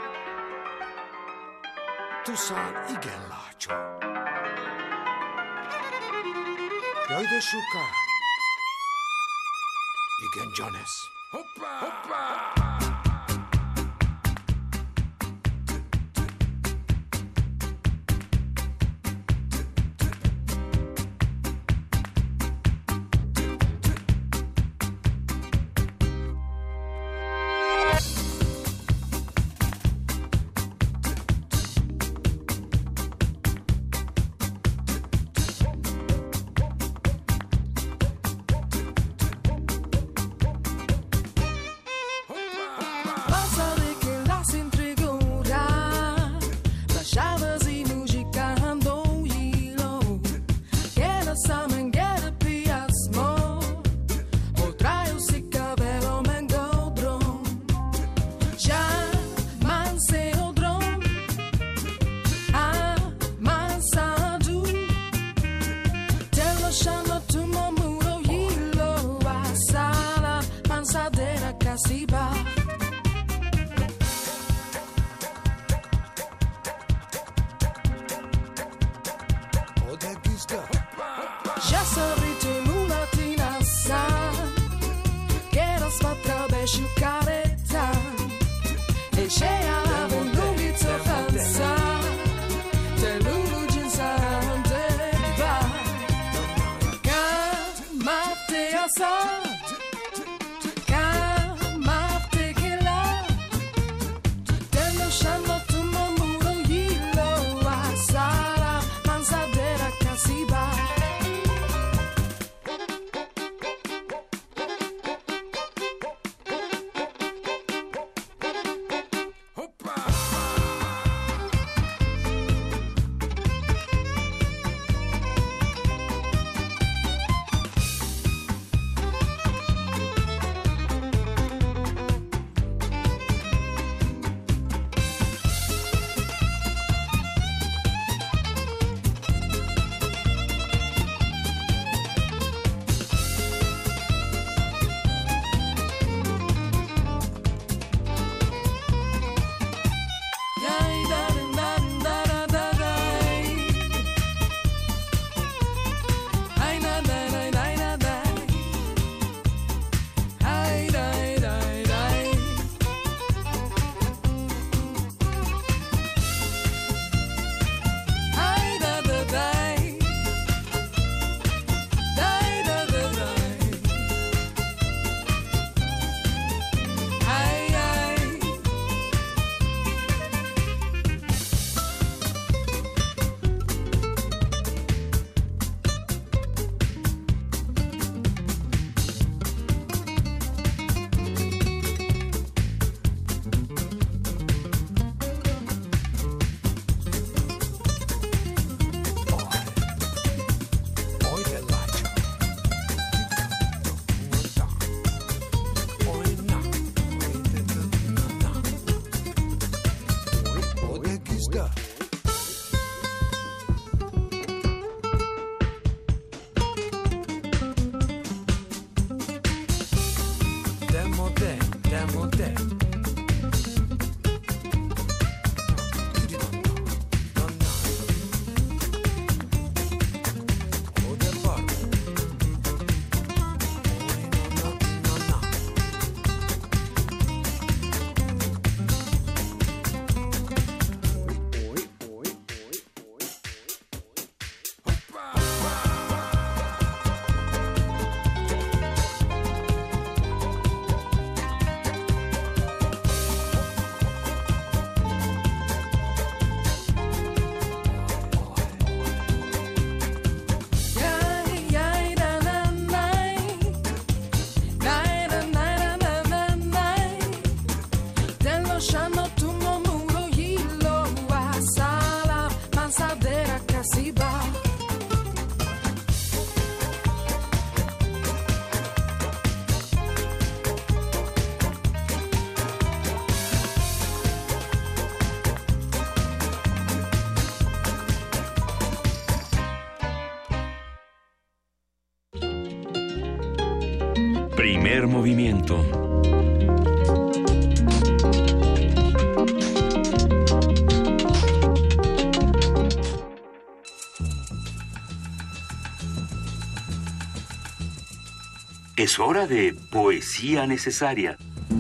Tusan igen látsó Jaj, de soká Igen, Jones Hoppá! Hoppá! Primer movimiento. Es hora de poesía necesaria.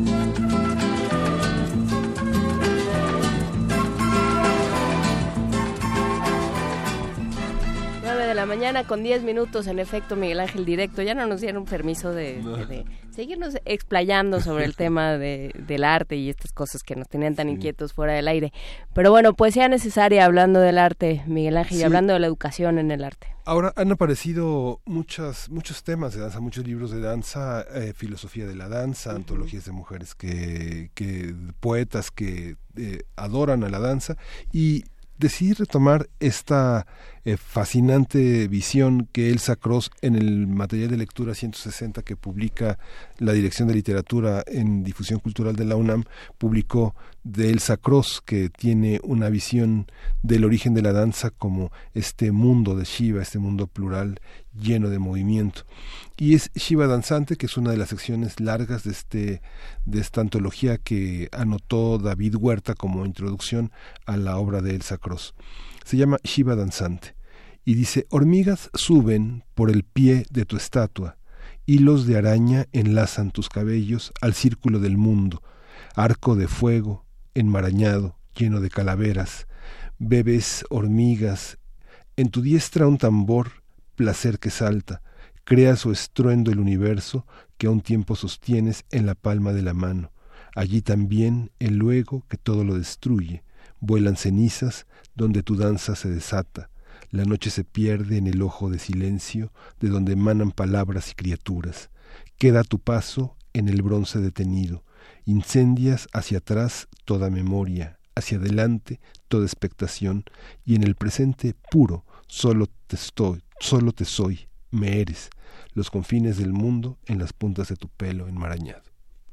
9 de la mañana con 10 minutos, en efecto, Miguel Ángel Directo. Ya no nos dieron permiso de seguirnos explayando sobre el tema del arte y estas cosas que nos tenían tan inquietos fuera del aire. Pero bueno, poesía necesaria hablando del arte, Miguel Ángel, y hablando de la educación en el arte. Ahora han aparecido muchos temas de danza, muchos libros de danza, filosofía de la danza, antologías de mujeres que poetas que adoran a la danza, y decidí retomar esta fascinante visión que Elsa Cross, en el material de lectura 160 que publica la Dirección de Literatura en Difusión Cultural de la UNAM, publicó de Elsa Cross, que tiene una visión del origen de la danza como este mundo de Shiva, este mundo plural lleno de movimiento. Y es Shiva Danzante, que es una de las secciones largas de esta antología que anotó David Huerta como introducción a la obra de Elsa Cross. Se llama Shiva Danzante y dice: hormigas suben por el pie de tu estatua, hilos de araña enlazan tus cabellos al círculo del mundo, arco de fuego enmarañado, lleno de calaveras, bebes hormigas, en tu diestra un tambor, placer que salta, crea su estruendo el universo que a un tiempo sostienes en la palma de la mano. Allí también el luego que todo lo destruye, vuelan cenizas donde tu danza se desata, la noche se pierde en el ojo de silencio de donde emanan palabras y criaturas, queda tu paso en el bronce detenido, incendias hacia atrás toda memoria, hacia adelante toda expectación, y en el presente puro solo te soy, me eres, los confines del mundo en las puntas de tu pelo enmarañado.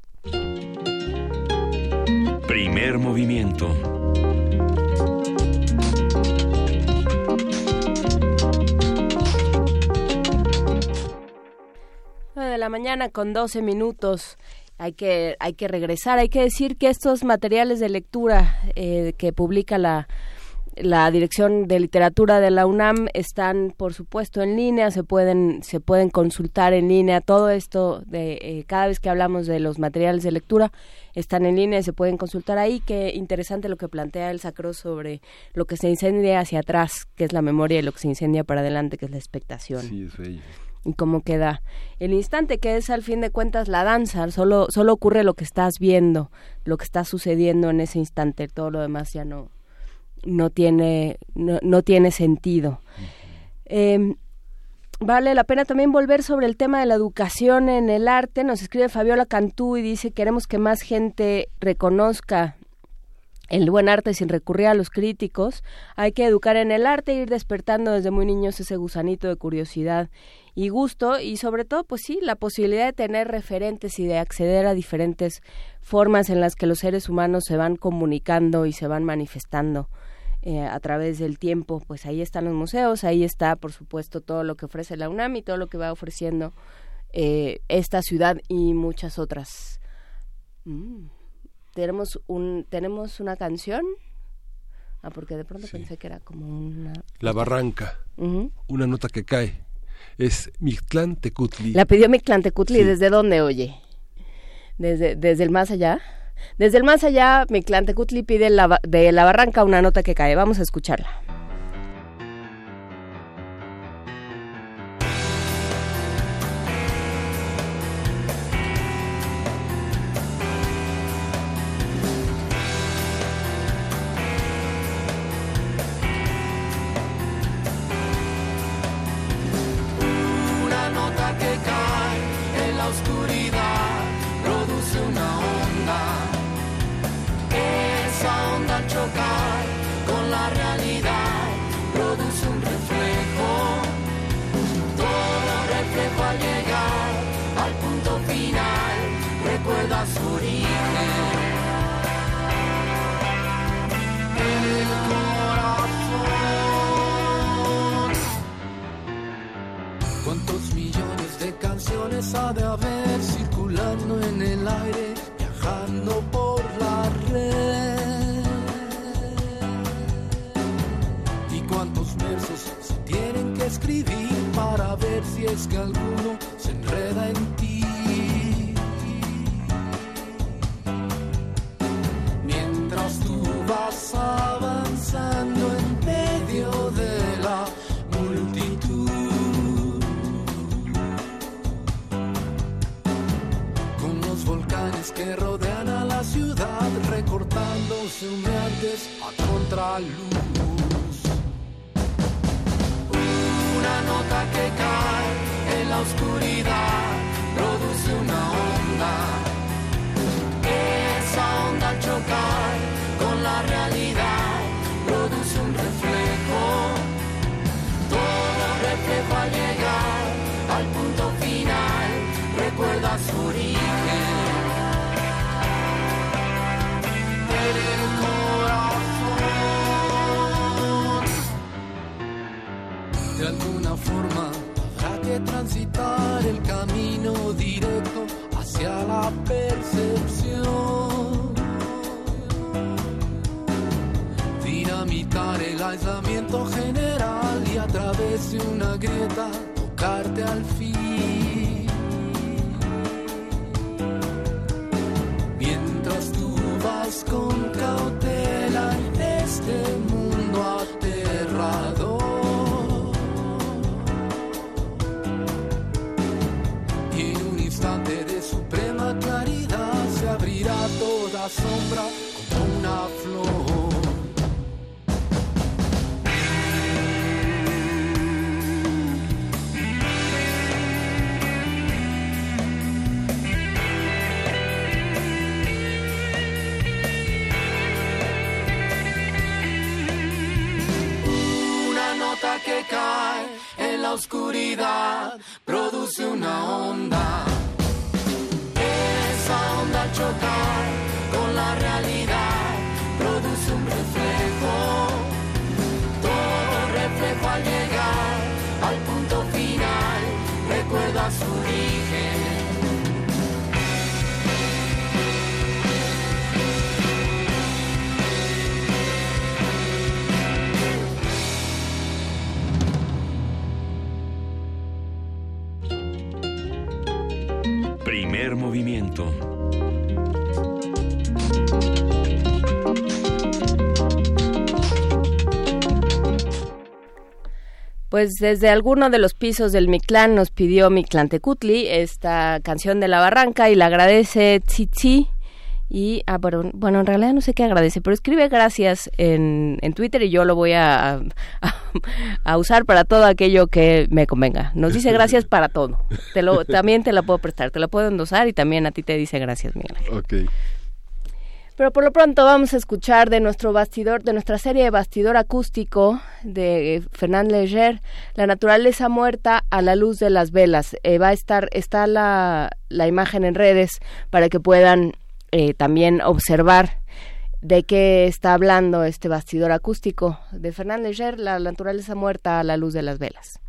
Primer movimiento. De la mañana con 12 minutos. Hay que regresar, hay que decir que estos materiales de lectura que publica la Dirección de Literatura de la UNAM están, por supuesto, en línea, se pueden consultar en línea. Todo esto cada vez que hablamos de los materiales de lectura están en línea y se pueden consultar ahí. Qué interesante lo que plantea Elsa Cross sobre lo que se incendia hacia atrás, que es la memoria, y lo que se incendia para adelante, que es la expectación. Sí, es bello. Y cómo queda el instante, que es al fin de cuentas la danza. Solo ocurre lo que estás viendo, lo que está sucediendo en ese instante. Todo lo demás ya no tiene sentido. Vale la pena también volver sobre el tema de la educación en el arte. Nos escribe Fabiola Cantú y dice: queremos que más gente reconozca el buen arte sin recurrir a los críticos. Hay que educar en el arte e ir despertando desde muy niños ese gusanito de curiosidad y gusto, y sobre todo, pues sí, la posibilidad de tener referentes y de acceder a diferentes formas en las que los seres humanos se van comunicando y se van manifestando a través del tiempo. Pues ahí están los museos, ahí está, por supuesto, todo lo que ofrece la UNAM y todo lo que va ofreciendo esta ciudad y muchas otras. Tenemos una canción. Porque de pronto pensé que era como una... La barranca, una nota que cae. Es Mictlantecutli. La pidió Mictlantecutli. Sí. ¿Desde dónde, oye? ¿Desde el más allá? Desde el más allá, Mictlantecutli pide de la barranca una nota que cae. Vamos a escucharla. Con la realidad produce un reflejo, todo reflejo al llegar al punto final recuerda su origen. El corazón ¿Cuántos millones de canciones ha de haber circulando en el aire, viajando por la red? ¿Y cuántos versos se tienen que escribir para ver si es que alguno se enreda en ti? Mientras tú vas avanzando en medio de la multitud, con los volcanes que rodean a la ciudad recortándose humeantes a contraluz. Una nota que cae en la oscuridad produce una onda. Esa onda al chocar con la realidad produce un reflejo. Todo reflejo al llegar al punto final recuerda su origen. El corazón. De alguna forma habrá que transitar el camino directo hacia la percepción. Dinamitar el aislamiento general y a través de una grieta tocarte al fin. Mientras tú vas con cautela en este mundo aterrador, y en un instante de suprema claridad se abrirá toda sombra como una flor. Que cae en la oscuridad produce una onda. Esa onda al chocar con la realidad produce un reflejo. Todo reflejo al llegar al punto final recuerda su origen. Primer movimiento. Pues desde alguno de los pisos del Mictlán nos pidió Mictlantecutli esta canción de La Barranca y la agradece Tsitsi. Y, bueno, en realidad no sé qué agradece, pero escribe gracias en Twitter y yo lo voy a usar para todo aquello que me convenga. Nos dice gracias para todo. También te la puedo prestar, te la puedo endosar y también a ti te dice gracias, Miguel Ángel. Ok. Pero por lo pronto vamos a escuchar de nuestro bastidor, de nuestra serie de Bastidor Acústico de Fernand Léger, La naturaleza muerta a la luz de las velas. Está la imagen en redes para que puedan también observar de qué está hablando este bastidor acústico de Fernand Léger, La naturaleza muerta a la luz de las velas.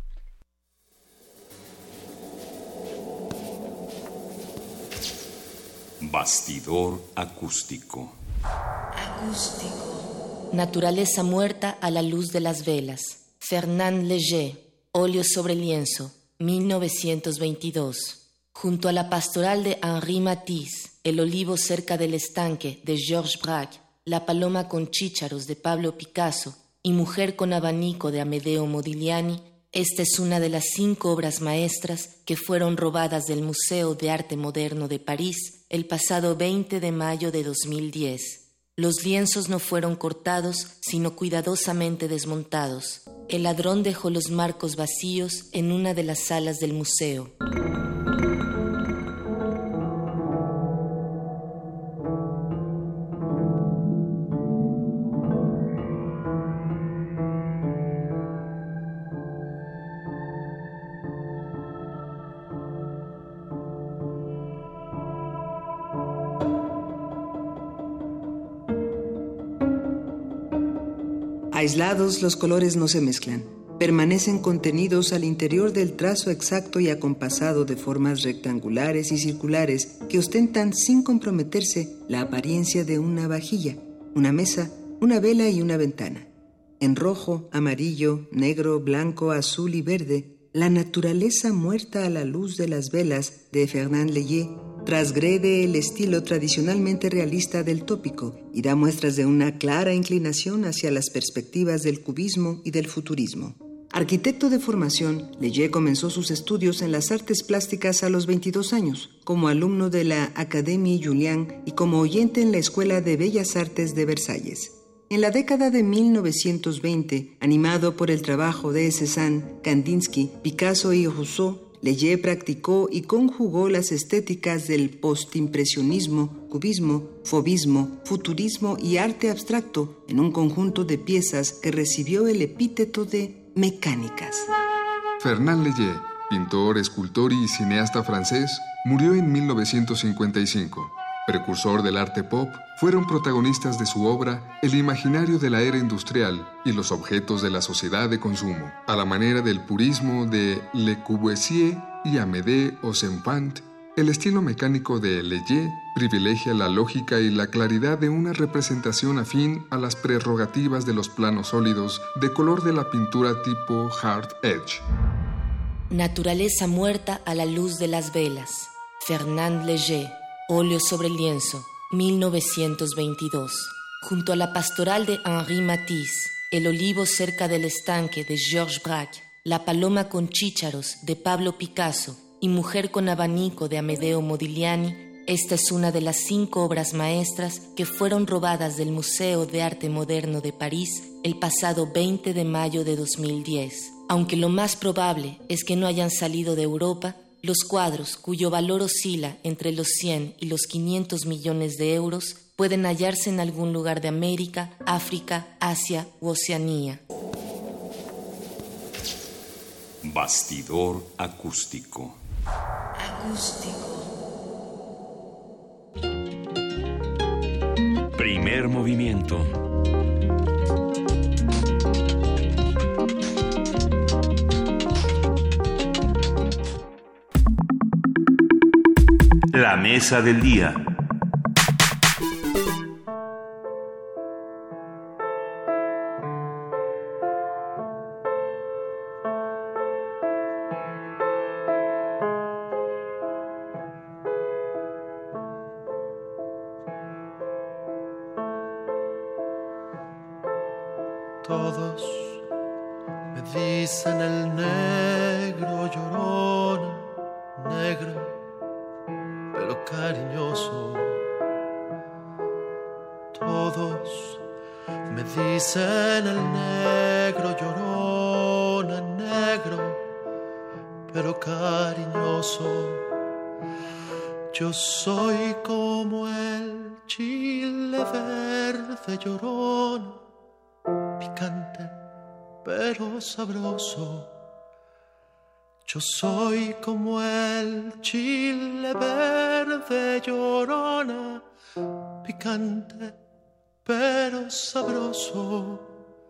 Bastidor acústico. Acústico. Naturaleza muerta a la luz de las velas. Fernand Léger, óleo sobre lienzo, 1922. Junto a la pastoral de Henri Matisse, El olivo cerca del estanque de Georges Braque, La paloma con chícharos de Pablo Picasso y Mujer con abanico de Amedeo Modigliani, esta es una de las 5 obras maestras que fueron robadas del Museo de Arte Moderno de París el pasado 20 de mayo de 2010. Los lienzos no fueron cortados, sino cuidadosamente desmontados. El ladrón dejó los marcos vacíos en una de las salas del museo. Aislados, los colores no se mezclan. permanecen contenidos al interior del trazo exacto y acompasado de formas rectangulares y circulares que ostentan sin comprometerse la apariencia de una vajilla, una mesa, una vela y una ventana. En rojo, amarillo, negro, blanco, azul y verde, la naturaleza muerta a la luz de las velas de Fernand Léger transgrede el estilo tradicionalmente realista del tópico y da muestras de una clara inclinación hacia las perspectivas del cubismo y del futurismo. Arquitecto de formación, Léger comenzó sus estudios en las artes plásticas a los 22 años, como alumno de la Académie Julian y como oyente en la Escuela de Bellas Artes de Versalles. En la década de 1920, animado por el trabajo de Cézanne, Kandinsky, Picasso y Rousseau, Léger practicó y conjugó las estéticas del postimpresionismo, cubismo, fauvismo, futurismo y arte abstracto en un conjunto de piezas que recibió el epíteto de mecánicas. Fernand Léger, pintor, escultor y cineasta francés, murió en 1955. Precursor del arte pop, fueron protagonistas de su obra el imaginario de la era industrial y los objetos de la sociedad de consumo, a la manera del purismo de Le Corbusier y Amédée Ozenfant. El estilo mecánico de Léger privilegia la lógica y la claridad de una representación afín a las prerrogativas de los planos sólidos de color de la pintura tipo Hard Edge. Naturaleza muerta a la luz de las velas. Fernand Léger. Óleo sobre lienzo, 1922. Junto a la pastoral de Henri Matisse, el olivo cerca del estanque de Georges Braque, la paloma con chícharos de Pablo Picasso y Mujer con abanico de Amedeo Modigliani, esta es una de las 5 obras maestras que fueron robadas del Museo de Arte Moderno de París el pasado 20 de mayo de 2010. Aunque lo más probable es que no hayan salido de Europa, los cuadros, cuyo valor oscila entre los 100 y los 500 millones de euros, pueden hallarse en algún lugar de América, África, Asia u Oceanía. Bastidor acústico. Primer movimiento. La mesa del día. Todos me dicen el negro llorona, negra pero cariñoso. Todos me dicen el negro llorona, negro pero cariñoso. Yo soy como el chile verde llorona, picante pero sabroso. Yo soy como el chile verde llorona, picante pero sabroso.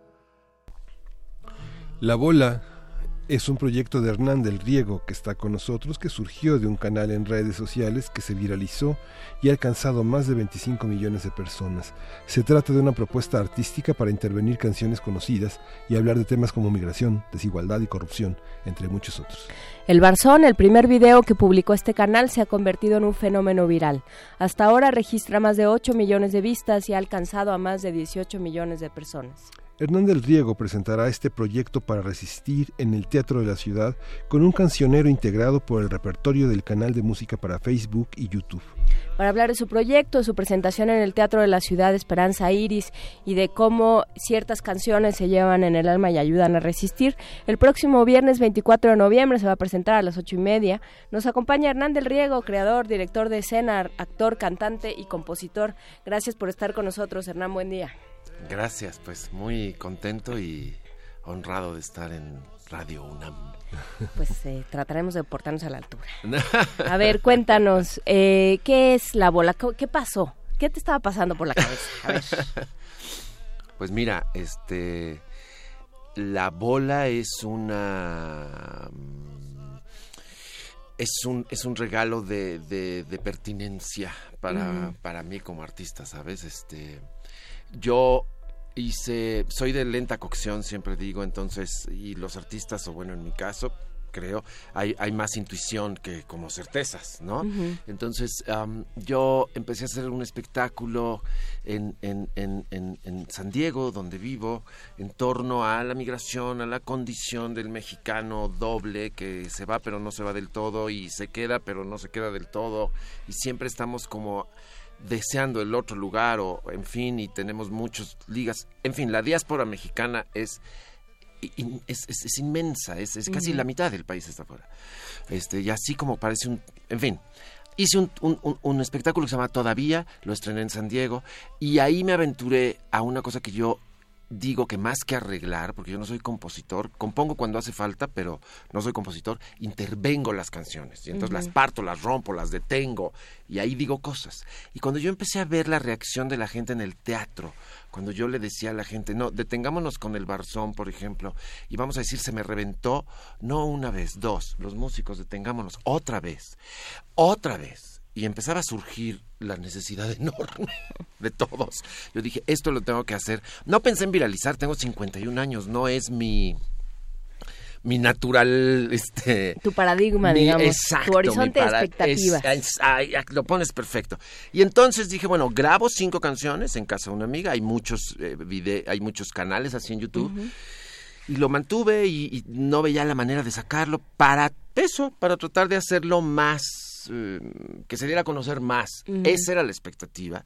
La Bola es un proyecto de Hernán del Riego que está con nosotros, que surgió de un canal en redes sociales que se viralizó y ha alcanzado más de 25 millones de personas. Se trata de una propuesta artística para intervenir canciones conocidas y hablar de temas como migración, desigualdad y corrupción, entre muchos otros. El Barzón, el primer video que publicó este canal, se ha convertido en un fenómeno viral. Hasta ahora registra más de 8 millones de vistas y ha alcanzado a más de 18 millones de personas. Hernán del Riego presentará este proyecto para resistir en el Teatro de la Ciudad con un cancionero integrado por el repertorio del canal de música para Facebook y YouTube. Para hablar de su proyecto, de su presentación en el Teatro de la Ciudad Esperanza Iris y de cómo ciertas canciones se llevan en el alma y ayudan a resistir, el próximo viernes 24 de noviembre se va a presentar a las 8:30. Nos acompaña Hernán del Riego, creador, director de escena, actor, cantante y compositor. Gracias por estar con nosotros, Hernán, buen día. Gracias, pues muy contento y honrado de estar en Radio UNAM. Pues trataremos de portarnos a la altura. A ver, cuéntanos, ¿qué es La Bola? ¿Qué pasó? ¿Qué te estaba pasando por la cabeza? A ver. Pues mira, la bola es una... Es un regalo de pertinencia para mí como artista, ¿sabes? Yo soy de lenta cocción, siempre digo, entonces, y los artistas, o bueno, en mi caso, creo, hay más intuición que como certezas, ¿no? Uh-huh. Entonces, yo empecé a hacer un espectáculo en San Diego, donde vivo, en torno a la migración, a la condición del mexicano doble, que se va pero no se va del todo, y se queda pero no se queda del todo, y siempre estamos como deseando el otro lugar, o en fin, y tenemos muchas ligas. En fin, la diáspora mexicana es inmensa, es casi la mitad del país está afuera. Y así como parece en fin, hice un espectáculo que se llama Todavía, lo estrené en San Diego, y ahí me aventuré a una cosa que yo digo que más que arreglar, porque yo no soy compositor, compongo cuando hace falta, pero no soy compositor, intervengo las canciones, y entonces las parto, las rompo, las detengo, y ahí digo cosas. Y cuando yo empecé a ver la reacción de la gente en el teatro, cuando yo le decía a la gente, no, detengámonos con el Barzón, por ejemplo, y vamos a decir, se me reventó, no una vez, dos, los músicos, detengámonos, otra vez, y empezaba a surgir la necesidad enorme de todos. Yo dije, esto lo tengo que hacer. No pensé en viralizar, tengo 51 años, no es mi natural... tu paradigma, digamos, exacto, tu horizonte de expectativas. Lo pones perfecto. Y entonces dije, bueno, grabo 5 canciones en casa de una amiga, hay muchos hay muchos canales así en YouTube, y lo mantuve y no veía la manera de sacarlo para tratar de hacerlo más... que se diera a conocer más. Esa era la expectativa,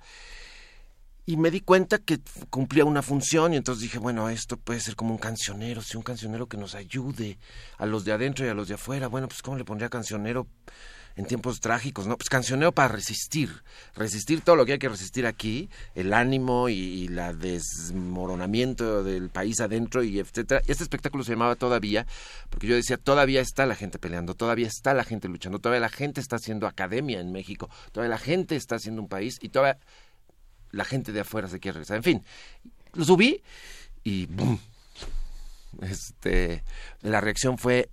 y me di cuenta que cumplía una función, y entonces dije, bueno, esto puede ser como un cancionero, sí, un cancionero que nos ayude a los de adentro y a los de afuera. Bueno, pues ¿cómo le pondría cancionero en tiempos trágicos? No, pues cancionero para resistir todo lo que hay que resistir aquí, el ánimo y la desmoronamiento del país adentro, y etcétera. Este espectáculo se llamaba Todavía, porque yo decía, todavía está la gente peleando, todavía está la gente luchando, todavía la gente está haciendo academia en México, todavía la gente está haciendo un país, y todavía la gente de afuera se quiere regresar. En fin, lo subí y ¡boom! La reacción fue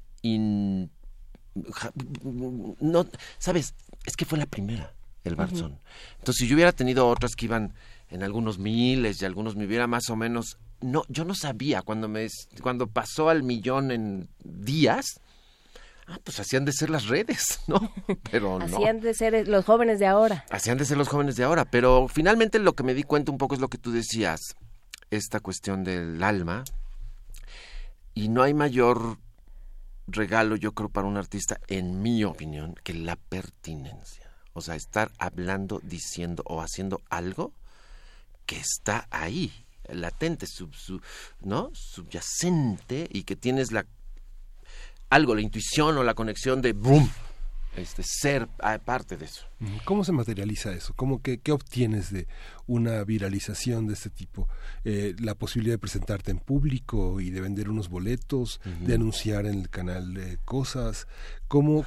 no, ¿sabes? Es que fue la primera, el Barzón. Entonces, si yo hubiera tenido otras que iban en algunos miles y algunos me hubiera más o menos... No, yo no sabía, cuando pasó al 1,000,000 en días, pues hacían de ser las redes, ¿no? Pero no. Hacían de ser los jóvenes de ahora. Pero finalmente lo que me di cuenta un poco es lo que tú decías, esta cuestión del alma, y no hay mayor regalo, yo creo, para un artista, en mi opinión, que la pertinencia. O sea, estar hablando, diciendo o haciendo algo que está ahí, latente, ¿no? Subyacente, y que tienes la intuición o la conexión de ¡boom! Ser parte de eso. ¿Cómo se materializa eso? ¿Qué obtienes de una viralización de este tipo? La posibilidad de presentarte en público y de vender unos boletos, de anunciar en el canal cosas. ¿Cómo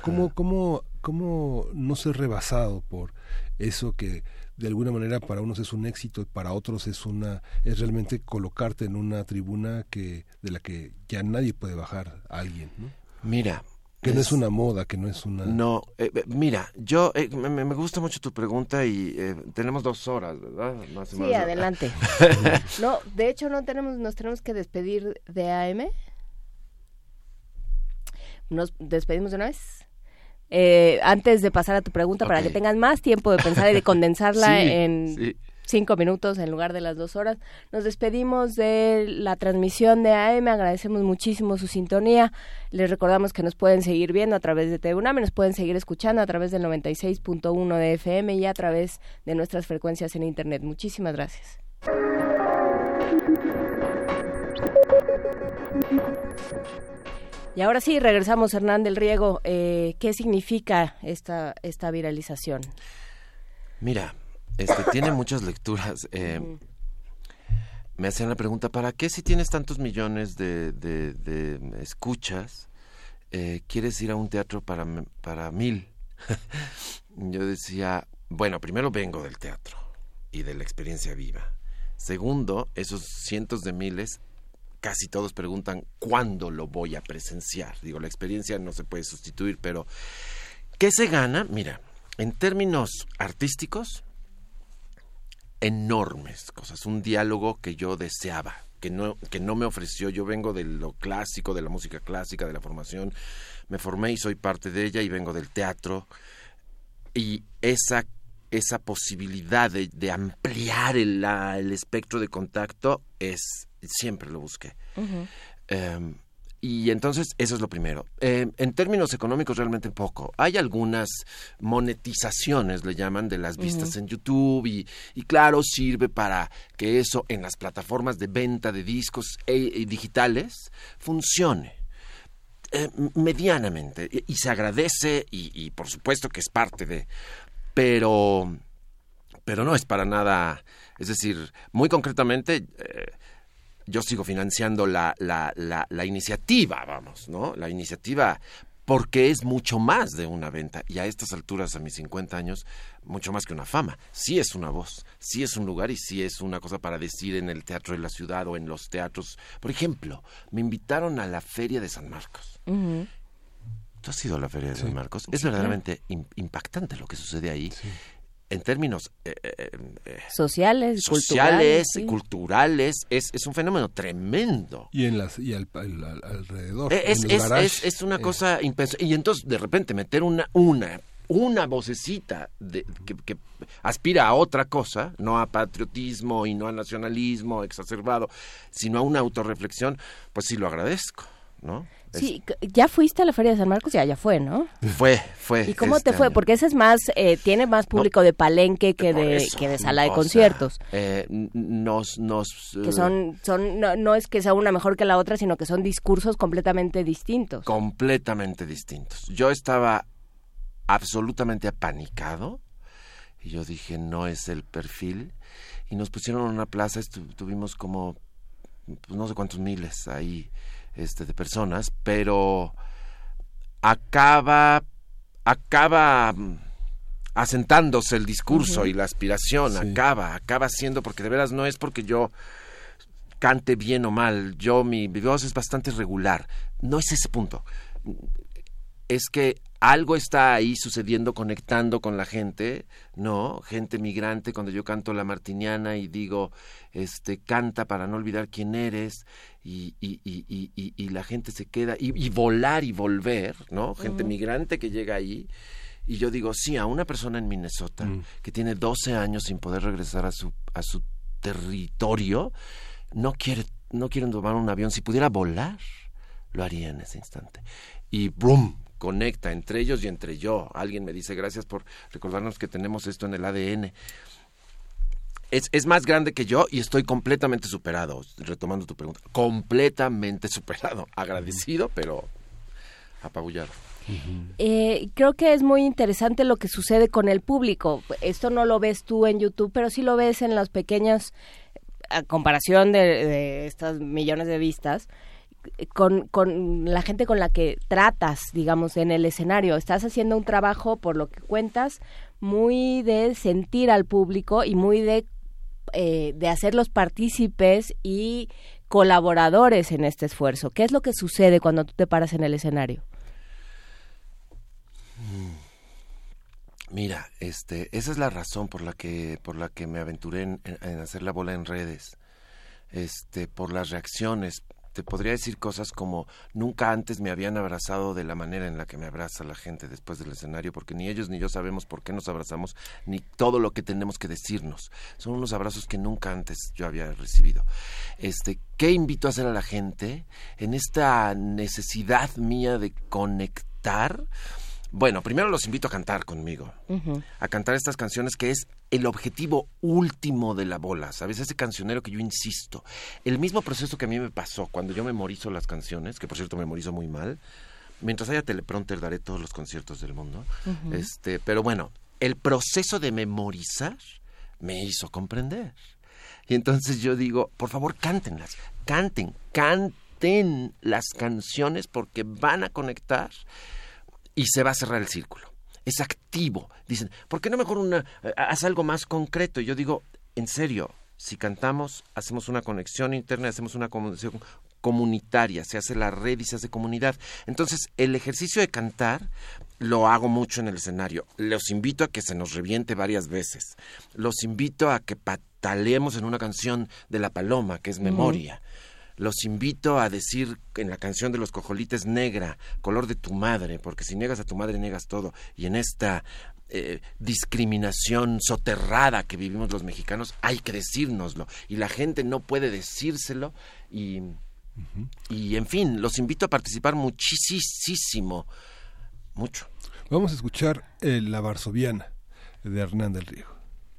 no ser rebasado por eso que de alguna manera para unos es un éxito y para otros es realmente colocarte en una tribuna de la que ya nadie puede bajar a alguien, ¿no? Mira, que no es una moda, que no es una... No, mira, yo me gusta mucho tu pregunta, y tenemos 2 horas, ¿verdad? Sí, adelante. No, de hecho nos tenemos que despedir de AM. ¿Nos despedimos de una vez? Antes de pasar a tu pregunta, para que tengan más tiempo de pensar y de condensarla en 5 minutos en lugar de las 2 horas. Nos despedimos de la transmisión de AM, agradecemos muchísimo su sintonía. Les recordamos que nos pueden seguir viendo a través de TV UNAM, nos pueden seguir escuchando a través del 96.1 de FM y a través de nuestras frecuencias en Internet. Muchísimas gracias. Y ahora sí, regresamos, Hernán del Riego. ¿Qué significa esta viralización? Mira, tiene muchas lecturas. Me hacían la pregunta, ¿para qué si tienes tantos millones de escuchas, quieres ir a un teatro para 1,000? Yo decía, bueno, primero vengo del teatro y de la experiencia viva. Segundo, esos cientos de miles casi todos preguntan cuándo lo voy a presenciar. Digo, la experiencia no se puede sustituir, pero ¿qué se gana? Mira, en términos artísticos, enormes cosas. Un diálogo que yo deseaba, que no me ofreció. Yo vengo de lo clásico, de la música clásica, de la formación. Me formé y soy parte de ella y vengo del teatro. Y esa posibilidad de ampliar el espectro de contacto siempre lo busqué. Uh-huh. Y entonces eso es lo primero. En términos económicos realmente poco. Hay algunas monetizaciones, le llaman, de las vistas en YouTube y claro, sirve para que eso en las plataformas de venta de discos digitales funcione. Medianamente. Y se agradece y por supuesto que es parte de... Pero no es para nada... Es decir, muy concretamente... yo sigo financiando la iniciativa, vamos, ¿no? La iniciativa, porque es mucho más de una venta. Y a estas alturas, a mis 50 años, mucho más que una fama. Sí es una voz, sí es un lugar y sí es una cosa para decir en el Teatro de la Ciudad o en los teatros. Por ejemplo, me invitaron a la Feria de San Marcos. Uh-huh. ¿Tú has ido a la Feria de San Marcos? Es verdaderamente impactante lo que sucede ahí. Sí. En términos sociales, culturales, es un fenómeno tremendo. Y alrededor. Es una cosa impresionante. Y entonces, de repente, meter una vocecita que aspira a otra cosa, no a patriotismo y no a nacionalismo exacerbado, sino a una autorreflexión, pues sí lo agradezco, ¿no? Sí, ya fuiste a la Feria de San Marcos, ya fue, ¿no? Fue. ¿Y cómo te fue? Porque ese es más, tiene más público de palenque que de sala de conciertos. Que no es que sea una mejor que la otra, sino que son discursos completamente distintos. Completamente distintos. Yo estaba absolutamente apanicado y yo dije, no es el perfil. Y nos pusieron en una plaza, tuvimos como, pues no sé cuántos miles ahí, de personas, pero acaba asentándose el discurso uh-huh. y la aspiración, sí. acaba siendo, porque de veras no es porque yo cante bien o mal, mi voz es bastante regular, no es ese punto, es que algo está ahí sucediendo, conectando con la gente, ¿no? Gente migrante, cuando yo canto La Martiniana y digo, canta para no olvidar quién eres, y la gente se queda, y volar y volver, ¿no? Gente uh-huh. migrante que llega ahí, y yo digo, sí, a una persona en Minnesota que tiene 12 años sin poder regresar a su territorio, no quieren tomar un avión. Si pudiera volar, lo haría en ese instante. Y ¡brum! Conecta entre ellos y entre yo. Alguien me dice, gracias por recordarnos que tenemos esto en el ADN. Es más grande que yo y estoy completamente superado, retomando tu pregunta, completamente superado, agradecido, pero apabullado. Creo que es muy interesante lo que sucede con el público. Esto no lo ves tú en YouTube, pero sí lo ves en las pequeñas, a comparación de estas millones de vistas, con la gente con la que tratas, digamos, en el escenario. Estás haciendo un trabajo, por lo que cuentas, muy de sentir al público y muy de hacerlos partícipes y colaboradores en este esfuerzo. ¿Qué es lo que sucede cuando tú te paras en el escenario? Mira, esa es la razón por la que me aventuré en hacer la bola en redes, por las reacciones. Te podría decir cosas como, nunca antes me habían abrazado de la manera en la que me abraza la gente después del escenario, porque ni ellos ni yo sabemos por qué nos abrazamos, ni todo lo que tenemos que decirnos. Son unos abrazos que nunca antes yo había recibido. ¿Qué invito a hacer a la gente en esta necesidad mía de conectar? Bueno, primero los invito a cantar conmigo, uh-huh. a cantar estas canciones que es el objetivo último de la bola, ¿sabes? Ese cancionero que yo insisto. El mismo proceso que a mí me pasó cuando yo memorizo las canciones, que por cierto memorizo muy mal. Mientras haya teleprompter daré todos los conciertos del mundo. Uh-huh. Pero bueno, el proceso de memorizar me hizo comprender. Y entonces yo digo, por favor, cántenlas, canten las canciones porque van a conectar. Y se va a cerrar el círculo. Es activo. Dicen, ¿por qué no mejor haz algo más concreto? Y yo digo, en serio, si cantamos, hacemos una conexión interna, hacemos una comunicación comunitaria, se hace la red y se hace comunidad. Entonces, el ejercicio de cantar lo hago mucho en el escenario. Los invito a que se nos reviente varias veces. Los invito a que pataleemos en una canción de La Paloma, que es Memoria. Los invito a decir en la canción de Los Cojolites negra, color de tu madre, porque si niegas a tu madre niegas todo. Y en esta discriminación soterrada que vivimos los mexicanos, hay que decírnoslo. Y la gente no puede decírselo. Y en fin, los invito a participar muchísimo. Mucho. Vamos a escuchar La Varsoviana de Hernán del Riego.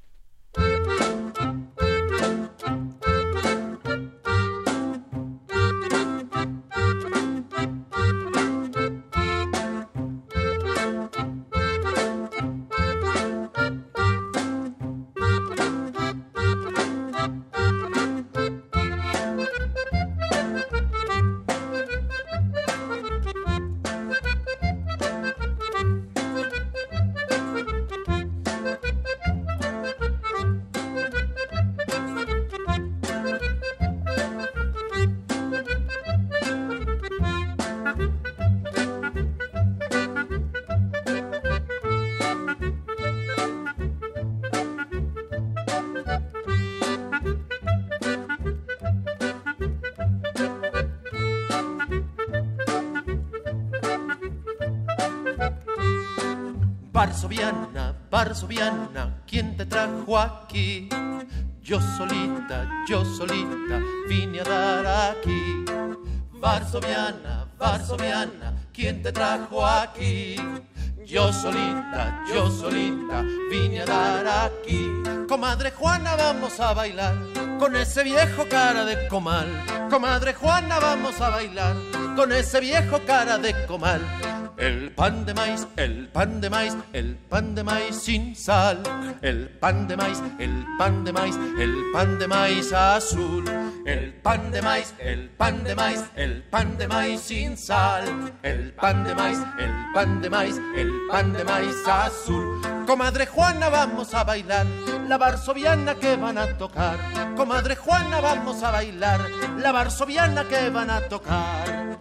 Varsoviana, ¿quién te trajo aquí? Yo solita, vine a dar aquí. Varsoviana, ¿quién te trajo aquí? Yo solita, vine a dar aquí. Comadre Juana, vamos a bailar con ese viejo cara de comal. Comadre Juana, vamos a bailar con ese viejo cara de comal. El pan de maíz, el pan de maíz, el pan de maíz sin sal. El pan de maíz, el pan de maíz, el pan de maíz azul. El pan de maíz, el pan de maíz, el pan de maíz sin sal. El pan de maíz, el pan de maíz, el pan de maíz azul. Comadre Juana, vamos a bailar la varsoviana que van a tocar. Comadre Juana, vamos a bailar la varsoviana que van a tocar.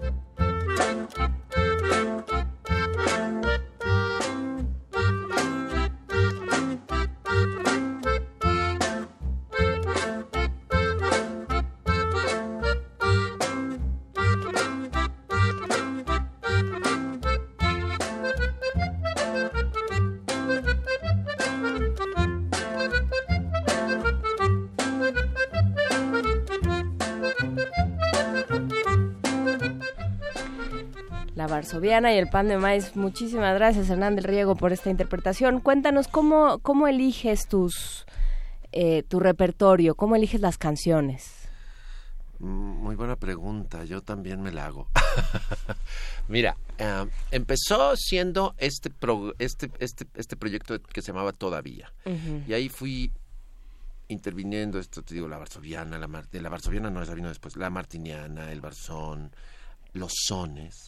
La Varsoviana y el pan de maíz. Muchísimas gracias, Hernán del Riego, por esta interpretación. Cuéntanos cómo eliges tu repertorio, cómo eliges las canciones. Muy buena pregunta, yo también me la hago. Mira, empezó siendo este proyecto que se llamaba Todavía. Y ahí fui interviniendo, esto te digo, la varsoviana, de la varsoviana no, esa vino después, la martiniana, el varsón, los sones.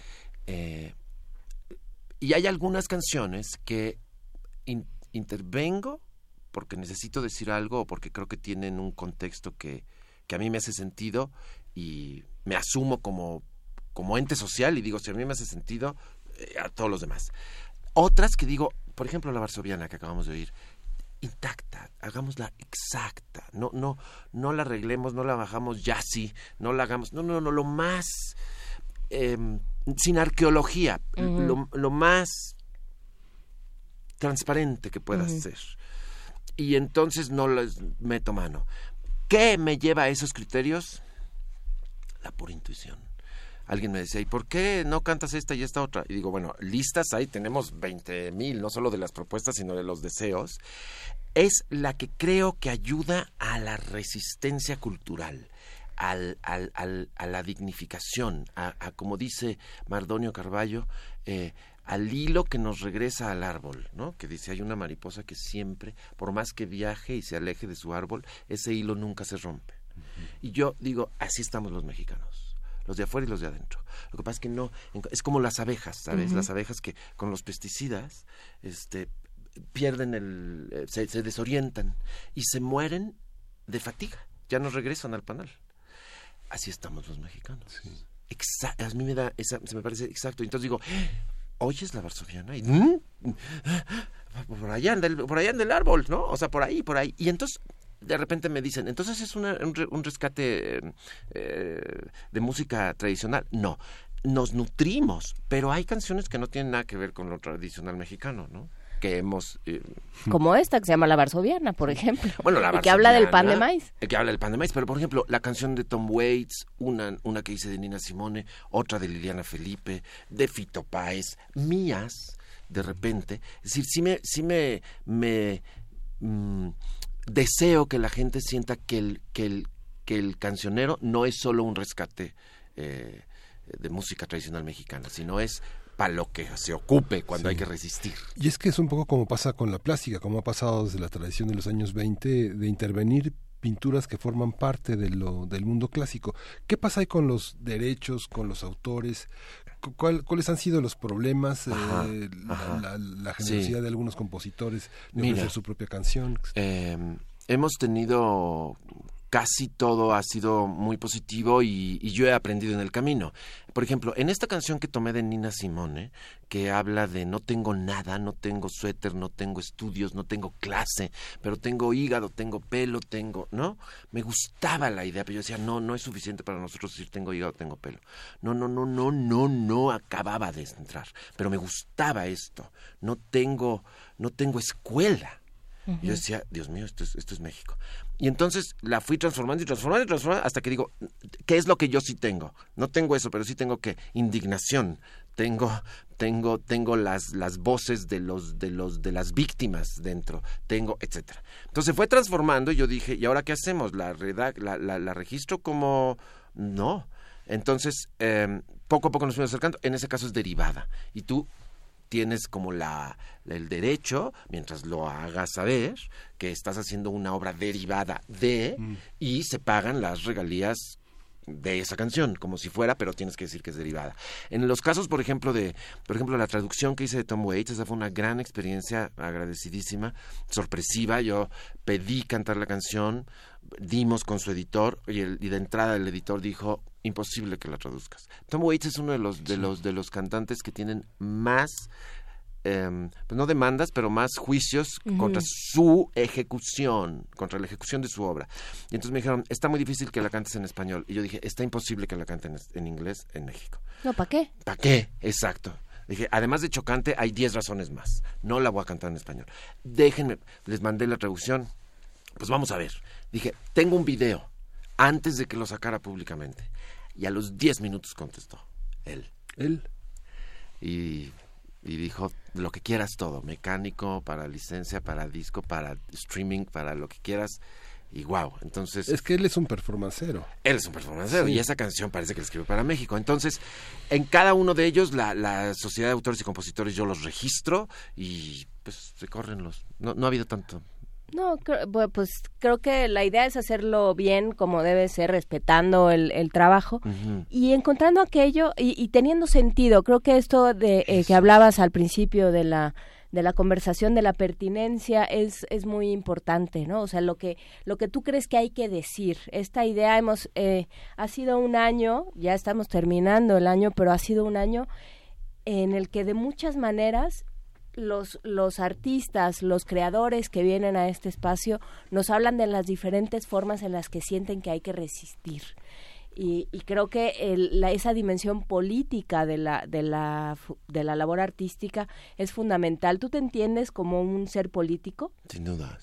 Y hay algunas canciones que intervengo porque necesito decir algo o porque creo que tienen un contexto que a mí me hace sentido y me asumo como ente social y digo, si a mí me hace sentido, a todos los demás. Otras que digo, por ejemplo, la varsoviana que acabamos de oír, intacta, hagámosla exacta, no la arreglemos, no la bajamos ya sí, no la hagamos, no, lo más sin arqueología, lo más transparente que pueda ser. Y entonces no les meto mano. ¿Qué me lleva a esos criterios? La pura intuición. Alguien me decía, ¿y por qué no cantas esta y esta otra? Y digo, bueno, listas ahí tenemos 20,000, no solo de las propuestas, sino de los deseos. Es la que creo que ayuda a la resistencia cultural, a la dignificación, a como dice Mardonio Carballo, al hilo que nos regresa al árbol, ¿no? Que dice, hay una mariposa que siempre, por más que viaje y se aleje de su árbol, ese hilo nunca se rompe. Y yo digo, así estamos los mexicanos, los de afuera y los de adentro. Lo que pasa es que no, es como las abejas, ¿sabes? Las abejas que con los pesticidas pierden se desorientan y se mueren de fatiga, ya no regresan al panal. así estamos los mexicanos. Sí. A mí se me parece exacto. Entonces digo, ¿oyes la varsoviana? Y por allá anda el árbol, ¿no? O sea, por ahí. Y entonces de repente me dicen, entonces es un rescate de música tradicional. No, nos nutrimos, pero hay canciones que no tienen nada que ver con lo tradicional mexicano, ¿no? Que hemos... como esta que se llama La Varsoviana, por ejemplo. Bueno, la y que habla del pan de maíz. Que habla del pan de maíz, pero por ejemplo, la canción de Tom Waits, una que hice de Nina Simone, otra de Liliana Felipe, de Fito Páez, mías, de repente. Es decir, sí me deseo que la gente sienta que el cancionero no es solo un rescate de música tradicional mexicana, sino es para lo que se ocupe cuando hay que resistir. Y es que es un poco como pasa con la plástica, como ha pasado desde la tradición de los años 20 de intervenir pinturas que forman parte del mundo clásico. ¿Qué pasa ahí con los derechos, con los autores? ¿Cuáles han sido los problemas? La generosidad de algunos compositores de ofrecer su propia canción. Hemos tenido... Casi todo ha sido muy positivo y yo he aprendido en el camino. Por ejemplo, en esta canción que tomé de Nina Simone, que habla de no tengo nada, no tengo suéter, no tengo estudios, no tengo clase, pero tengo hígado, tengo pelo, ¿no? Me gustaba la idea, pero yo decía, no es suficiente para nosotros decir tengo hígado, tengo pelo. No acababa de entrar, pero me gustaba esto. No tengo escuela. Uh-huh. Yo decía, Dios mío, esto es México. Y entonces la fui transformando hasta que digo, ¿qué es lo que yo sí tengo? No tengo eso, pero sí tengo indignación. Tengo las voces de las víctimas dentro, etcétera. Entonces se fue transformando y yo dije, ¿y ahora qué hacemos? ¿La registro como? No. Entonces, poco a poco nos fuimos acercando. En ese caso es derivada. Y tú tienes como el derecho, mientras lo hagas saber, que estás haciendo una obra derivada de, y se pagan las regalías de esa canción, como si fuera, pero tienes que decir que es derivada. En los casos, por ejemplo, la traducción que hice de Tom Waits, esa fue una gran experiencia, agradecidísima, sorpresiva. Yo pedí cantar la canción, dimos con su editor, y de entrada el editor dijo, imposible que la traduzcas. Tom Waits es uno de los cantantes que tienen más, pues no demandas, pero más juicios contra su ejecución, contra la ejecución de su obra. Y entonces me dijeron, está muy difícil que la cantes en español. Y yo dije, está imposible que la canten en inglés en México. No, ¿para qué? ¿Para qué? Exacto. Dije, además de chocante, hay 10 razones más. No la voy a cantar en español. Déjenme, les mandé la traducción. Pues vamos a ver. Dije, tengo un video antes de que lo sacara públicamente. Y a los 10 minutos contestó. Él. Y dijo, lo que quieras todo. Mecánico, para licencia, para disco, para streaming, para lo que quieras. Y wow, entonces... Es que él es un performancero. Él es un performancero, sí. Y esa canción parece que la escribió para México. Entonces, en cada uno de ellos, la Sociedad de Autores y Compositores, yo los registro y pues se corren no ha habido tanto... No, pues creo que la idea es hacerlo bien, como debe ser, respetando el trabajo y encontrando aquello y teniendo sentido. Creo que esto de que hablabas al principio de la conversación, de la pertinencia, es muy importante, ¿no? O sea, lo que tú crees que hay que decir. Esta idea ha sido un año, ya estamos terminando el año, pero ha sido un año en el que de muchas maneras los artistas, los creadores que vienen a este espacio nos hablan de las diferentes formas en las que sienten que hay que resistir. Y creo que esa dimensión política de la labor artística es fundamental. ¿Tú te entiendes como un ser político? Sin duda.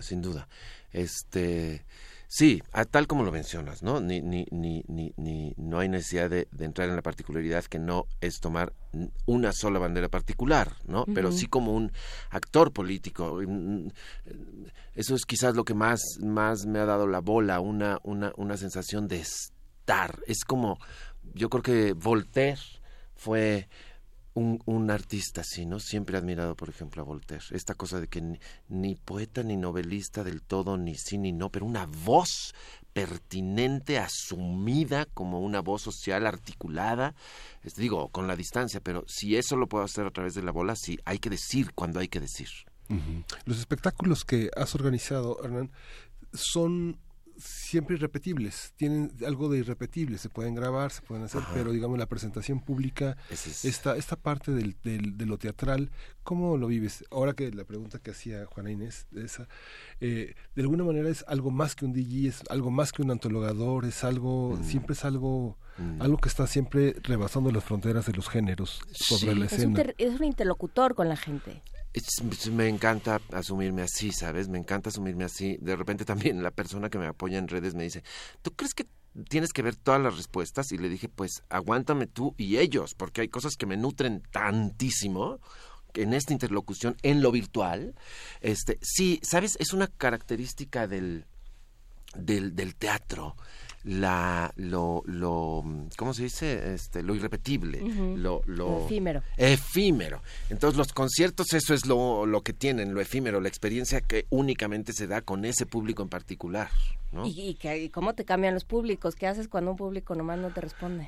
Sí, tal como lo mencionas, ¿no? No hay necesidad de entrar en la particularidad, que no es tomar una sola bandera particular, ¿no? Pero sí como un actor político. Eso es quizás lo que más me ha dado la bola, una sensación de estar. Es como, yo creo que Voltaire fue un artista así, ¿no? Siempre he admirado, por ejemplo, a Voltaire. Esta cosa de que ni poeta ni novelista del todo, ni sí ni no, pero una voz pertinente, asumida como una voz social articulada, digo, con la distancia, pero si eso lo puedo hacer a través de la bola, sí, hay que decir cuando hay que decir. Los espectáculos que has organizado, Hernán, son siempre irrepetibles, tienen algo de irrepetible, se pueden grabar, se pueden hacer, pero digamos la presentación pública, esta parte de lo teatral, ¿cómo lo vives? Ahora que la pregunta que hacía Juana Inés, de alguna manera es algo más que un DJ, es algo más que un antologador, es algo, siempre es algo que está siempre rebasando las fronteras de los géneros sobre la escena. Es un interlocutor con la gente. Me encanta asumirme así, ¿sabes? Me encanta asumirme así. De repente también la persona que me apoya en redes me dice, ¿tú crees que tienes que ver todas las respuestas? Y le dije, pues aguántame tú y ellos, porque hay cosas que me nutren tantísimo en esta interlocución, en lo virtual. Sí, ¿sabes? Es una característica del teatro. ¿Cómo se dice? Lo irrepetible, lo efímero. Entonces los conciertos, eso es lo que tienen, lo efímero, la experiencia que únicamente se da con ese público en particular, ¿no? ¿Y cómo te cambian los públicos? ¿Qué haces cuando un público nomás no te responde?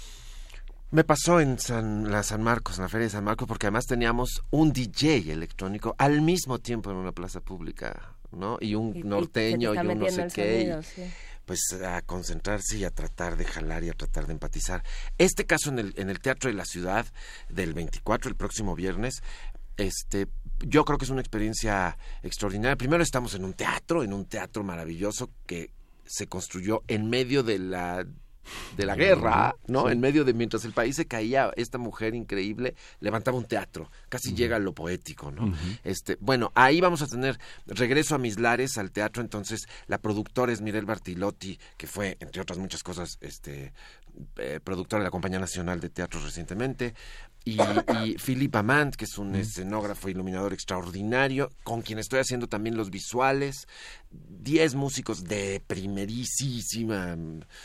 Me pasó en la San Marcos, en la Feria de San Marcos, porque además teníamos un DJ electrónico al mismo tiempo en una plaza pública, ¿no? Y un norteño y un no sé qué. Pues a concentrarse y a tratar de jalar y a tratar de empatizar. Este caso en el Teatro de la Ciudad del 24, el próximo viernes, yo creo que es una experiencia extraordinaria. Primero estamos en un teatro maravilloso que se construyó en medio de la guerra, ¿no? Sí. En medio de, mientras el país se caía, esta mujer increíble levantaba un teatro, casi llega a lo poético, ¿no? Bueno, ahí vamos a tener Regreso a mis lares al teatro. Entonces la productora es Mirel Bartilotti, que fue, entre otras muchas cosas, productora de la Compañía Nacional de Teatro recientemente, y Philippe Amand, que es un escenógrafo e iluminador extraordinario, con quien estoy haciendo también los visuales, 10 músicos de primerísima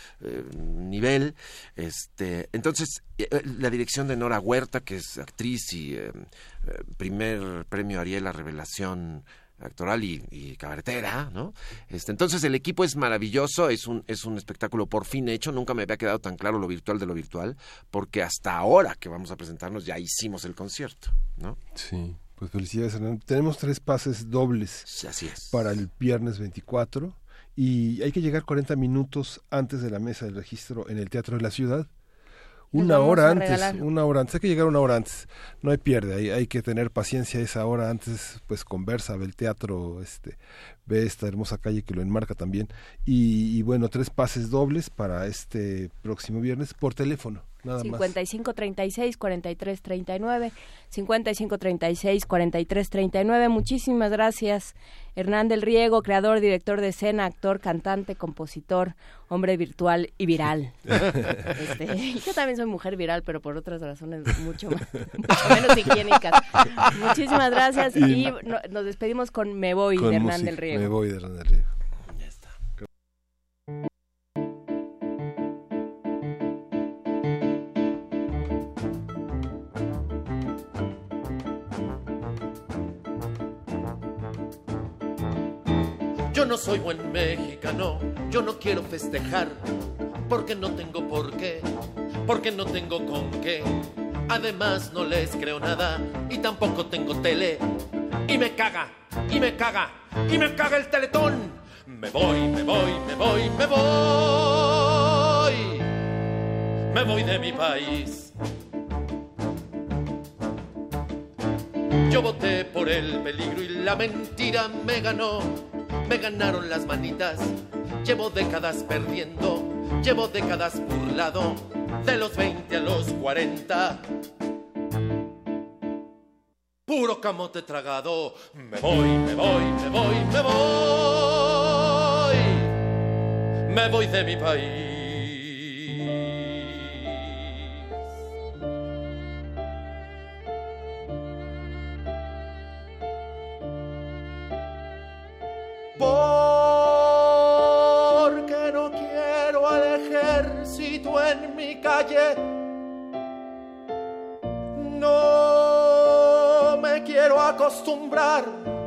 nivel. Entonces, la dirección de Nora Huerta, que es actriz y primer premio Ariel a revelación actoral y cabaretera, ¿no? Entonces el equipo es maravilloso, es un espectáculo por fin hecho. Nunca me había quedado tan claro lo virtual de lo virtual, porque hasta ahora que vamos a presentarnos ya hicimos el concierto, ¿no? Sí, pues felicidades, Hernán. Tenemos 3 pases dobles. Así es. Para el viernes 24, y hay que llegar 40 minutos antes de la mesa del registro en el Teatro de la Ciudad. Una hora antes, hay que llegar una hora antes, no hay pierde, hay que tener paciencia esa hora antes, pues conversa, ve el teatro, ve esta hermosa calle que lo enmarca también, y bueno, 3 pases dobles para este próximo viernes por teléfono, nada 5536-4339, 5536-4339, muchísimas gracias, Hernán del Riego, creador, director de escena, actor, cantante, compositor, hombre virtual y viral. Yo también soy mujer viral, pero por otras razones mucho menos higiénicas. Muchísimas gracias y nos despedimos con Me Voy de Hernán del Riego. Me Voy de Hernán del Riego. Ya está. Yo no soy buen mexicano, yo no quiero festejar, porque no tengo por qué, porque no tengo con qué. Además no les creo nada y tampoco tengo tele. Y me caga, y me caga, y me caga el Teletón. Me voy, me voy, me voy, me voy. Me voy de mi país. Yo voté por el peligro y la mentira me ganó. Me ganaron las manitas, llevo décadas perdiendo, llevo décadas burlado, de los 20 a los 40. Puro camote tragado, me voy, me voy, me voy, me voy. Me voy de mi país. Porque no quiero al ejército en mi calle. No me quiero acostumbrar.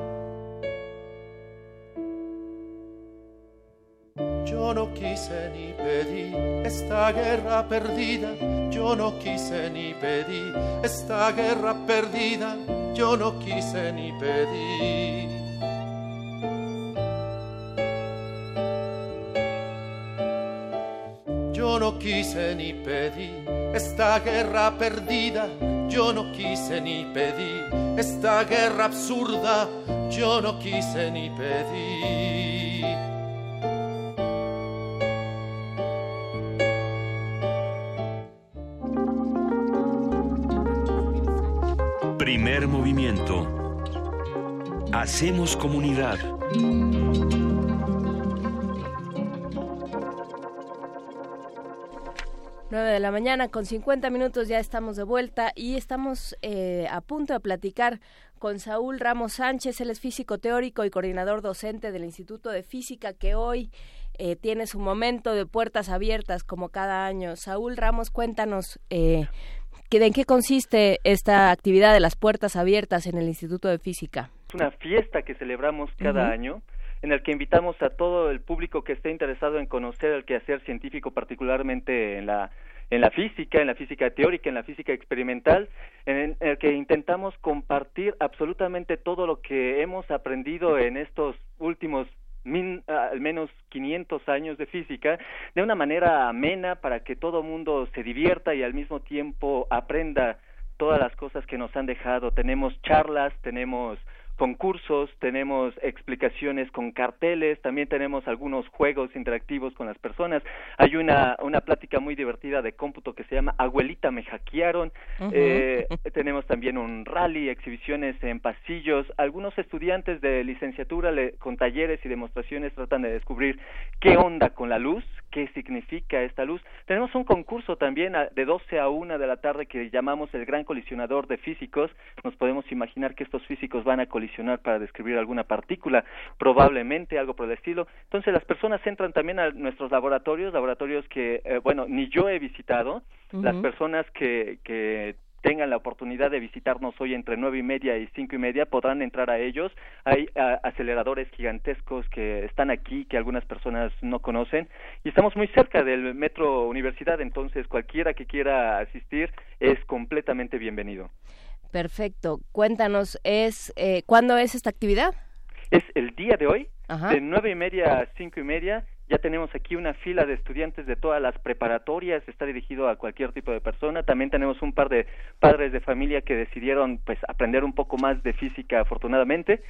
Yo no quise ni pedí esta guerra perdida. Yo no quise ni pedí esta guerra perdida. Yo no quise ni pedí. no quise ni pedí esta guerra perdida, yo no quise ni pedí esta guerra absurda, yo no quise ni pedí. Primer movimiento. Hacemos comunidad. 9:50 con 50 minutos, ya estamos de vuelta y estamos a punto de platicar con Saúl Ramos Sánchez. Él es físico teórico y coordinador docente del Instituto de Física, que hoy tiene su momento de puertas abiertas como cada año. Saúl Ramos, cuéntanos ¿en qué consiste esta actividad de las puertas abiertas en el Instituto de Física? Es una fiesta que celebramos cada año, en el que invitamos a todo el público que esté interesado en conocer el quehacer científico, particularmente en la física teórica, en la física experimental, en el que intentamos compartir absolutamente todo lo que hemos aprendido en estos últimos al menos 500 años de física, de una manera amena para que todo mundo se divierta y al mismo tiempo aprenda todas las cosas que nos han dejado. Tenemos charlas, tenemos concursos, tenemos explicaciones con carteles, también tenemos algunos juegos interactivos con las personas. Hay una plática muy divertida de cómputo que se llama Abuelita me hackearon. Tenemos también un rally, exhibiciones en pasillos. Algunos estudiantes de licenciatura con talleres y demostraciones tratan de descubrir qué onda con la luz, qué significa esta luz. Tenemos un concurso también de 12 a 1 de la tarde que llamamos el Gran Colisionador de Físicos. Nos podemos imaginar que estos físicos van a colisionar para describir alguna partícula, probablemente algo por el estilo. Entonces las personas entran también a nuestros laboratorios que, ni yo he visitado. Las personas que tengan la oportunidad de visitarnos hoy entre 9:30 y 5:30 podrán entrar a ellos. Hay aceleradores gigantescos que están aquí, que algunas personas no conocen, y estamos muy cerca del Metro Universidad, entonces cualquiera que quiera asistir es completamente bienvenido. Perfecto. Cuéntanos, ¿cuándo es esta actividad? Es el día de hoy, de 9:30 a 5:30. Ya tenemos aquí una fila de estudiantes de todas las preparatorias, está dirigido a cualquier tipo de persona. También tenemos un par de padres de familia que decidieron aprender un poco más de física, afortunadamente.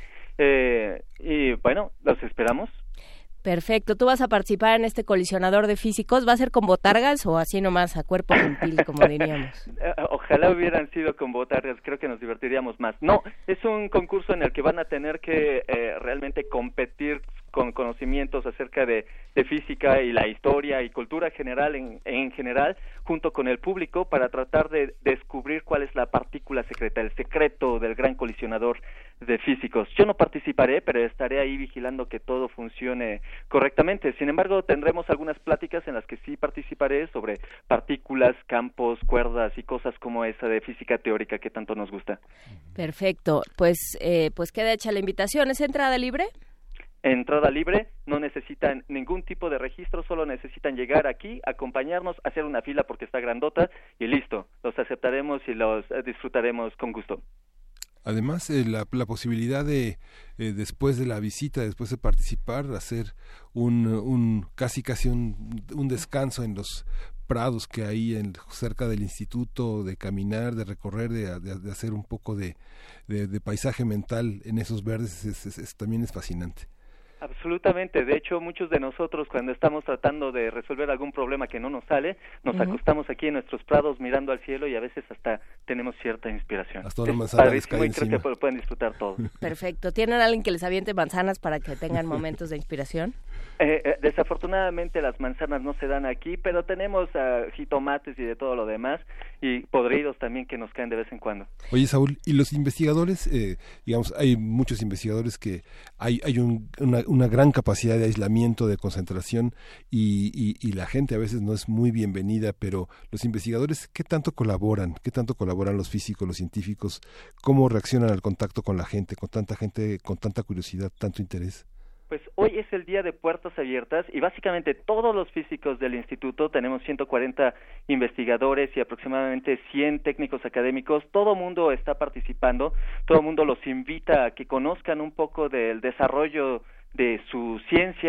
Y bueno, los esperamos. Perfecto. ¿Tú vas a participar en este colisionador de físicos? ¿Va a ser con botargas o así nomás a cuerpo gentil, como diríamos? Ojalá hubieran sido con botargas, creo que nos divertiríamos más. No, es un concurso en el que van a tener que realmente competir con conocimientos acerca de física y la historia y cultura general en general, junto con el público, para tratar de descubrir cuál es la partícula secreta, el secreto del gran colisionador de físicos. Yo no participaré, pero estaré ahí vigilando que todo funcione correctamente. Sin embargo, tendremos algunas pláticas en las que sí participaré sobre partículas, campos, cuerdas y cosas como esa de física teórica que tanto nos gusta. Perfecto. Pues queda hecha la invitación. ¿Es entrada libre? Entrada libre, no necesitan ningún tipo de registro, solo necesitan llegar aquí, acompañarnos, hacer una fila porque está grandota y listo, los aceptaremos y los disfrutaremos con gusto. Además, la posibilidad de, después de la visita, después de participar, hacer casi un descanso en los prados que hay cerca del instituto, de caminar, de recorrer, de hacer un poco de paisaje mental en esos verdes, también es fascinante. Absolutamente. De hecho, muchos de nosotros, cuando estamos tratando de resolver algún problema que no nos sale, nos acostamos aquí en nuestros prados mirando al cielo y a veces hasta tenemos cierta inspiración. Hasta una manzana les cae encima. Creo que pueden disfrutar todo. Perfecto. ¿Tienen alguien que les aviente manzanas para que tengan momentos de inspiración? Desafortunadamente las manzanas no se dan aquí, pero tenemos jitomates y de todo lo demás, y podridos también que nos caen de vez en cuando. Oye, Saúl, ¿y los investigadores? Hay muchos investigadores que hay una gran capacidad de aislamiento, de concentración, y la gente a veces no es muy bienvenida, pero los investigadores, ¿qué tanto colaboran? ¿Qué tanto colaboran los físicos, los científicos? ¿Cómo reaccionan al contacto con la gente, con tanta curiosidad, tanto interés? Pues hoy es el día de puertas abiertas y básicamente todos los físicos del instituto, tenemos 140 investigadores y aproximadamente 100 técnicos académicos, todo mundo está participando, todo mundo los invita a que conozcan un poco del desarrollo de su ciencia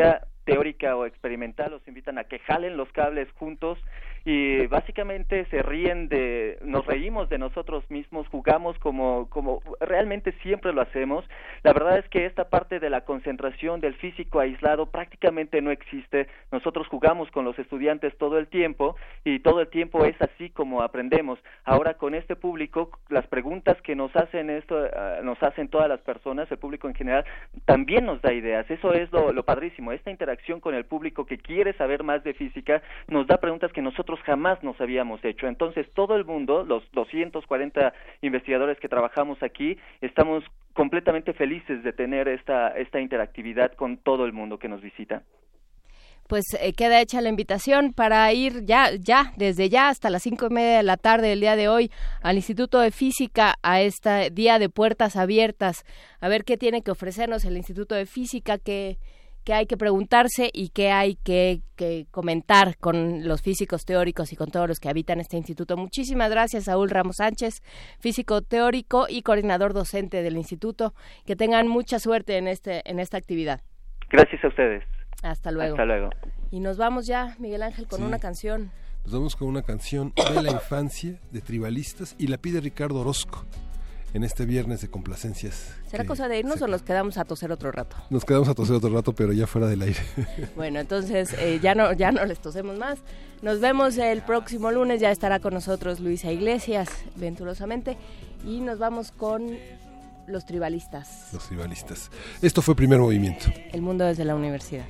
teórica o experimental, los invitan a que jalen los cables juntos y básicamente nos reímos de nosotros mismos, jugamos como realmente siempre lo hacemos. La verdad es que esta parte de la concentración del físico aislado prácticamente no existe. Nosotros jugamos con los estudiantes todo el tiempo y todo el tiempo es así como aprendemos. Ahora con este público, las preguntas que nos hacen nos hacen todas las personas, el público en general, también nos da ideas. Eso es lo padrísimo. Esta interacción con el público que quiere saber más de física nos da preguntas que nosotros jamás nos habíamos hecho. Entonces todo el mundo, los 240 investigadores que trabajamos aquí, estamos completamente felices de tener esta interactividad con todo el mundo que nos visita. Pues queda hecha la invitación para ir desde ya hasta las 5:30 de la tarde del día de hoy al Instituto de Física, a este día de puertas abiertas, a ver qué tiene que ofrecernos el Instituto de Física, qué hay que preguntarse y qué hay que comentar con los físicos teóricos y con todos los que habitan este instituto. Muchísimas gracias, Saúl Ramos Sánchez, físico teórico y coordinador docente del instituto. Que tengan mucha suerte en esta actividad. Gracias a ustedes. Hasta luego. Hasta luego. Y nos vamos ya, Miguel Ángel, con una canción. Nos vamos con una canción de la infancia, de Tribalistas, y la pide Ricardo Orozco en este viernes de complacencias. ¿Será cosa de irnos o nos quedamos a toser otro rato? Nos quedamos a toser otro rato, pero ya fuera del aire. Bueno, entonces ya no les tosemos más. Nos vemos el próximo lunes, ya estará con nosotros Luisa Iglesias, venturosamente, y nos vamos con Los Tribalistas. Los Tribalistas. Esto fue Primer Movimiento. El mundo desde la universidad.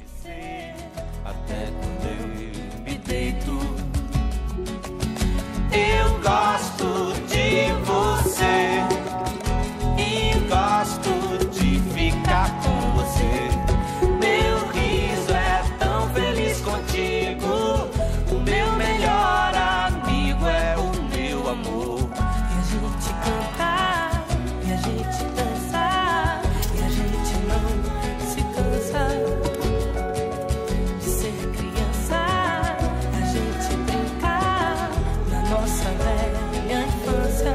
Eu gosto de você e gosto de ficar com você. Meu riso é tão feliz contigo. O meu melhor amigo é o meu amor. E a gente cantar, e a gente dançar, e a gente não se cansa de ser criança. A gente brincar na nossa velha infância.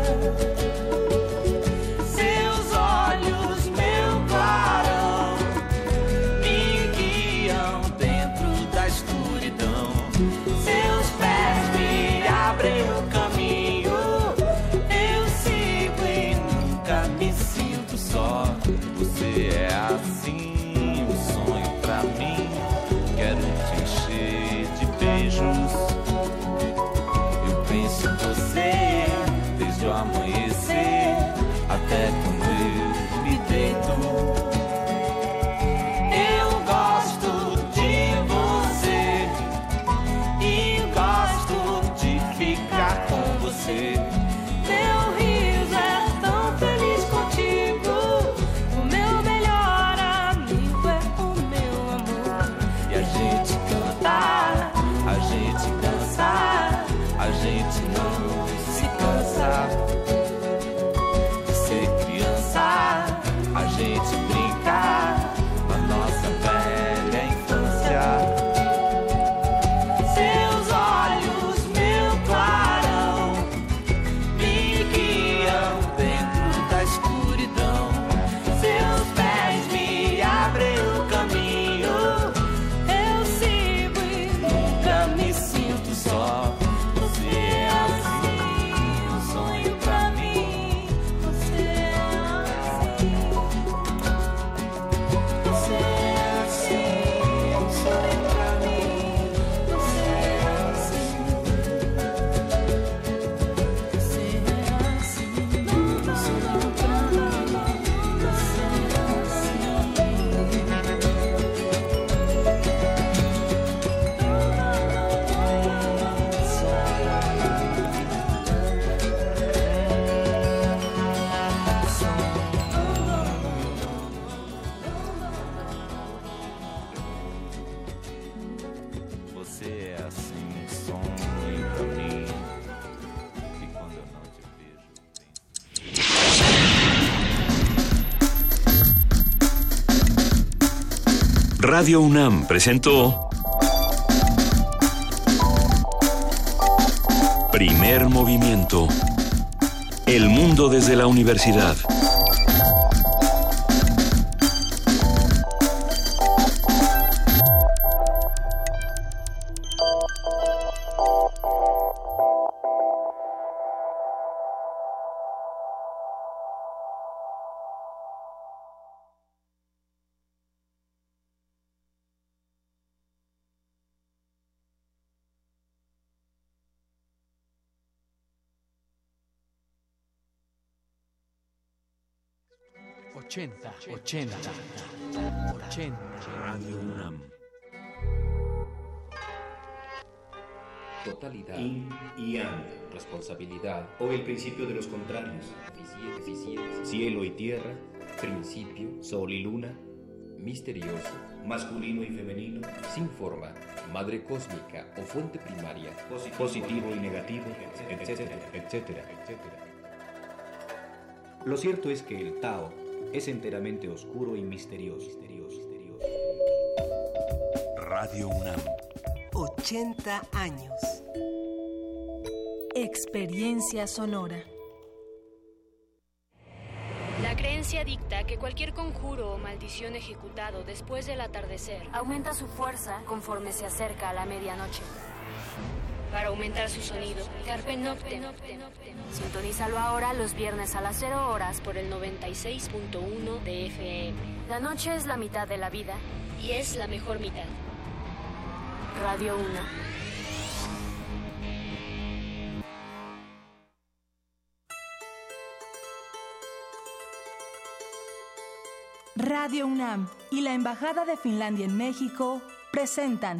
Seus olhos, meu clarão, me guiam dentro da escuridão. Seus pés me abrem o caminho. Eu sigo e nunca me sinto só. Você é assim, um sonho pra mim. Quero te encher de beijos. Eu penso em você desde o amanhecer até quando eu me deito. Eu gosto de você e gosto de ficar com você. Meu riso é tão feliz contigo. O meu melhor amigo é o meu amor. E a gente cantar, a gente dançar, a gente não se cansa de ser criança. A gente brincar na nossa velha infância. Seus olhos, meu clarão, me guiam dentro da escuridão. Seus pés me abrem o caminho. Eu sigo e nunca me sinto só. Você é assim, um sonho pra mim. Você é assim. Você é assim, um sonho pra mim. Você é assim. Você é assim, um sonho pra mim. Você Você é assim, um sonho pra mim. E quando eu não te vejo, Radio UNAM presentó Primer Movimiento. El mundo desde la universidad. 80. Radio UNAM. Totalidad, yin y yang, responsabilidad o el principio de los contrarios, cielo y tierra, principio, sol y luna, misterioso, masculino y femenino, sin forma, madre cósmica o fuente primaria, positivo y negativo, etcétera. Lo cierto es que el Tao es enteramente oscuro y misterioso. Radio UNAM. 80 años. Experiencia sonora. La creencia dicta que cualquier conjuro o maldición ejecutado después del atardecer aumenta su fuerza conforme se acerca a la medianoche. Para aumentar su sonido, Carpe Noctem. Sintonízalo ahora los viernes a las 0 horas por el 96.1 de FM. La noche es la mitad de la vida y es la mejor mitad. Radio UNAM. Radio UNAM y la Embajada de Finlandia en México presentan